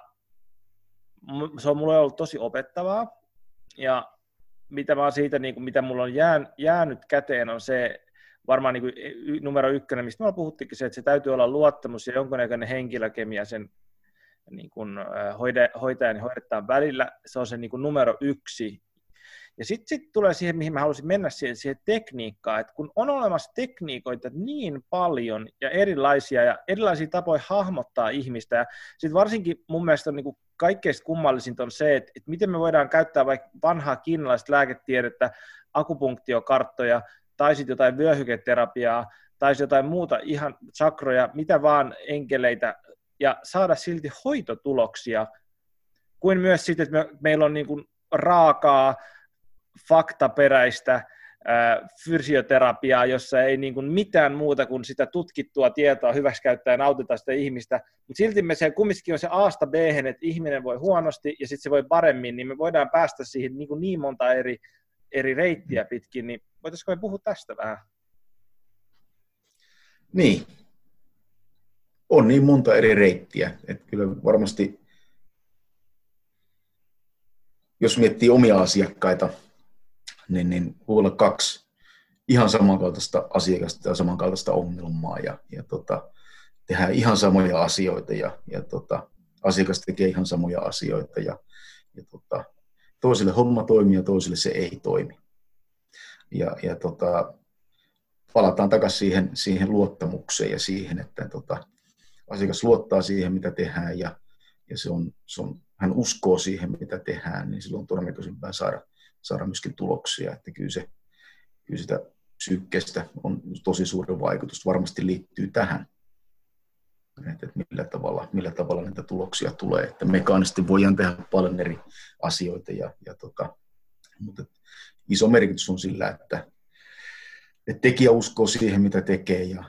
[SPEAKER 1] se on mulle ollut tosi opettavaa, ja mitä mä siitä, niin kuin, mitä mulla on jäänyt käteen, on se varmaan niin kuin numero 1, mistä me puhuttiinkin se, että se täytyy olla luottamus ja jonkunnäköinen henkilökemia sen niin kuin, hoitajan ja hoidettavan välillä, se on se niin kuin numero 1. Ja sitten tulee siihen, mihin mä halusin mennä, siihen tekniikkaan, että kun on olemassa tekniikoita niin paljon ja erilaisia tapoja hahmottaa ihmistä, ja sitten varsinkin mun mielestä on niin kuin kaikkein kummallisinta on se, että miten me voidaan käyttää vaikka vanhaa kiinalaista lääketiedettä, akupunktiokarttoja, tai sitten jotain vyöhyketerapiaa, tai jotain muuta, ihan chakroja, mitä vaan enkeleitä, ja saada silti hoitotuloksia, kuin myös sitten, että meillä on niin kuin raakaa, faktaperäistä fysioterapiaa, jossa ei niin kuin mitään muuta kuin sitä tutkittua tietoa hyväksikäyttäen auteta sitä ihmistä, mutta silti me se kumminkin on se A-sta B-hen, että ihminen voi huonosti ja sitten se voi paremmin, niin me voidaan päästä siihen niin monta eri reittiä pitkin, niin voitaisiko me puhua tästä vähän?
[SPEAKER 2] Niin, on niin monta eri reittiä, että kyllä varmasti, jos miettii omia asiakkaita, niin voi olla 2 ihan samankaltaista asiakasta ja samankaltaista ongelmaa ja tehdään ihan samoja asioita ja asiakas tekee ihan samoja asioita ja toiselle homma toimii ja toiselle se ei toimi. Ja palataan takaisin siihen luottamukseen ja siihen, että asiakas luottaa siihen, mitä tehdään ja hän uskoo siihen, mitä tehdään, niin silloin on todennäköisempää saada myöskin tuloksia. Että kyllä sitä psyykkeestä on tosi suuri vaikutus. Varmasti liittyy tähän, että millä tavalla näitä tuloksia tulee. Että mekaanisesti voidaan tehdä paljon eri asioita, mutta iso merkitys on sillä, että tekijä uskoo siihen, mitä tekee ja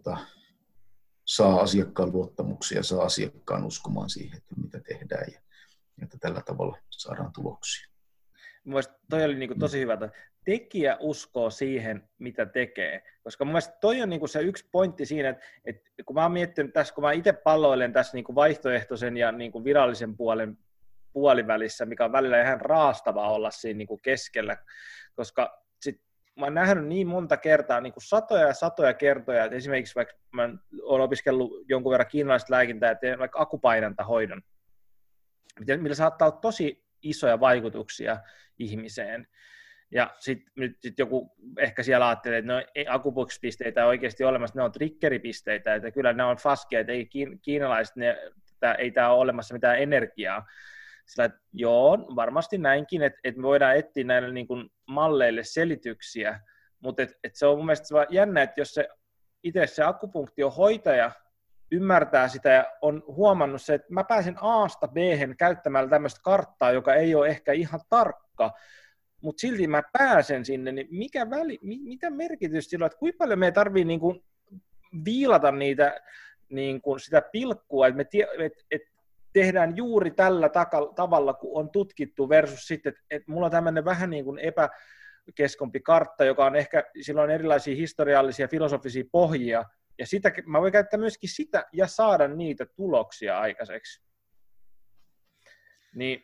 [SPEAKER 2] saa asiakkaan luottamuksia ja saa asiakkaan uskomaan siihen, että mitä tehdään ja että tällä tavalla saadaan tuloksia.
[SPEAKER 1] Mielestäni toi oli niinku tosi hyvä, että tekijä uskoo siihen, mitä tekee. Koska mun mielestä toi on niinku se yksi pointti siinä, että kun mä oon miettinyt tässä, kun mä itse palloilen tässä niinku vaihtoehtoisen ja niinku virallisen puolen puolivälissä, mikä on välillä ihan raastavaa olla siinä niinku keskellä, koska mä oon nähnyt niin monta kertaa, niin kuin satoja ja satoja kertoja, että esimerkiksi vaikka mä oon opiskellut jonkun verran kiinalaista lääkintää ja teen vaikka akupainantahoidon, millä saattaa olla tosi isoja vaikutuksia ihmiseen. Ja sitten joku ehkä siellä ajattelee, että no akupunktipisteitä ei oikeasti olemassa, ne on triggeripisteitä, että kyllä ne on faskia, että ei kiinalaiset, ei tää ole olemassa mitään energiaa. Sillä, että joo, varmasti näinkin, että me voidaan etsiä näille niin kuin malleille selityksiä, mutta se on mun mielestä jännä, että jos itse se akupunktiohoitaja ymmärtää sitä ja on huomannut se, että mä pääsen A:sta B:hen käyttämällä tämmöistä karttaa, joka ei ole ehkä ihan tarkka, mutta silti mä pääsen sinne, niin mitä merkitystä sillä on, että kuinka paljon me tarvitsee niin kuin viilata niitä, niin kuin sitä pilkkua, että tehdään juuri tällä tavalla, kun on tutkittu versus sitten, että mulla on tämmöinen vähän niin kuin epäkeskompi kartta, joka on ehkä, sillä on erilaisia historiallisia, filosofisia pohjia, ja sitä, mä voin käyttää myöskin sitä ja saada niitä tuloksia aikaiseksi. Niin.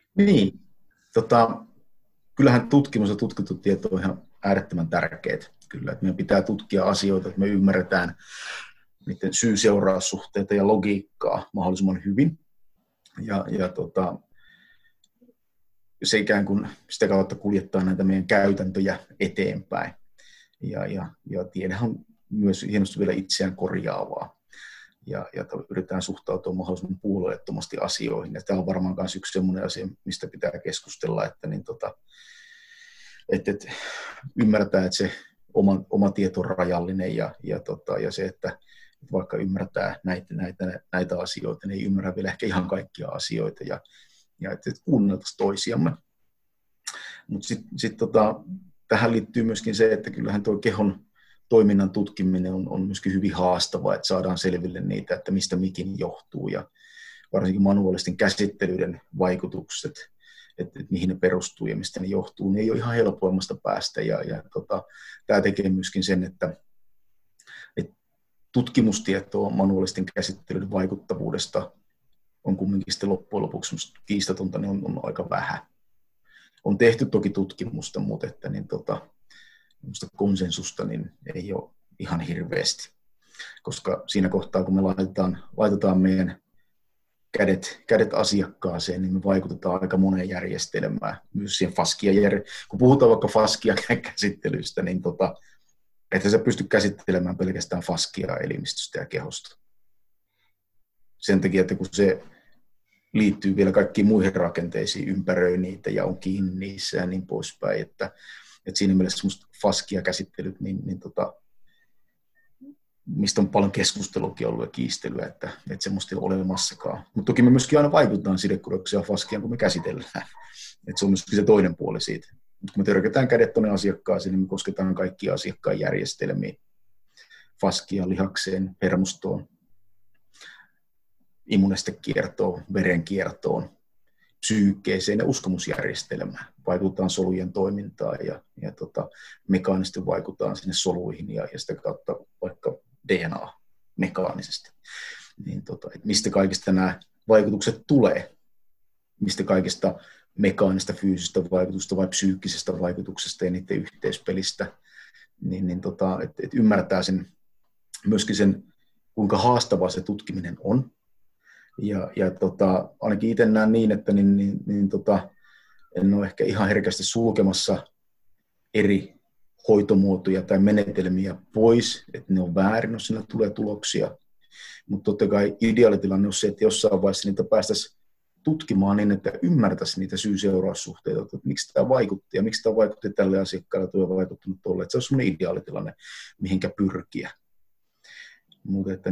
[SPEAKER 2] Kyllähän tutkimus ja tutkittu tieto on ihan äärettömän tärkeää. Kyllä, että meidän pitää tutkia asioita, että me ymmärretään niiden syy-seuraussuhteita ja logiikkaa mahdollisimman hyvin. Ja se ikään kuin sitä kautta kuljettaa näitä meidän käytäntöjä eteenpäin. Ja tiedehän on myös hienosti vielä itseään korjaavaa. Ja yritetään suhtautua mahdollisimman puolueettomasti asioihin. Ja tämä on varmaan myös yksi sellainen asia, mistä pitää keskustella, että ymmärtää, että se oma tieto on rajallinen ja se, että vaikka ymmärtää näitä asioita, niin ei ymmärrä vielä ehkä ihan kaikkia asioita ja että kuunneltaisiin toisiamme. Mutta sitten tähän liittyy myöskin se, että kyllähän tuo kehon toiminnan tutkiminen on myöskin hyvin haastavaa, että saadaan selville niitä, että mistä mikin johtuu ja varsinkin manuaalisten käsittelyiden vaikutukset, että mihin ne perustuu ja mistä ne johtuu, niin ei ole ihan helpoimmasta päästä tämä tekee myöskin sen, että tutkimustietoa manuaalisten käsittelyiden vaikuttavuudesta on kumminkin sitten loppujen lopuksi kiistatonta, niin on aika vähän. On tehty toki tutkimusta, mutta että konsensusta niin ei ole ihan hirveästi, koska siinä kohtaa, kun me laitetaan meidän kädet asiakkaaseen, niin me vaikutetaan aika moneen järjestelmään. Myös siihen kun puhutaan vaikka faskia-käsittelystä, niin että sä pysty käsittelemään pelkästään faskia elimistöstä ja kehosta. Sen takia, että kun se liittyy vielä kaikkiin muihin rakenteisiin, ympäröi niitä ja on kiinni niissä ja niin poispäin, että siinä mielessä semmoista faskia-käsittelyt, mistä on paljon keskustelukin ollut ja kiistelyä, että semmoista ei ole olemassakaan. Mutta toki me myöskin aina vaikutetaan sidekudokseen ja faskiaan, kun me käsitellään. Että se on myöskin se toinen puoli siitä. Mutta kun me törkätään kädet tuonne asiakkaaseen, niin me kosketaan kaikkia asiakkaan järjestelmiä. Faskia, lihakseen, hermostoon, immunestekiertoon, verenkiertoon, psyykkeeseen ja uskomusjärjestelmään. Vaikutetaan solujen toimintaan ja mekaanisesti vaikutetaan sinne soluihin ja sitä kautta vaikka DNA mekaanisesti. Niin mistä kaikista nämä vaikutukset tulee? Mistä kaikista mekaanista, fyysistä vaikutusta vai psyykkisestä vaikutuksesta ja niiden yhteispelistä, että ymmärtää myöskin sen, kuinka haastavaa se tutkiminen on. Ja ainakin itse näen niin, että en ole ehkä ihan herkästi sulkemassa eri hoitomuotoja tai menetelmiä pois, että ne on väärin, jos siinä tulee tuloksia. Mutta totta kai ideaalitilanne on se, että jossain vaiheessa niitä päästäisiin tutkimaan niin, että ymmärtäisi niitä syy-seuraussuhteita, että miksi tämä vaikutti ja miksi tämä vaikutti tälle asiakkaalle, tuo vaikuttanut tolle. Että se on semmoinen ideaalitilanne, mihinkä pyrkiä. Mutta että,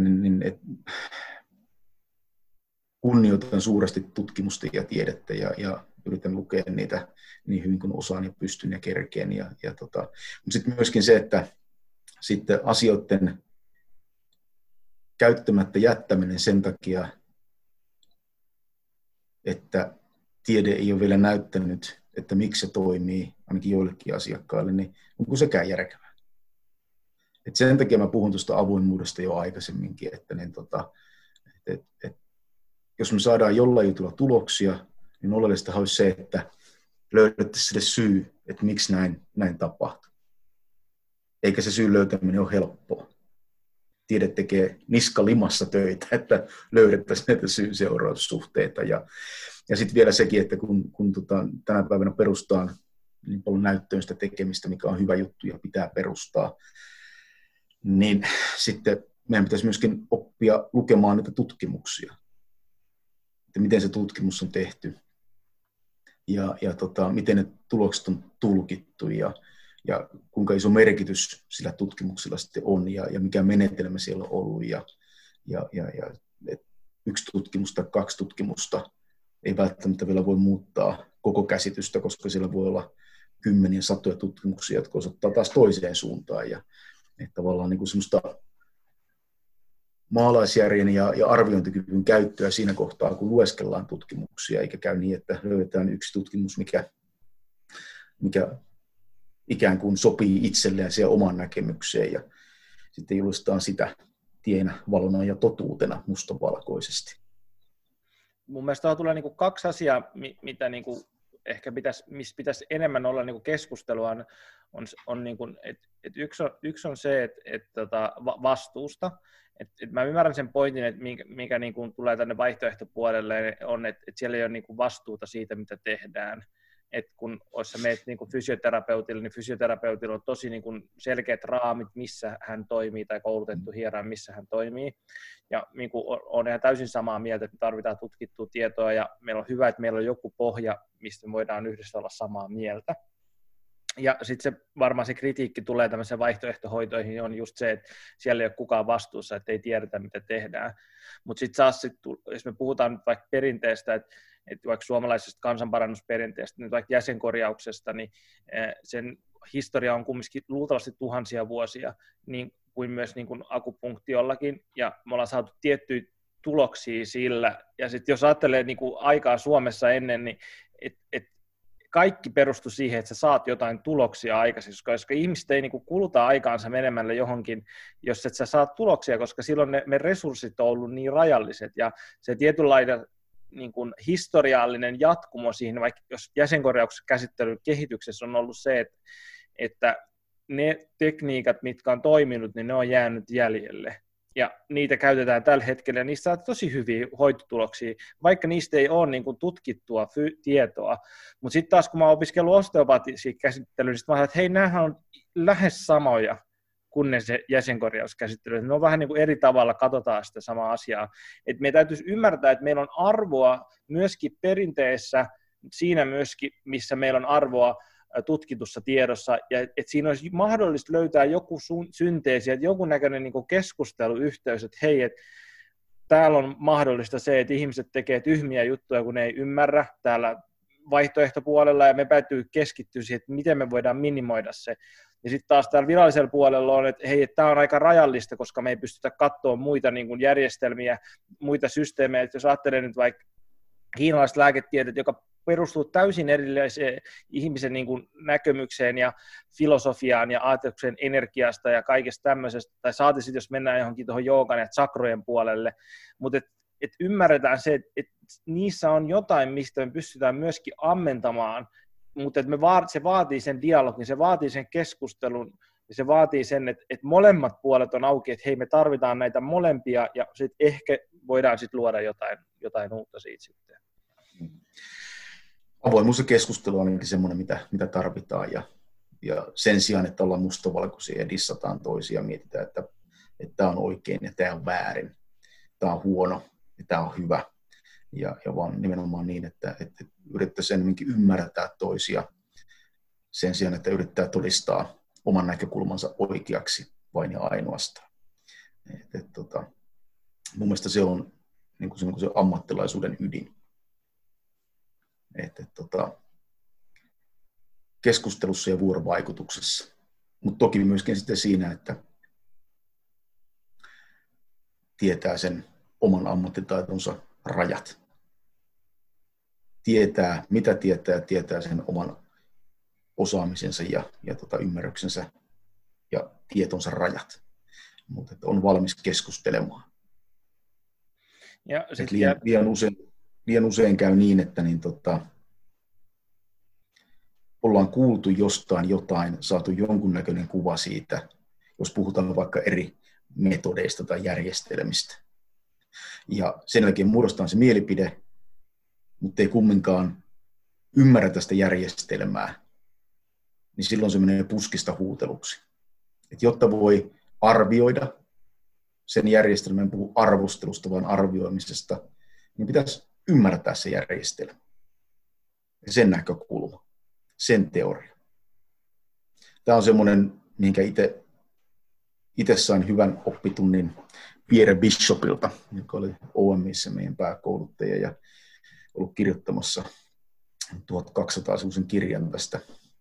[SPEAKER 2] kunnioitan suuresti tutkimusta ja tiedettä ja yritän lukea niitä niin hyvin kuin osaan ja pystyn ja kerkeen. Mutta sitten myöskin se, että sitten asioiden käyttämättä jättäminen sen takia, että tiede ei ole vielä näyttänyt, että miksi se toimii, ainakin joillekin asiakkaille, niin onko sekään järkevää. Et sen takia mä puhun tuosta avoimuudesta jo aikaisemminkin, että jos me saadaan jollain jutulla tuloksia, niin oleellista olisi se, että löydettäisiin sille syy, että miksi näin tapahtuu. Eikä se syyn löytäminen ole helppoa. Tiede tekee niskalimassa töitä, että löydettäisiin näitä syy-seuraussuhteita. Ja sitten vielä sekin, että kun tänä päivänä perustaan niin paljon näyttöön sitä tekemistä, mikä on hyvä juttu ja pitää perustaa, niin sitten meidän pitäisi myöskin oppia lukemaan niitä tutkimuksia. Että miten se tutkimus on tehty ja miten ne tulokset on tulkittu ja kuinka iso merkitys sillä tutkimuksella sitten on ja mikä menetelmä siellä on ollut. Ja yksi tutkimus tai kaksi tutkimusta ei välttämättä vielä voi muuttaa koko käsitystä, koska siellä voi olla kymmeniä, satoja tutkimuksia, jotka osoittaa taas toiseen suuntaan. Ja että tavallaan niin kuin semmoista maalaisjärjen ja arviointikyvyn käyttöä siinä kohtaa, kun lueskellaan tutkimuksia, eikä käy niin, että löydetään yksi tutkimus, mikä ikään kuin sopii itselleen siihen oman näkemykseen, ja sitten julistetaan sitä tienä, valona ja totuutena mustavalkoisesti.
[SPEAKER 1] Mun mielestä tulee niinku kaksi asiaa, mitä niinku ehkä missä pitäisi enemmän olla niinku keskustelua, on niinku, että yksi on se, että vastuusta. Et mä ymmärrän sen pointin, että mikä niinku tulee tänne vaihtoehtopuolelle, on, että siellä ei ole niinku vastuuta siitä, mitä tehdään. Et kun sä meet niinku fysioterapeutille, niin fysioterapeutilla on tosi niinku selkeät raamit, missä hän toimii, tai koulutettu hierarkia, missä hän toimii. Ja niinku on ihan täysin samaa mieltä, että me tarvitaan tutkittua tietoa, ja meillä on hyvä, että meillä on joku pohja, mistä me voidaan yhdessä olla samaa mieltä. Ja sitten varmaan se kritiikki tulee tämmöisiin vaihtoehtohoitoihin, on just se, että siellä ei ole kukaan vastuussa, että ei tiedetä, mitä tehdään. Mutta sitten jos me puhutaan nyt vaikka perinteestä, että vaikka suomalaisesta kansanparannusperinteestä, nyt vaikka jäsenkorjauksesta, niin sen historia on kumminkin luultavasti tuhansia vuosia, niin kuin myös niin kuin akupunktiollakin, ja me ollaan saatu tiettyjä tuloksia sillä. Ja sitten jos ajattelee niin kuin aikaa Suomessa ennen, niin kaikki perustui siihen, että sä saat jotain tuloksia aikaisemmin, koska ihmiset ei niinku kuluta aikaansa menemällä johonkin, jos et sä saat tuloksia, koska silloin me resurssit on ollut niin rajalliset, ja se tietynlainen niin kuin historiallinen jatkumo siihen, vaikka jos jäsenkorjauksen käsittelyn kehityksessä on ollut se, että ne tekniikat, mitkä on toiminut, niin ne on jäänyt jäljelle. Ja niitä käytetään tällä hetkellä, ja niistä saa tosi hyviä hoitotuloksia, vaikka niistä ei ole niin kuin tutkittua tietoa. Mutta sitten taas, kun mä oon opiskellut osteopatisia käsittelyä, niin mä ajattelin, että hei, näähän on lähes samoja kuin ne se jäsenkorjauskäsittely. Ne on vähän niin kuin eri tavalla, katsotaan sitä samaa asiaa. Et me täytyisi ymmärtää, että meillä on arvoa myöskin perinteessä, siinä myöskin, missä meillä on arvoa tutkitussa tiedossa, ja että siinä olisi mahdollista löytää joku synteesi, että joku näköinen niin kuin keskusteluyhteys, että hei, että täällä on mahdollista se, että ihmiset tekee tyhmiä juttuja, kun ne ei ymmärrä täällä vaihtoehtopuolella, ja me täytyy keskittyä siihen, että miten me voidaan minimoida se. Ja sitten taas täällä virallisella puolella on, että hei, että tämä on aika rajallista, koska me ei pystytä katsoa muita niin kuin järjestelmiä, muita systeemejä. Että jos ajattelee nyt vaikka kiinalaiset lääketieteet, joka perustuu täysin erilaiseen ihmisen niin kuin näkemykseen ja filosofiaan ja ajatukseen energiasta ja kaikesta tämmöisestä, tai saati sitten, jos mennään johonkin tuohon joogan ja sakrojen puolelle, mutta et ymmärretään se, että niissä on jotain, mistä me pystytään myöskin ammentamaan, mutta se vaatii sen dialogin, se vaatii sen keskustelun, ja se vaatii sen, että molemmat puolet on auki, että hei, me tarvitaan näitä molempia, ja sitten ehkä voidaan sitten luoda jotain uutta siitä sitten.
[SPEAKER 2] Avoimuus ja keskustelu on ainakin semmoinen, mitä tarvitaan, ja sen sijaan, että ollaan mustavalkoisia ja dissataan toisia, mietitään, että tämä on oikein ja tämä on väärin, tämä on huono ja tämä on hyvä, ja vaan nimenomaan niin, että yrittäisiin enemmänkin ymmärtää toisia sen sijaan, että yrittää todistaa oman näkökulmansa oikeaksi vain ja ainoastaan. Mun mielestä se on niin kuin se ammattilaisuuden ydin. Keskustelussa ja vuorovaikutuksessa. Mutta toki myöskin sitten siinä, että tietää sen oman ammattitaitonsa rajat. Tietää, mitä tietää sen oman osaamisensa ja ymmärryksensä ja tietonsa rajat. Mutta on valmis keskustelemaan. Ja liian usein käy niin, että ollaan kuultu jostain jotain, saatu jonkunnäköinen kuva siitä, jos puhutaan vaikka eri metodeista tai järjestelmistä. Ja sen jälkeen muodostaa se mielipide, mutta ei kumminkaan ymmärretä sitä järjestelmää, niin silloin se menee puskista huuteluksi. Et jotta voi arvioida sen järjestelmän, puhu arvostelusta, vaan arvioimisesta, niin pitäisi ymmärtää se järjestelmä. Ja sen näkökulma, sen teoria. Tämä on semmoinen, minkä itse sain hyvän oppitunnin Pierre Bishopilta, joka oli OMI:ssä meidän pääkouluttaja ja ollut kirjoittamassa 1200-sivuisen kirjan tästä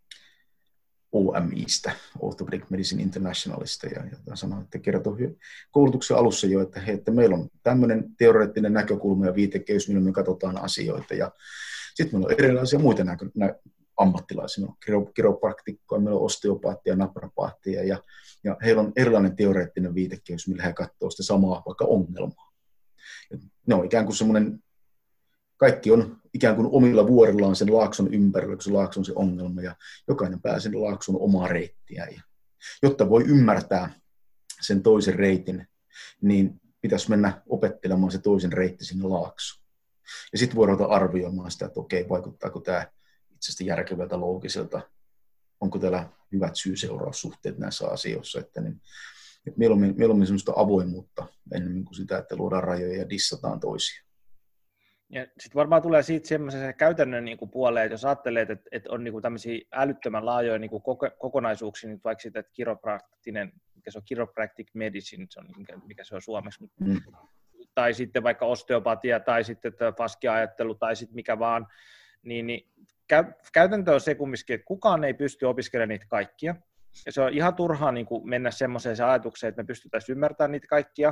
[SPEAKER 2] OMI:stä, Orthopedic Medicine Internationalista, ja sanoi, että kertoi koulutuksen alussa jo, että meillä on tämmöinen teoreettinen näkökulma ja viitekehys, millä me katsotaan asioita, ja sitten meillä on erilaisia muita ammattilaisia, meillä on kiropraktikkoja, meillä on osteopaattia, naprapaattia, ja heillä on erilainen teoreettinen viitekehys, millä he katsoo sitä samaa vaikka ongelmaa. Ne on ikään kuin semmoinen, kaikki on ikään kuin omilla vuorillaan sen laakson ympärillä, kun se laakso on se ongelma, ja jokainen pääsee sen laakson omaa reittiä. Ja jotta voi ymmärtää sen toisen reitin, niin pitäisi mennä opettelemaan se toisen reitti sinne laaksoon. Ja sitten voi ruveta arvioimaan sitä, että okei, vaikuttaako tämä itse asiassa järkevältä, loogiselta, onko täällä hyvät syy-seuraussuhteet näissä asioissa, että mieluummin sellaista avoimuutta enemmän kuin sitä, että luodaan rajoja ja dissataan toisia.
[SPEAKER 1] Ja sitten varmaan tulee siitä semmoisen käytännön niin kuin puoleen, että jos ajattelee, että on niin kuin tämmöisiä älyttömän laajoja niin kuin kokonaisuuksia, niin vaikka sitä, että mikä se on chiropractic medicine, se on, mikä se on suomeksi, tai sitten vaikka osteopatia, tai sitten faskia-ajattelu, tai sitten mikä vaan, niin käytäntö on se kumminkin, että kukaan ei pysty opiskelemaan niitä kaikkia. Ja se on ihan turhaa niin kuin mennä semmoiseen ajatukseen, että me pystyttäisiin ymmärtämään niitä kaikkia.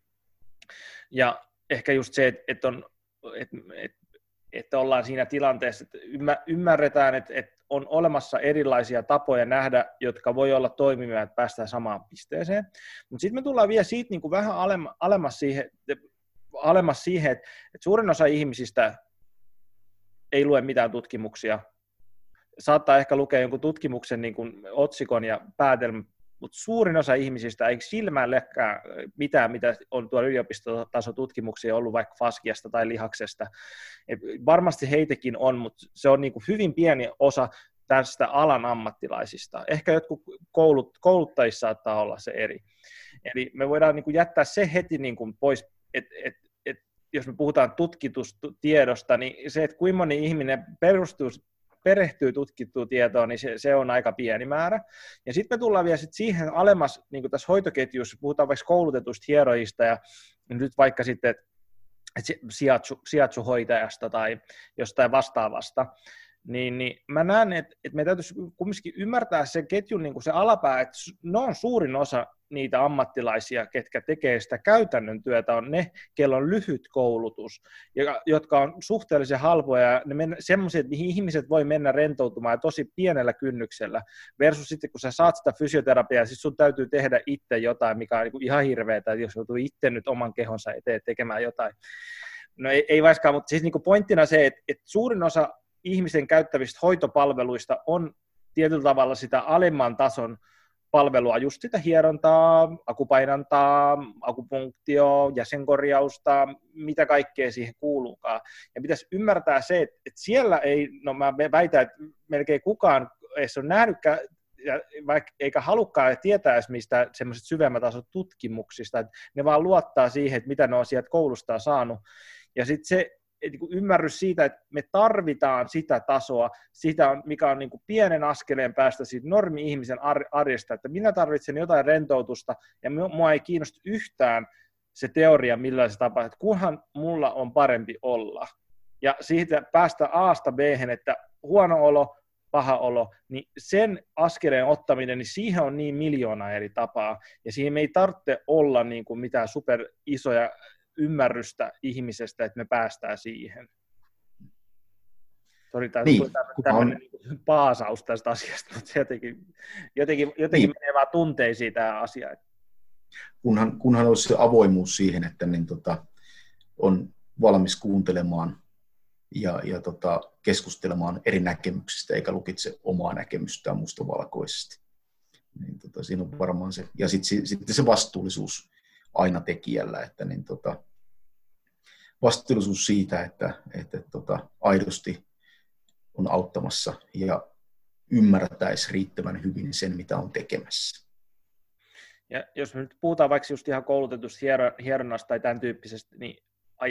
[SPEAKER 1] Ja ehkä just se, että ollaan siinä tilanteessa, että ymmärretään, että on olemassa erilaisia tapoja nähdä, jotka voi olla toimivia, että päästään samaan pisteeseen. Mutta sitten me tullaan vielä siitä niin kuin vähän alemmas siihen, että suurin osa ihmisistä ei lue mitään tutkimuksia. Saattaa ehkä lukea jonkun tutkimuksen niin kuin otsikon ja päätelmän, mutta suurin osa ihmisistä ei silmällekään mitään, mitä on tuolla yliopistotasotutkimuksia ollut vaikka faskiasta tai lihaksesta. Et varmasti heitäkin on, mutta se on niin kuin hyvin pieni osa tästä alan ammattilaisista. Ehkä jotkut kouluttajissa saattaa olla se eri. Eli me voidaan niin kuin jättää se heti niin kuin pois, että jos me puhutaan tutkitusta tiedosta, niin se, että kuinka moni ihminen perehtyy tutkittuun tietoon, niin se on aika pieni määrä. Ja sitten me tullaan vielä siihen alemmas, niin kuin tässä hoitoketjussa, puhutaan vaikka koulutetuista hieroista ja nyt vaikka sitten shiatsu-hoitajasta tai jostain vastaavasta, niin mä näen, että me täytyisi kumminkin ymmärtää sen ketjun niin kuin se alapää, että ne on suurin osa niitä ammattilaisia, ketkä tekee sitä käytännön työtä, on ne, kello on lyhyt koulutus, jotka on suhteellisen halpoja, ja semmoisia, mihin ihmiset voi mennä rentoutumaan ja tosi pienellä kynnyksellä, versus sitten, kun sä saat sitä fysioterapiaa, siis sun täytyy tehdä itse jotain, mikä on niin ihan hirveetä, jos joutuu itse nyt oman kehonsa eteen tekemään jotain. No ei vaikka, mutta siis niin kuin pointtina se, että suurin osa ihmisen käyttävistä hoitopalveluista on tietyllä tavalla sitä alemman tason palvelua, just sitä hierontaa, akupainantaa, akupunktio, jäsenkorjausta, mitä kaikkea siihen kuuluukaan. Ja pitäisi ymmärtää se, että siellä ei, no mä väitän, että melkein kukaan ei ole nähnytkään, eikä halukkaan tietää edes mistä semmoiset syvemmät tasot tutkimuksista, että ne vaan luottaa siihen, että mitä ne on sieltä koulusta saanut. Ja sitten se, niin kuin ymmärrys siitä, että me tarvitaan sitä tasoa, sitä, mikä on niin kuin pienen askeleen päästä siitä normi-ihmisen arjesta, että minä tarvitsen jotain rentoutusta, ja mua ei kiinnosta yhtään se teoria, millä se tapahtuu, että kunhan mulla on parempi olla. Ja siitä päästä A:sta B:hen, että huono olo, paha olo, niin sen askeleen ottaminen, niin siihen on niin miljoona eri tapaa, ja siihen me ei tarvitse olla niin kuin mitään super isoja ymmärrystä ihmisestä, että me päästään siihen. Sori, tämä
[SPEAKER 2] niin,
[SPEAKER 1] tämmöinen paasaus tästä asiasta, mutta jotenkin menee vaan tunteisiin tämä asia.
[SPEAKER 2] Kunhan olisi se avoimuus siihen, että niin, on valmis kuuntelemaan ja keskustelemaan eri näkemyksistä, eikä lukitse omaa näkemystään mustavalkoisesti. Niin, siinä on varmaan se, ja sitten se vastuullisuus aina tekijällä, että niin, vastuullisuus siitä, että aidosti on auttamassa ja ymmärtäisi riittävän hyvin sen, mitä on tekemässä.
[SPEAKER 1] Ja jos me nyt puhutaan vaikka just ihan koulutetusta hieronnasta tai tämän tyyppisestä, niin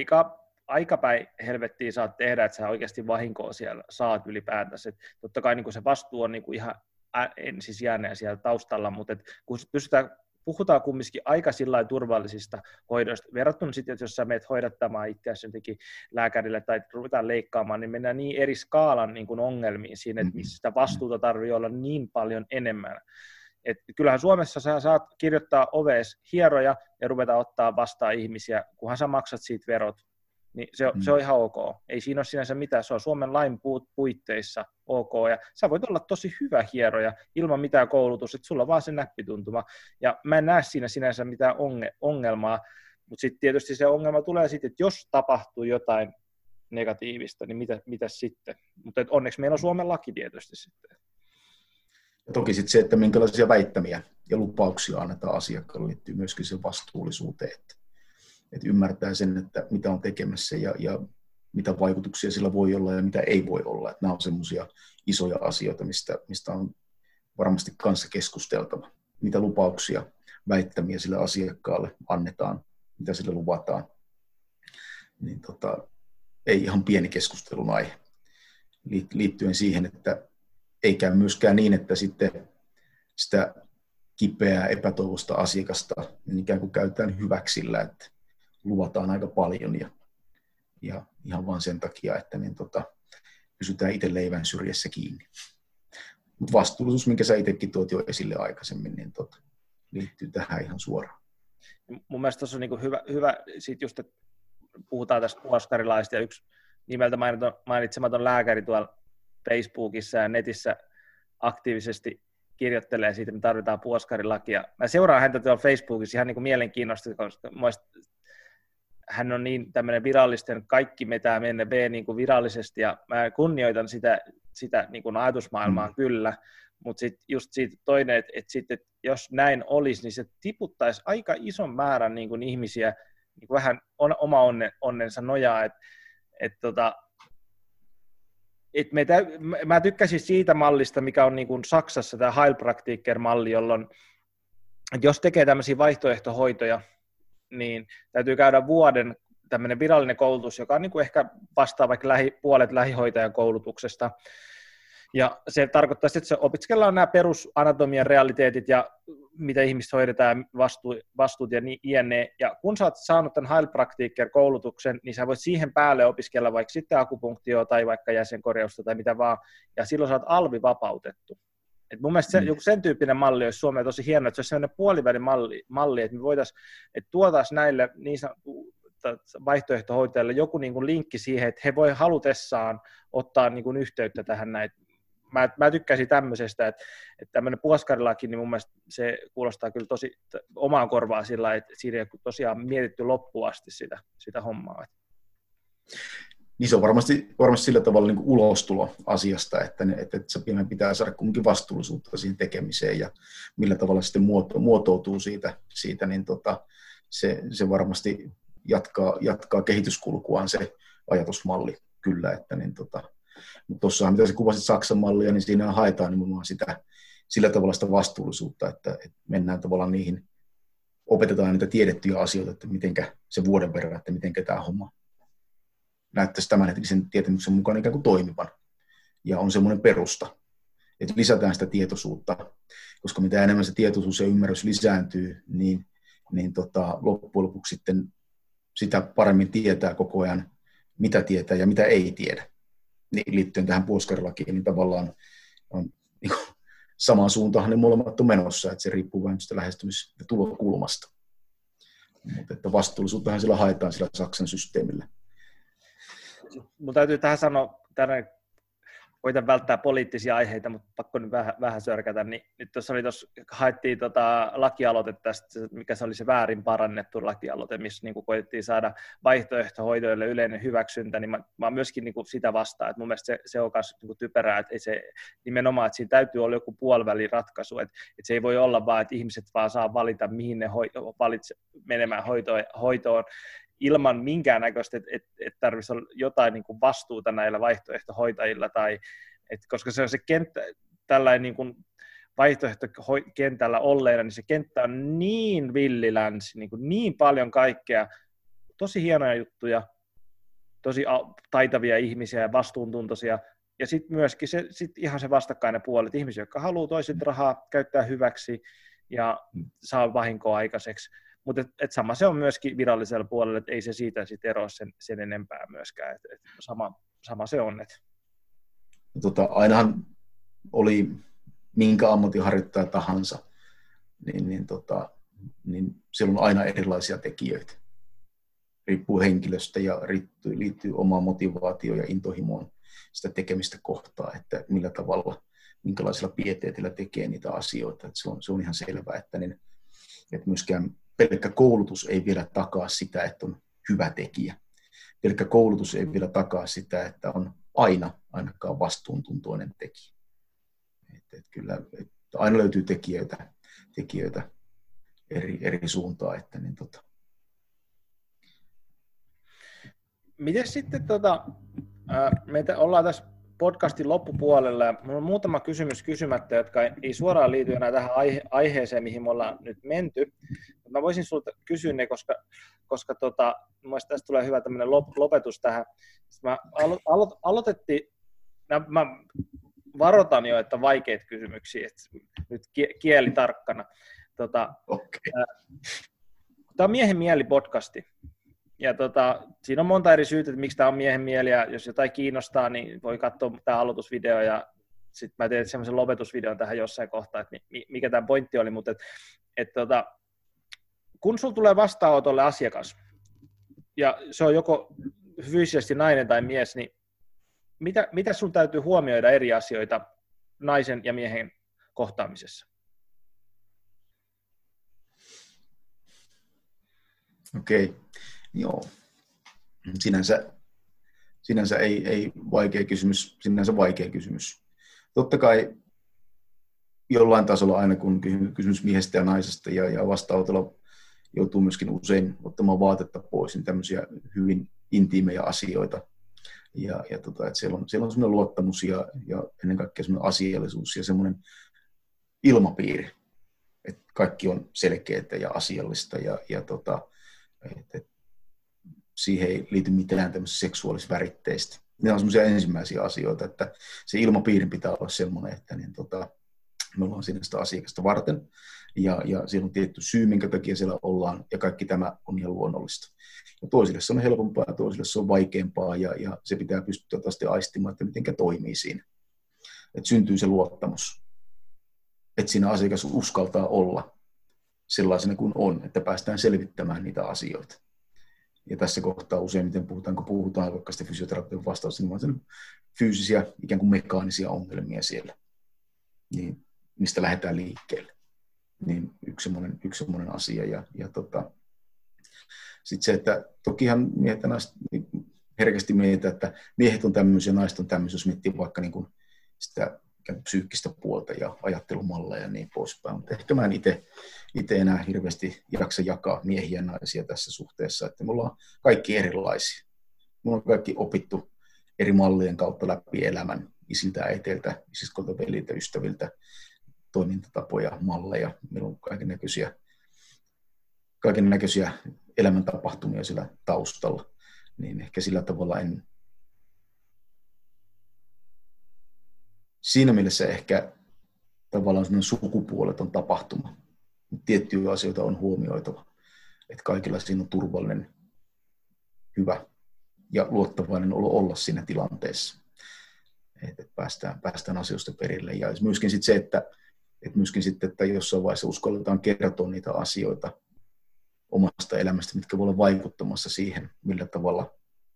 [SPEAKER 1] aika päin helvettiä saat tehdä, että sä oikeasti vahinkoa siellä saat ylipäätänsä. Totta kai niin se vastuu on niin ihan ensisijainen siellä taustalla, mutta kun puhutaan kumminkin aika sillä turvallisista hoidoista, verrattuna sitten, että jos sä menet hoidattamaan itseäsi jotenkin lääkärille tai ruvetaan leikkaamaan, niin mennään niin eri skaalan niin kuin ongelmiin siinä, että missä sitä vastuuta tarvii olla niin paljon enemmän. Et kyllähän Suomessa sä saat kirjoittaa ovees hieroja ja ruveta ottaa vastaan ihmisiä, kunhan sä maksat siitä verot. Niin se on ihan ok. Ei siinä ole sinänsä mitään, se on Suomen lain puitteissa ok, ja sä voit olla tosi hyvä hieroja ilman mitään koulutusta, että sulla on vaan se näppituntuma, ja mä en näe siinä sinänsä mitään ongelmaa, mutta sitten tietysti se ongelma tulee sitten, että jos tapahtuu jotain negatiivista, niin mitä sitten? Mutta onneksi meillä on Suomen laki tietysti sitten.
[SPEAKER 2] Ja toki sitten se, että minkälaisia väittämiä ja lupauksia annetaan asiakkaalle, liittyy myöskin sen vastuullisuuteen, että ymmärtää sen, että mitä on tekemässä ja mitä vaikutuksia sillä voi olla ja mitä ei voi olla. Että nämä on semmoisia isoja asioita, mistä on varmasti kanssa keskusteltava. Mitä lupauksia, väittämiä sille asiakkaalle annetaan, mitä sille luvataan. Niin ei ihan pieni keskustelun aihe liittyen siihen, että ei käy myöskään niin, että sitten sitä kipeää epätoivoista asiakasta niin ikään kuin käytetään hyväksillä, että luvataan aika paljon ja ihan vain sen takia, että niin pysytään itse leivän syrjässä kiinni. Mutta vastuullisuus, minkä sä itsekin tuot jo esille aikaisemmin, niin liittyy tähän ihan suoraan.
[SPEAKER 1] Mun mielestä tuossa on niin hyvä sit just, että puhutaan tästä puoskarilaista ja yksi nimeltä mainitsematon lääkäri tuolla Facebookissa ja netissä aktiivisesti kirjoittelee siitä, että me tarvitaan puoskarilakia. Mä seuraan häntä tuolla Facebookissa ihan niin kuin mielenkiinnosta, koska hän on niin tämmöinen virallisten, kaikki metää mennä niin kuin virallisesti, ja mä kunnioitan sitä niin kuin ajatusmaailmaa kyllä, mutta sitten just siitä toinen, että sitten, jos näin olisi, niin se tiputtaisi aika ison määrän niin kuin ihmisiä niin kuin vähän oma onnensa nojaa, mä tykkäsin siitä mallista, mikä on niin kuin Saksassa tämä Heilpraktiker-malli, jolloin jos tekee tämmöisiä vaihtoehtohoitoja, niin täytyy käydä vuoden tämmöinen virallinen koulutus, joka on niin kuin ehkä vastaa vaikka puolet lähihoitajan koulutuksesta. Ja se tarkoittaa, että se opiskellaan nämä perusanatomian realiteetit ja mitä ihmistä hoidetaan, vastuut ja niin jne. Ja kun sä oot saanut tämän Heilpraktiker-koulutuksen, niin sä voit siihen päälle opiskella vaikka sitten akupunktioa tai vaikka jäsenkorjausta tai mitä vaan, ja silloin sä oot alvivapautettu. Et mun mielestä joku sen tyyppinen malli olisi Suomeen tosi hieno, että se olisi sellainen puolivälin malli, että me tuotaisiin näille niin vaihtoehtohoitajille joku niin kuin linkki siihen, että he voi halutessaan ottaa niin kuin yhteyttä tähän näin. Mä tykkäsin tämmöisestä, että tämmöinen puoskarilaki, niin mun mielestä se kuulostaa kyllä tosi omaan korvaan sillä, että siinä ei ole tosiaan mietitty loppuun asti sitä hommaa.
[SPEAKER 2] Niin se on varmasti sillä tavalla niin kuin ulostulo asiasta, että se pitää saada kuitenkin vastuullisuutta siihen tekemiseen ja millä tavalla sitten muotoutuu siitä niin se varmasti jatkaa kehityskulkuaan se ajatusmalli kyllä, että niin mutta tuossahan, mitä sä kuvasit Saksan mallia, niin siinä haetaan nimenomaan sillä tavalla sitä vastuullisuutta, että mennään tavallaan niihin, opetetaan niitä tiedettyjä asioita, että mitenkä se vuoden verran, että mitenkä tämä homma näyttäisi tämänhetkisen tietämyksen mukaan ikään kuin toimivan. Ja on semmoinen perusta, että lisätään sitä tietoisuutta, koska mitä enemmän se tietoisuus ja ymmärrys lisääntyy, niin loppujen lopuksi sitten sitä paremmin tietää koko ajan, mitä tietää ja mitä ei tiedä. Niin liittyen tähän puoskarilakiin, niin tavallaan on niin kuin, samaan suuntaan ne molemmat on menossa, että se riippuu vain sitä lähestymis- ja tulokulmasta. Mutta että vastuullisuuttahan sillä haetaan sillä Saksan systeemillä.
[SPEAKER 1] Mun täytyy tähän sanoa, koitan välttää poliittisia aiheita, mutta pakko nyt vähän sörkätä, niin nyt tuossa haettiin lakialoite tästä, mikä se oli se väärin parannettu lakialoite, missä niin koitettiin saada vaihtoehtohoidoille yleinen hyväksyntä, niin mä oon myöskin niin sitä vastaan, että mun mielestä se on myös niin typerää, että ei se, nimenomaan, että siinä täytyy olla joku puoliväliratkaisu, että se ei voi olla vaan, että ihmiset vaan saa valita, mihin ne menemään hoitoon, ilman minkäännäköistä, että tarvitsisi olla jotain niin kuin vastuuta näillä vaihtoehtohoitajilla, koska se on se kenttä, tällainen niin kuin vaihtoehtokentällä olleena, niin se kenttä on niin villilänsi, niin paljon kaikkea, tosi hienoja juttuja, tosi taitavia ihmisiä ja vastuuntuntoisia, ja sitten myöskin ihan se vastakkainen puoli, että ihmisiä, jotka haluaa toiset rahaa käyttää hyväksi ja saa vahinkoa aikaiseksi. Mutta sama se on myöskin virallisella puolella, että ei se siitä sitten eroa sen enempää myöskään. Et sama se on.
[SPEAKER 2] Ainahan oli minkä ammatinharjoittaja tahansa, niin siellä on aina erilaisia tekijöitä. Riippuu henkilöstä ja liittyy omaan motivaatioon ja intohimoon sitä tekemistä kohtaa, että millä tavalla, minkälaisilla pieteetillä tekee niitä asioita. Että se on ihan selvää, että myöskään pelkkä koulutus ei vielä takaa sitä, että on hyvä tekijä. Pelkkä koulutus ei vielä takaa sitä, että on ainakaan vastuuntuntoinen tekijä. Kyllä aina löytyy tekijöitä eri suuntaan.
[SPEAKER 1] Miten sitten, me ollaan tässä podcastin loppupuolella, ja minulla on muutama kysymys kysymättä, jotka ei suoraan liity enää tähän aiheeseen, mihin me ollaan nyt menty. Mä voisin sinulta kysyä ne, koska mielestäni tästä tulee hyvä tämmöinen lopetus tähän. Mä aloitettiin, mä varoitan jo, että vaikeita kysymyksiä, että nyt kieli tarkkana.
[SPEAKER 2] Okay.
[SPEAKER 1] Tämä on Miehen mieli podcasti. Ja siinä on monta eri syytä, että miksi tämä on miehen mieli, ja jos jotain kiinnostaa, niin voi katsoa tämä aloitusvideo, ja sitten mä teen semmoisen lopetusvideon tähän jossain kohtaa, että mikä tämä pointti oli, mutta kun sulla tulee vastaanotolle asiakas, ja se on joko fyysisesti nainen tai mies, niin mitä sun täytyy huomioida eri asioita naisen ja miehen kohtaamisessa?
[SPEAKER 2] Okei. Joo. Sinänsä ei vaikea kysymys, sinänsä vaikea kysymys. Totta kai jollain tasolla aina, kun kysymys miehestä ja naisesta ja vastaanotolla joutuu myöskin usein ottamaan vaatetta pois, niin tämmöisiä hyvin intiimejä asioita. Että siellä on semmoinen luottamus ja ennen kaikkea semmoinen asiallisuus ja semmoinen ilmapiiri, että kaikki on selkeää ja asiallista että siihen ei liity mitään tämmöistä seksuaalisväritteistä. Ne on semmoisia ensimmäisiä asioita, että se ilmapiirin pitää olla semmoinen, että me ollaan siinä sitä asiakasta varten ja siellä on tietty syy, minkä takia siellä ollaan ja kaikki tämä on ihan luonnollista. Ja toisille se on helpompaa ja toisille se on vaikeampaa ja se pitää pystyä taas aistimaan, että miten toimii siinä. Että syntyy se luottamus, että siinä asiakas uskaltaa olla sellaisena kuin on, että päästään selvittämään niitä asioita. Ja tässä kohtaa useimmiten kun puhutaan vaikka sitä fysioterapian vastausta, niin on fyysisiä, ikään kuin mekaanisia ongelmia siellä, niin mistä lähdetään liikkeelle. Niin yksi semmoinen asia. Sitten se, että tokihan miehet ja naiset herkästi mietitään, että miehet on tämmöisiä, naiset on tämmöisiä, jos miettii vaikka niin kuin sitä psyykkistä puolta ja ajattelumalleja ja niin poispäin. Mutta ehkä mä en itse enää hirveästi jaksa jakaa miehiä ja naisia tässä suhteessa, että me ollaan kaikki erilaisia. Me ollaan kaikki opittu eri mallien kautta läpi elämän, isiltä, äiteiltä, siskolta, veliltä, ystäviltä, toimintatapoja, malleja. Meillä on kaikennäköisiä elämäntapahtumia sillä taustalla. niin ehkä sillä tavalla en. Siinä mielessä ehkä tavallaan sellainen sukupuoleton tapahtuma. Tiettyjä asioita on huomioitava, että kaikilla siinä on turvallinen, hyvä ja luottavainen olo olla siinä tilanteessa. Että päästään asioista perille. Ja myöskin sitten se, että jossain vaiheessa uskalletaan kertoa niitä asioita omasta elämästä, mitkä voi olla vaikuttamassa siihen, millä tavalla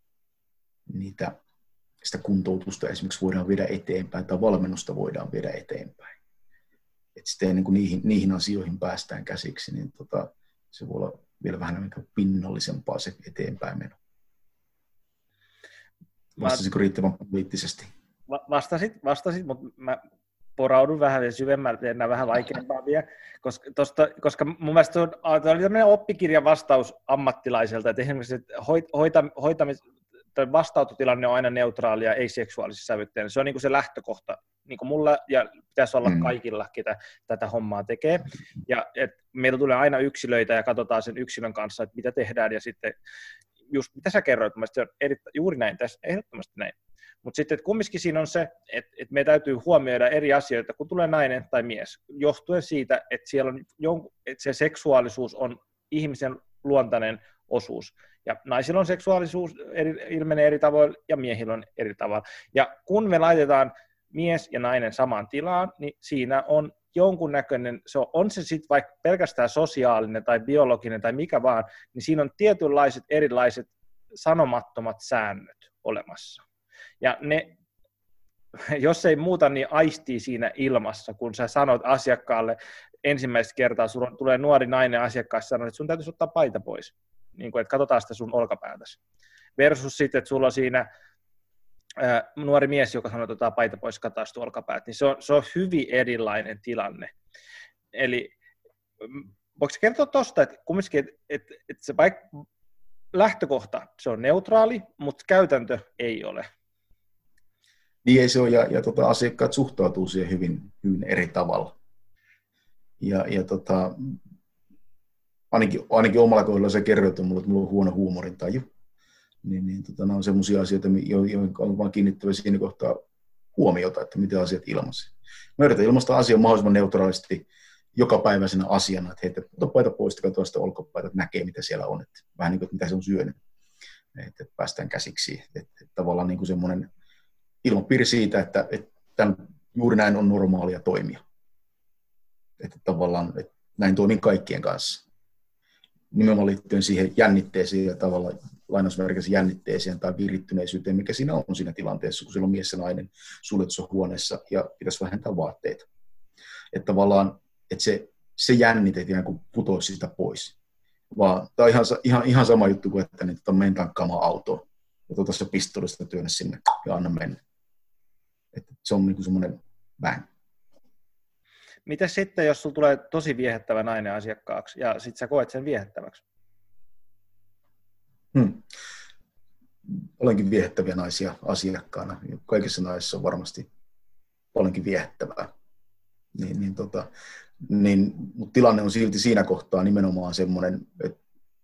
[SPEAKER 2] sitä kuntoutusta esimerkiksi voidaan viedä eteenpäin tai valmennusta voidaan viedä eteenpäin. Että sitten ennen kuin niihin asioihin päästään käsiksi, niin se voi olla vielä vähän pinnallisempaa se eteenpäin meno. Vastasitko riittävän poliittisesti?
[SPEAKER 1] Vastasit, mutta mä poraudun vähän syvemmältä, enää vähän vaikeampaa vielä, koska mun mielestä oli tämmöinen oppikirjan vastaus ammattilaiselta, että esimerkiksi vastaanototilanne on aina neutraalia, ei seksuaalisesti sävytteinen. Se on niin kuin se lähtökohta, niin kuin mulla ja pitäisi olla kaikilla, ketä tätä hommaa tekee. Ja meillä tulee aina yksilöitä ja katsotaan sen yksilön kanssa, että mitä tehdään. Ja sitten just mitä sä kerroit, se on juuri näin, tässä ehdottomasti näin. Mutta sitten kumminkin siinä on se, että me täytyy huomioida eri asioita, kun tulee nainen tai mies, johtuen siitä, että siellä on että se seksuaalisuus on ihmisen luontainen osuus. Ja naisilla on seksuaalisuus ilmenee eri tavoilla ja miehillä on eri tavalla. Ja kun me laitetaan mies ja nainen samaan tilaan, niin siinä on jonkunnäköinen, on se sitten vaikka pelkästään sosiaalinen tai biologinen tai mikä vaan, niin siinä on tietynlaiset erilaiset sanomattomat säännöt olemassa. Ja ne, jos ei muuta, niin aistii siinä ilmassa, kun sä sanot asiakkaalle ensimmäistä kertaa, sulla tulee nuori nainen asiakkaassa sanoo, että sun täytyisi ottaa paita pois. Niin kuin, että katsotaan sitä sun olkapäätäsi. Versus sitten, että sulla on siinä nuori mise, joka sanoo, että otetaan paita pois, katsotaan sitä olkapäät. Niin se on hyvin erilainen tilanne. Eli voiko kertoa tuosta, että kumminkin, että se vaikka lähtökohta, se on neutraali, mutta käytäntö ei ole.
[SPEAKER 2] Niin ei se ole, ja asiakkaat suhtautuu siihen hyvin, hyvin eri tavalla. Ja ainakin omalla kohdalla se kerroit mulle, että mulla on huono huumorintaju. Nämä on sellaisia asioita, joihin on vaan kiinnittävä siinä kohtaa huomiota, että miten asiat ilmaisivat. Mä yritän ilmaista asiaa mahdollisimman neutraalisti jokapäiväisenä asiana, että heitä ota paita pois, katsotaan sitä olkapäitä, että näkee mitä siellä on, että vähän niin kuin, mitä se on syönyt, että päästään käsiksi. Että tavallaan niin kuin semmoinen ilmapiiri siitä, että juuri näin on normaalia toimia. Että tavallaan että näin toimin kaikkien kanssa. Nimenomaan liittyen siihen jännitteeseen ja tavallaan lainausmerkissä jännitteeseen tai virittyneisyyteen, mikä siinä on siinä tilanteessa, kun siellä on mies ja nainen suljetussa huoneessa ja pitäisi vähentää vaatteita. Että tavallaan että se jännite ikään kuin putoisi sitä pois. Tämä on ihan sama juttu kuin, että niin, menen tankkaamaan autoa ja se pistolista työnnä sinne ja anna mennä. Että se on niin kuin semmoinen bang.
[SPEAKER 1] Mitäs sitten, jos sulla tulee tosi viehättävä nainen asiakkaaksi ja sitten sä koet sen viehättäväksi?
[SPEAKER 2] Olenkin viehättäviä naisia asiakkaana. Kaikissa naisissa on varmasti paljonkin viehättävää. Mutta tilanne on silti siinä kohtaa nimenomaan semmoinen, että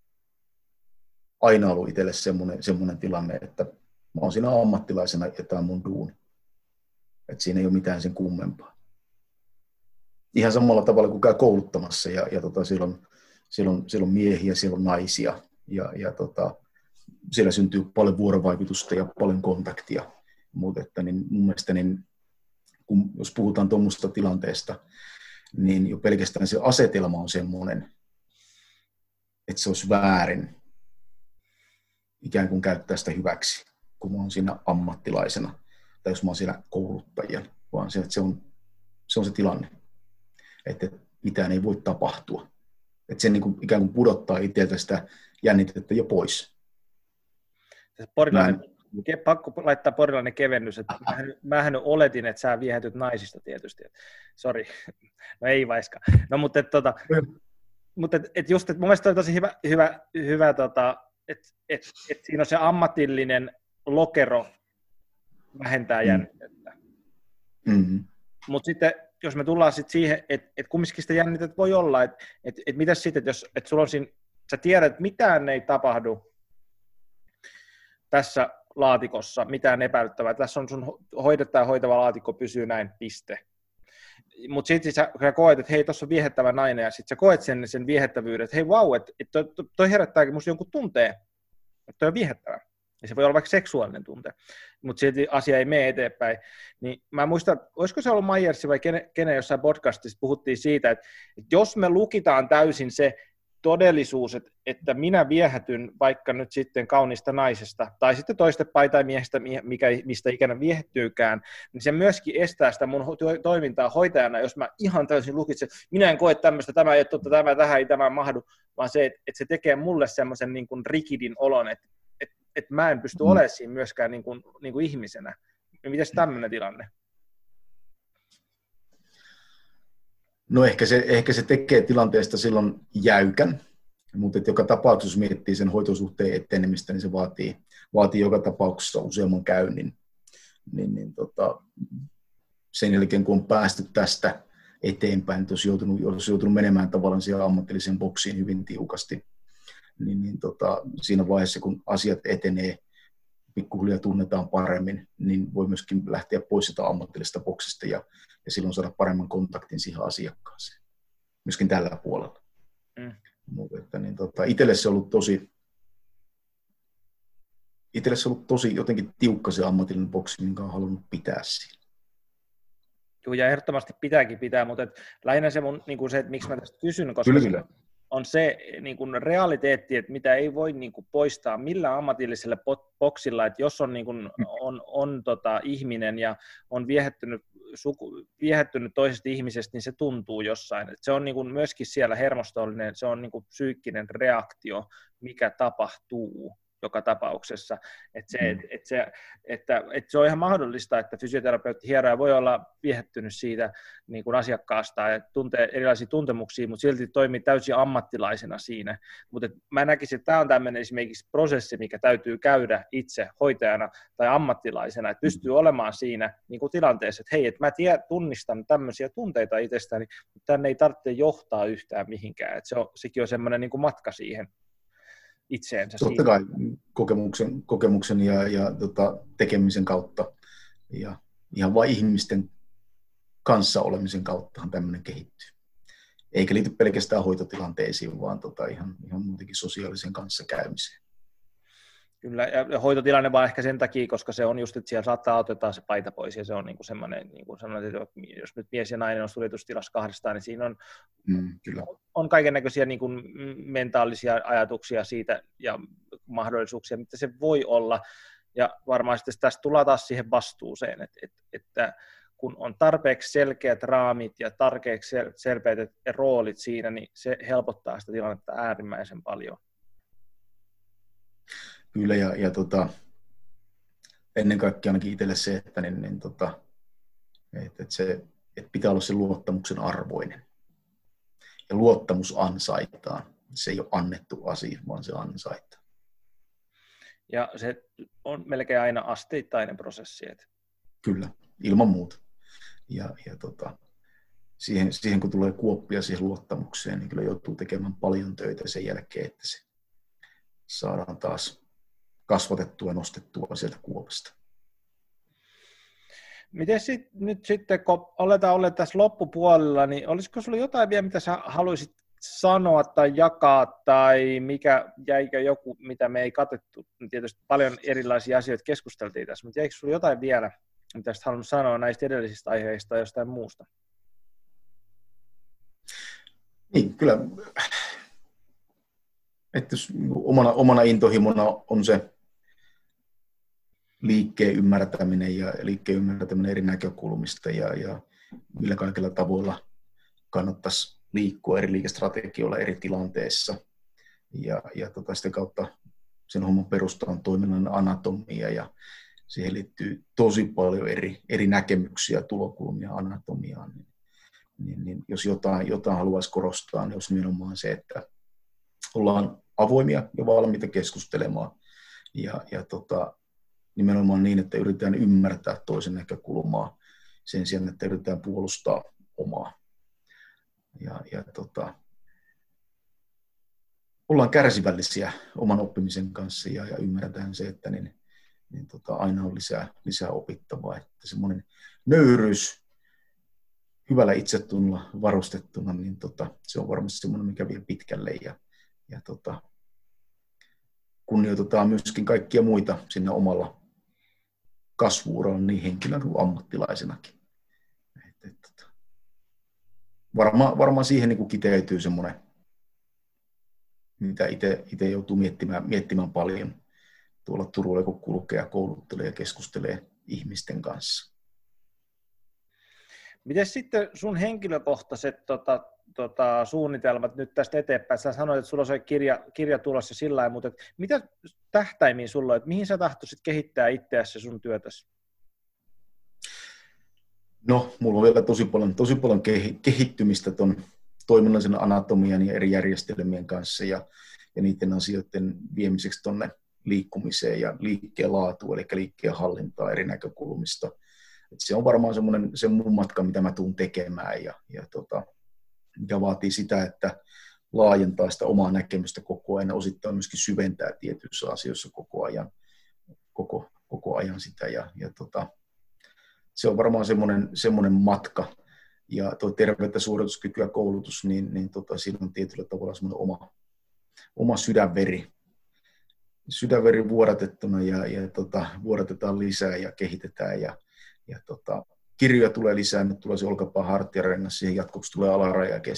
[SPEAKER 2] aina ollut itselle semmoinen tilanne, että mä oon siinä ammattilaisena ja tämä on mun duuni. Että siinä ei ole mitään sen kummempaa. Ihan samalla tavalla kuin käy kouluttamassa ja siellä on miehiä, siellä on naisia ja siellä syntyy paljon vuorovaikutusta ja paljon kontaktia. Mutta että niin mun mielestä jos puhutaan tuommoista tilanteesta, niin jo pelkästään se asetelma on semmoinen, että se olisi väärin ikään kuin käyttää sitä hyväksi, kun mä oon siinä ammattilaisena tai jos mä oon siellä kouluttajana, vaan se, että se on se tilanne, että mitään ei voi tapahtua. Että se niin kuin ikään kuin pudottaa itseltä sitä jännitettä jo pois.
[SPEAKER 1] Pakko laittaa porilainen kevennys, että mähän oletin, että sä viehätyt naisista tietysti. Sori, no ei vaiska. No mutta just, että mun mielestä on tosi hyvä että siinä on se ammatillinen lokero vähentää jännitettä.
[SPEAKER 2] Mm-hmm.
[SPEAKER 1] Mutta sitten, jos me tullaan sitten siihen, että kumminkin sitä jännitettä voi olla, että mitäs sitten, että sulla on siinä, sä tiedät, että mitään ei tapahdu, tässä laatikossa mitään epäilyttävää. Tässä on sun hoidettava ja hoitava laatikko pysyy näin, piste. Mutta sitten sä koet, että hei, tuossa on viehättävä nainen, ja sitten sä koet sen viehättävyyden, että hei vau, että toi herättääkin musta jonkun tunteen, että toi on viehättävä. Ja se voi olla vaikka seksuaalinen tunte, mutta silti asia ei mene eteenpäin. Niin mä muistan, olisiko se ollut Myers vai kenen jossain podcastissa puhuttiin siitä, että jos me lukitaan täysin se todellisuus, että minä viehätyn vaikka nyt sitten kaunista naisesta, tai sitten toistepäin tai miehestä, mistä ikinä viehättyykään, niin se myöskin estää sitä mun toimintaa hoitajana, jos mä ihan täysin lukitsen, minä en koe tämmöistä, tämä ei ole totta, tähän ei tämä mahdu, vaan se, että se tekee mulle semmoisen niin kuin rigidin olon, että mä en pysty olemaan siinä myöskään niin kuin ihmisenä. Mites tämmöinen tilanne?
[SPEAKER 2] No ehkä se tekee tilanteesta silloin jäykän, mutta joka tapauksessa, jos miettii sen hoitosuhteen etenemistä, niin se vaatii joka tapauksessa useamman käynnin. Sen jälkeen, kun on päästy tästä eteenpäin, jos joutunut menemään tavallaan siihen ammatilliseen boksiin hyvin tiukasti, siinä vaiheessa, kun asiat etenee, pikkuhiljaa tunnetaan paremmin, niin voi myöskin lähteä pois sitä ammatillisesta boksista ja silloin saada paremman kontaktin siihen asiakkaaseen, myöskin tällä puolella. Itselle se on ollut tosi jotenkin tiukka se ammatillinen boksi, minkä on halunnut pitää siinä.
[SPEAKER 1] Joo, ja ehdottomasti pitääkin pitää, mutta lähinnä se, se, että miksi mä tästä kysyn, koska
[SPEAKER 2] kyllä.
[SPEAKER 1] On se niin kuin realiteetti, että mitä ei voi niin kuin poistaa millään ammatillisella boksilla, että jos on, niin kuin, on ihminen ja on viehättynyt toisesta ihmisestä, niin se tuntuu jossain. Että se on niin kuin myöskin siellä hermostollinen, se on niin kuin psyykkinen reaktio, mikä tapahtuu joka tapauksessa. Että se on ihan mahdollista, että fysioterapeutti hieroja voi olla viehättynyt siitä niin kuin asiakkaasta ja tuntee erilaisia tuntemuksia, mutta silti toimii täysin ammattilaisena siinä. Mutta mä näkisin, että tämä on tämmöinen esimerkiksi prosessi, mikä täytyy käydä itse hoitajana tai ammattilaisena, että pystyy olemaan siinä niin kuin tilanteessa, että hei, että mä tunnistan tämmöisiä tunteita itsestäni, mutta tänne ei tarvitse johtaa yhtään mihinkään. Että sekin on semmoinen niin kuin matka siihen itseensä.
[SPEAKER 2] Totta kai kokemuksen ja tekemisen kautta ja ihan vain ihmisten kanssa olemisen kauttahan tämmöinen kehittyy. Eikä liity pelkästään hoitotilanteisiin, vaan ihan muutenkin sosiaalisen kanssakäymiseen.
[SPEAKER 1] Kyllä, ja hoitotilanne vaan ehkä sen takia, koska se on just, että siellä saattaa ottaa se paita pois, ja se on niin kuin semmoinen, niin kuin sanoit, että jos nyt mies ja nainen on suljetustilassa kahdestaan, niin siinä on kaikennäköisiä niin kuin mentaalisia ajatuksia siitä ja mahdollisuuksia, mitä se voi olla, ja varmaan sitten tästä tullaan taas siihen vastuuseen, että kun on tarpeeksi selkeät raamit ja tarpeeksi selkeät roolit siinä, niin se helpottaa sitä tilannetta äärimmäisen paljon.
[SPEAKER 2] Kyllä, ja ennen kaikkea ainakin itselle se, että että pitää olla se luottamuksen arvoinen. Ja luottamus ansaitaan. Se ei ole annettu asia, vaan se ansaitaan.
[SPEAKER 1] Ja se on melkein aina asteittainen prosessi.
[SPEAKER 2] Kyllä, ilman muuta. Ja siihen kun tulee kuoppia siihen luottamukseen, niin kyllä joutuu tekemään paljon töitä sen jälkeen, että se saadaan taas kasvatettua ja nostettua sieltä kuopasta.
[SPEAKER 1] Miten nyt sitten, kun aletaan olla tässä loppupuolella, niin olisiko sinulla jotain vielä, mitä sä haluaisit sanoa tai jakaa, tai jäikö joku, mitä me ei katettu? Tietysti paljon erilaisia asioita keskusteltiin tässä, mutta jäikö sinulla jotain vielä, mitä olisit halunnut sanoa näistä edellisistä aiheista tai jostain muusta?
[SPEAKER 2] Niin, kyllä. Että omana intohimona on se liikkeen ymmärtäminen eri näkökulmista ja millä kaikilla tavoilla kannattaisi liikkua eri liikestrategioilla eri tilanteissa. Ja sitä kautta sen homman perusta on toiminnan anatomia ja siihen liittyy tosi paljon eri näkemyksiä, tulokulmia anatomiaan. Niin jos jotain haluaisi korostaa, niin olisi nimenomaan se, että ollaan avoimia ja valmiita keskustelemaan ja nimenomaan niin, että yritetään ymmärtää toisen näkökulmaa sen sijaan, että yritetään puolustaa omaa. Ollaan kärsivällisiä oman oppimisen kanssa ja ymmärretään se, että aina on lisää opittavaa. Että semmoinen nöyryys hyvällä itsetunnolla varustettuna, niin se on varmasti semmoinen, mikä vie pitkälle ja kunnioitetaan myöskin kaikkia muita sinne omalla kasvu-uralla niin henkilön kuin ammattilaisenakin. Varmaan siihen niin kuin kiteytyy semmoinen, mitä itse joutuu miettimään paljon tuolla Turulla, kun kulkee ja kouluttelee ja keskustelee ihmisten kanssa.
[SPEAKER 1] Miten sitten sun henkilökohtaiset suunnitelmat nyt tästä eteenpäin? Sä sanoit, että sulla on se kirja tulossa sillä lailla, mutta mitä tähtäimiä sulla on? Että mihin sä tahtoisit kehittää itseäsi sun työtäsi?
[SPEAKER 2] No, mulla on vielä tosi paljon kehittymistä ton toiminnallisen anatomian ja eri järjestelmien kanssa ja niiden asioiden viemiseksi tuonne liikkumiseen ja liikkeen laatuun, eli liikkeen hallintaa eri näkökulmista. Et se on varmaan se mun matka, mitä mä tuun tekemään ja mikä vaatii sitä, että laajentaa sitä omaa näkemystä koko ajan ja osittain myöskin syventää tietyissä asioissa koko ajan sitä ja se on varmaan semmoinen matka ja tuo terveyttä, suorituskyky ja koulutus, niin siinä on tietyllä tavalla semmoinen oma sydänveri vuodatettuna ja vuodatetaan lisää ja kehitetään ja kirjoja tulee lisää, nyt tulee se olkapää hartiarengas, siihen jatkoksi tulee alaraja ja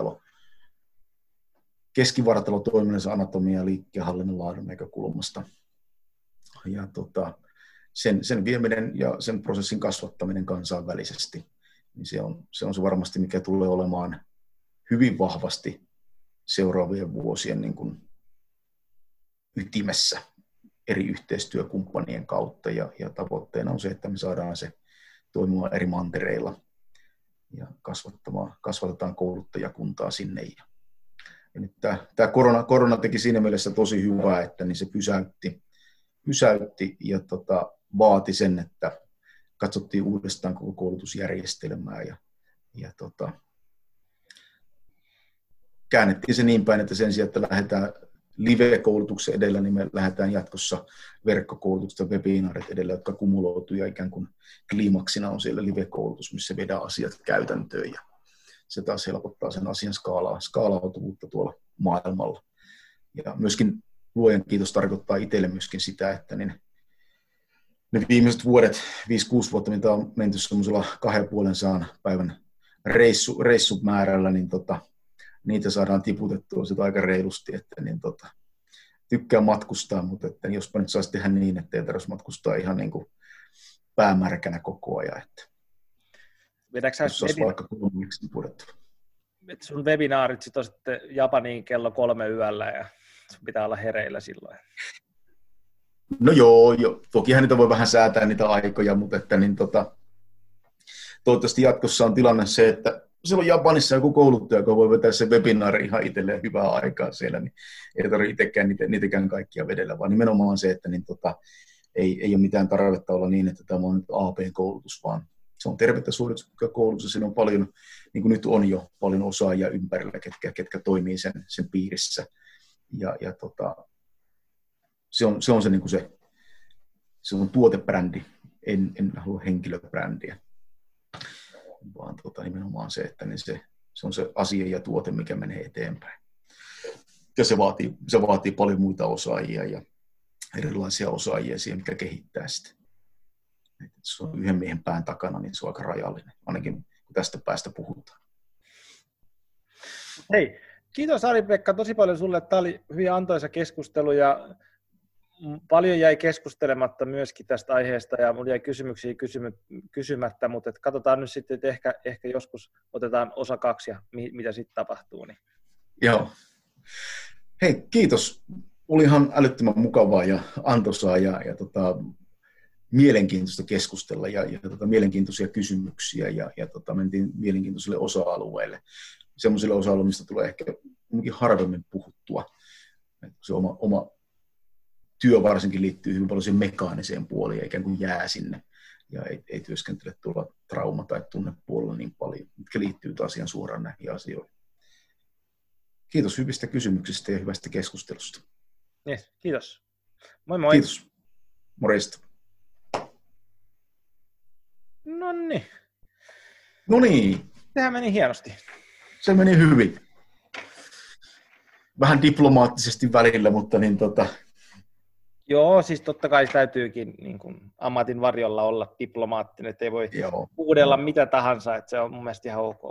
[SPEAKER 2] keskivartalo toiminnallisen anatomian ja liikkeenhallinnan laadun näkökulmasta. Ja sen vieminen ja sen prosessin kasvattaminen kansainvälisesti, niin se on se varmasti, mikä tulee olemaan hyvin vahvasti seuraavien vuosien niin kuin ytimessä eri yhteistyökumppanien kautta ja tavoitteena on se, että me saadaan se toimimaan eri mantereilla ja kasvatetaan kouluttajakuntaa sinne. Ja nyt tämä korona teki siinä mielessä tosi hyvää, että niin se pysäytti ja vaati sen, että katsottiin uudestaan koko koulutusjärjestelmää ja käännettiin se niin päin, että sen sijaan, että lähdetään live-koulutuksen edellä, niin me lähdetään jatkossa verkkokoulutusta, webinaarit edellä, jotka kumuloituu ja ikään kuin kliimaksina on siellä live-koulutus, missä vedään asiat käytäntöön ja se taas helpottaa sen asian skaalautuvuutta tuolla maailmalla. Ja myöskin luojan kiitos tarkoittaa itselle myöskin sitä, että ne viimeiset vuodet, 5-6 vuotta, mitä on menty semmoisella 2,5 päivän reissumäärällä, niin niitä saadaan tiputettua sitä aika reilusti, että tykkään matkustaa, mutta että jospa nyt saisi tehdä niin, että ei tarvitsisi matkustaa ihan niin kuin päämärkänä koko ajan. Jos olisi vaikka 3 tiputettu.
[SPEAKER 1] Sun webinaarit sitten on sitten Japaniin kello 3 yöllä ja sun pitää olla hereillä silloin.
[SPEAKER 2] No joo. Tokihan niitä voi vähän säätää niitä aikoja, mutta että toivottavasti jatkossa on tilanne se, että siellä on Japanissa joku kouluttaja, joka voi vetää sen webinaari ihan itselleen hyvää aikaa siellä, niin ei tarvitse itsekään niitäkään kaikkia vedellä, vaan nimenomaan se, että ei ole mitään tarvetta olla niin, että tämä on nyt AP-koulutus, vaan se on tervettä suorituskykyä koulutus, ja siinä on paljon, niin kuin nyt on jo, paljon osaajia ympärillä, ketkä toimii sen piirissä. Se on se, niin kuin se on tuotebrändi, en halua henkilöbrändiä, vaan nimenomaan se, että se on se asia ja tuote, mikä menee eteenpäin. Ja se vaatii paljon muita osaajia ja erilaisia osaajia siihen, mikä kehittää sitä. Se on yhden miehen pään takana, niin se on aika rajallinen, ainakin kun tästä päästä puhutaan.
[SPEAKER 1] Hei, kiitos Ari-Pekka tosi paljon sulle. Tämä oli hyvin antoisa keskustelu ja paljon jäi keskustelematta myöskin tästä aiheesta ja minulla jäi kysymyksiä kysymättä, mutta katsotaan nyt sitten, että ehkä joskus otetaan osa 2 ja mitä sitten tapahtuu. Niin.
[SPEAKER 2] Joo. Hei, kiitos. Oli ihan älyttömän mukavaa ja antoisaa ja mielenkiintoista keskustella ja mielenkiintoisia kysymyksiä ja mentiin mielenkiintoisille osa-alueille. Sellaisille osa-alueille, mistä tulee ehkä harvemmin puhuttua. Se oma työ varsinkin liittyy hyvin paljon siihen mekaaniseen puoliin ja ikään kuin jää sinne ja ei työskentele tuolla trauma- tai tunnepuolella niin paljon, mitkä liittyy taas ihan suoraan näihin asioihin. Kiitos hyvistä kysymyksistä ja hyvästä keskustelusta.
[SPEAKER 1] Yes, kiitos. Moi moi.
[SPEAKER 2] Kiitos. Morjesta.
[SPEAKER 1] No
[SPEAKER 2] niin.
[SPEAKER 1] Sehän meni hienosti.
[SPEAKER 2] Se meni hyvin. Vähän diplomaattisesti välillä, mutta niin
[SPEAKER 1] Joo, siis totta kai täytyykin niin kuin ammatin varjolla olla diplomaattinen, ettei voi
[SPEAKER 2] Joo.
[SPEAKER 1] huudella mitä tahansa, että se on mun mielestä ihan ok.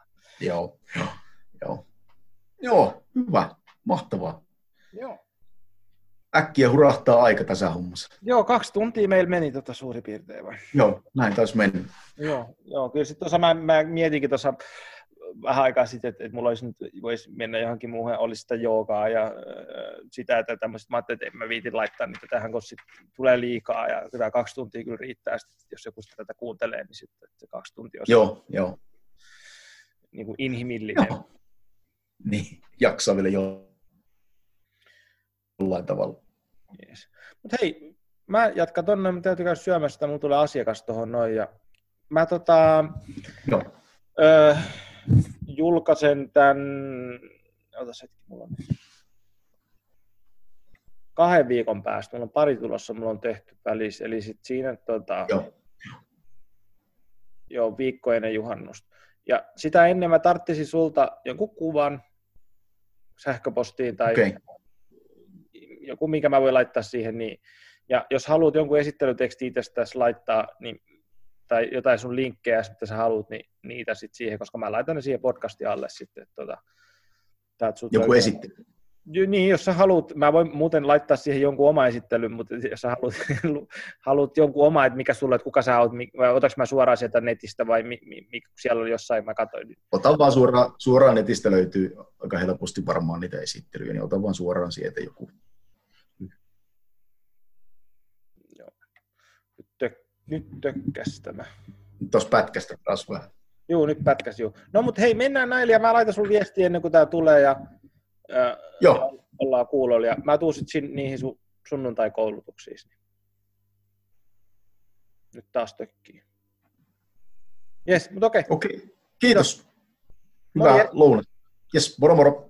[SPEAKER 2] Joo, hyvä, mahtavaa.
[SPEAKER 1] Joo.
[SPEAKER 2] Äkkiä hurahtaa aika tässä hommassa.
[SPEAKER 1] Joo, 2 tuntia meillä meni suurin piirtein vai?
[SPEAKER 2] Joo, näin taisi mennä.
[SPEAKER 1] Joo, kyllä sitten tuossa mä mietinkin tuossa vähän aikaa sitten, että mulla voisi mennä johonkin muuhun, olisi sitä joogaa ja sitä, että tämmöistä, mä ajattelin, että en mä viitin laittaa niitä tähän, koska sitten tulee liikaa ja tämä 2 tuntia kyllä riittää, sitten, jos joku tätä kuuntelee, niin sitten se 2 tuntia on
[SPEAKER 2] Joo.
[SPEAKER 1] Niin kuin inhimillinen.
[SPEAKER 2] Joo. Niin, jaksaa vielä jollain tavalla.
[SPEAKER 1] Yes. Mutta hei, mä jatkan tonne, mä täytyy käydä syömässä, mulla tulee asiakas tuohon noin ja mä julkaisen tämän, otas hetki, mulla on 2 viikon päästä, mulla on pari tulossa, mulla on tehty välissä, eli sit siinä viikko ennen juhannusta. Ja sitä ennen mä tarttisin sulta jonkun kuvan sähköpostiin tai joku, mikä mä voin laittaa siihen. Niin. Ja jos haluat jonkun esittelyteksti itsestäsi laittaa, niin, tai jotain sun linkkejä, mitä sä haluat, niin niitä sitten siihen, koska mä laitan ne siihen podcastin alle sitten.
[SPEAKER 2] Joku esittely.
[SPEAKER 1] Niin, jos sä haluat, mä voin muuten laittaa siihen jonkun oma esittelyn, mutta jos sä haluat jonkun oma, että mikä sulle, että kuka sä oot, vai otaks mä suoraan sieltä netistä vai siellä on jossain, mä katsoin.
[SPEAKER 2] Ota vaan suoraan netistä löytyy aika helposti varmaan niitä esittelyjä, niin ota vaan suoraan sieltä joku.
[SPEAKER 1] Joo. Nyt tökkäs tämä.
[SPEAKER 2] Tuossa pätkästä taas vähän.
[SPEAKER 1] Joo, nyt pätkäs. No mut hei, mennään näille ja mä laitan sun viestiä ennen kuin tää tulee ja ollaan kuulolla. Ja mä tuun sitten niihin sunnuntai-koulutuksiin. Nyt taas tökkii. Jes, mutta okei.
[SPEAKER 2] Okei, kiitos. Hyvää lounasta. Jes, moro moro.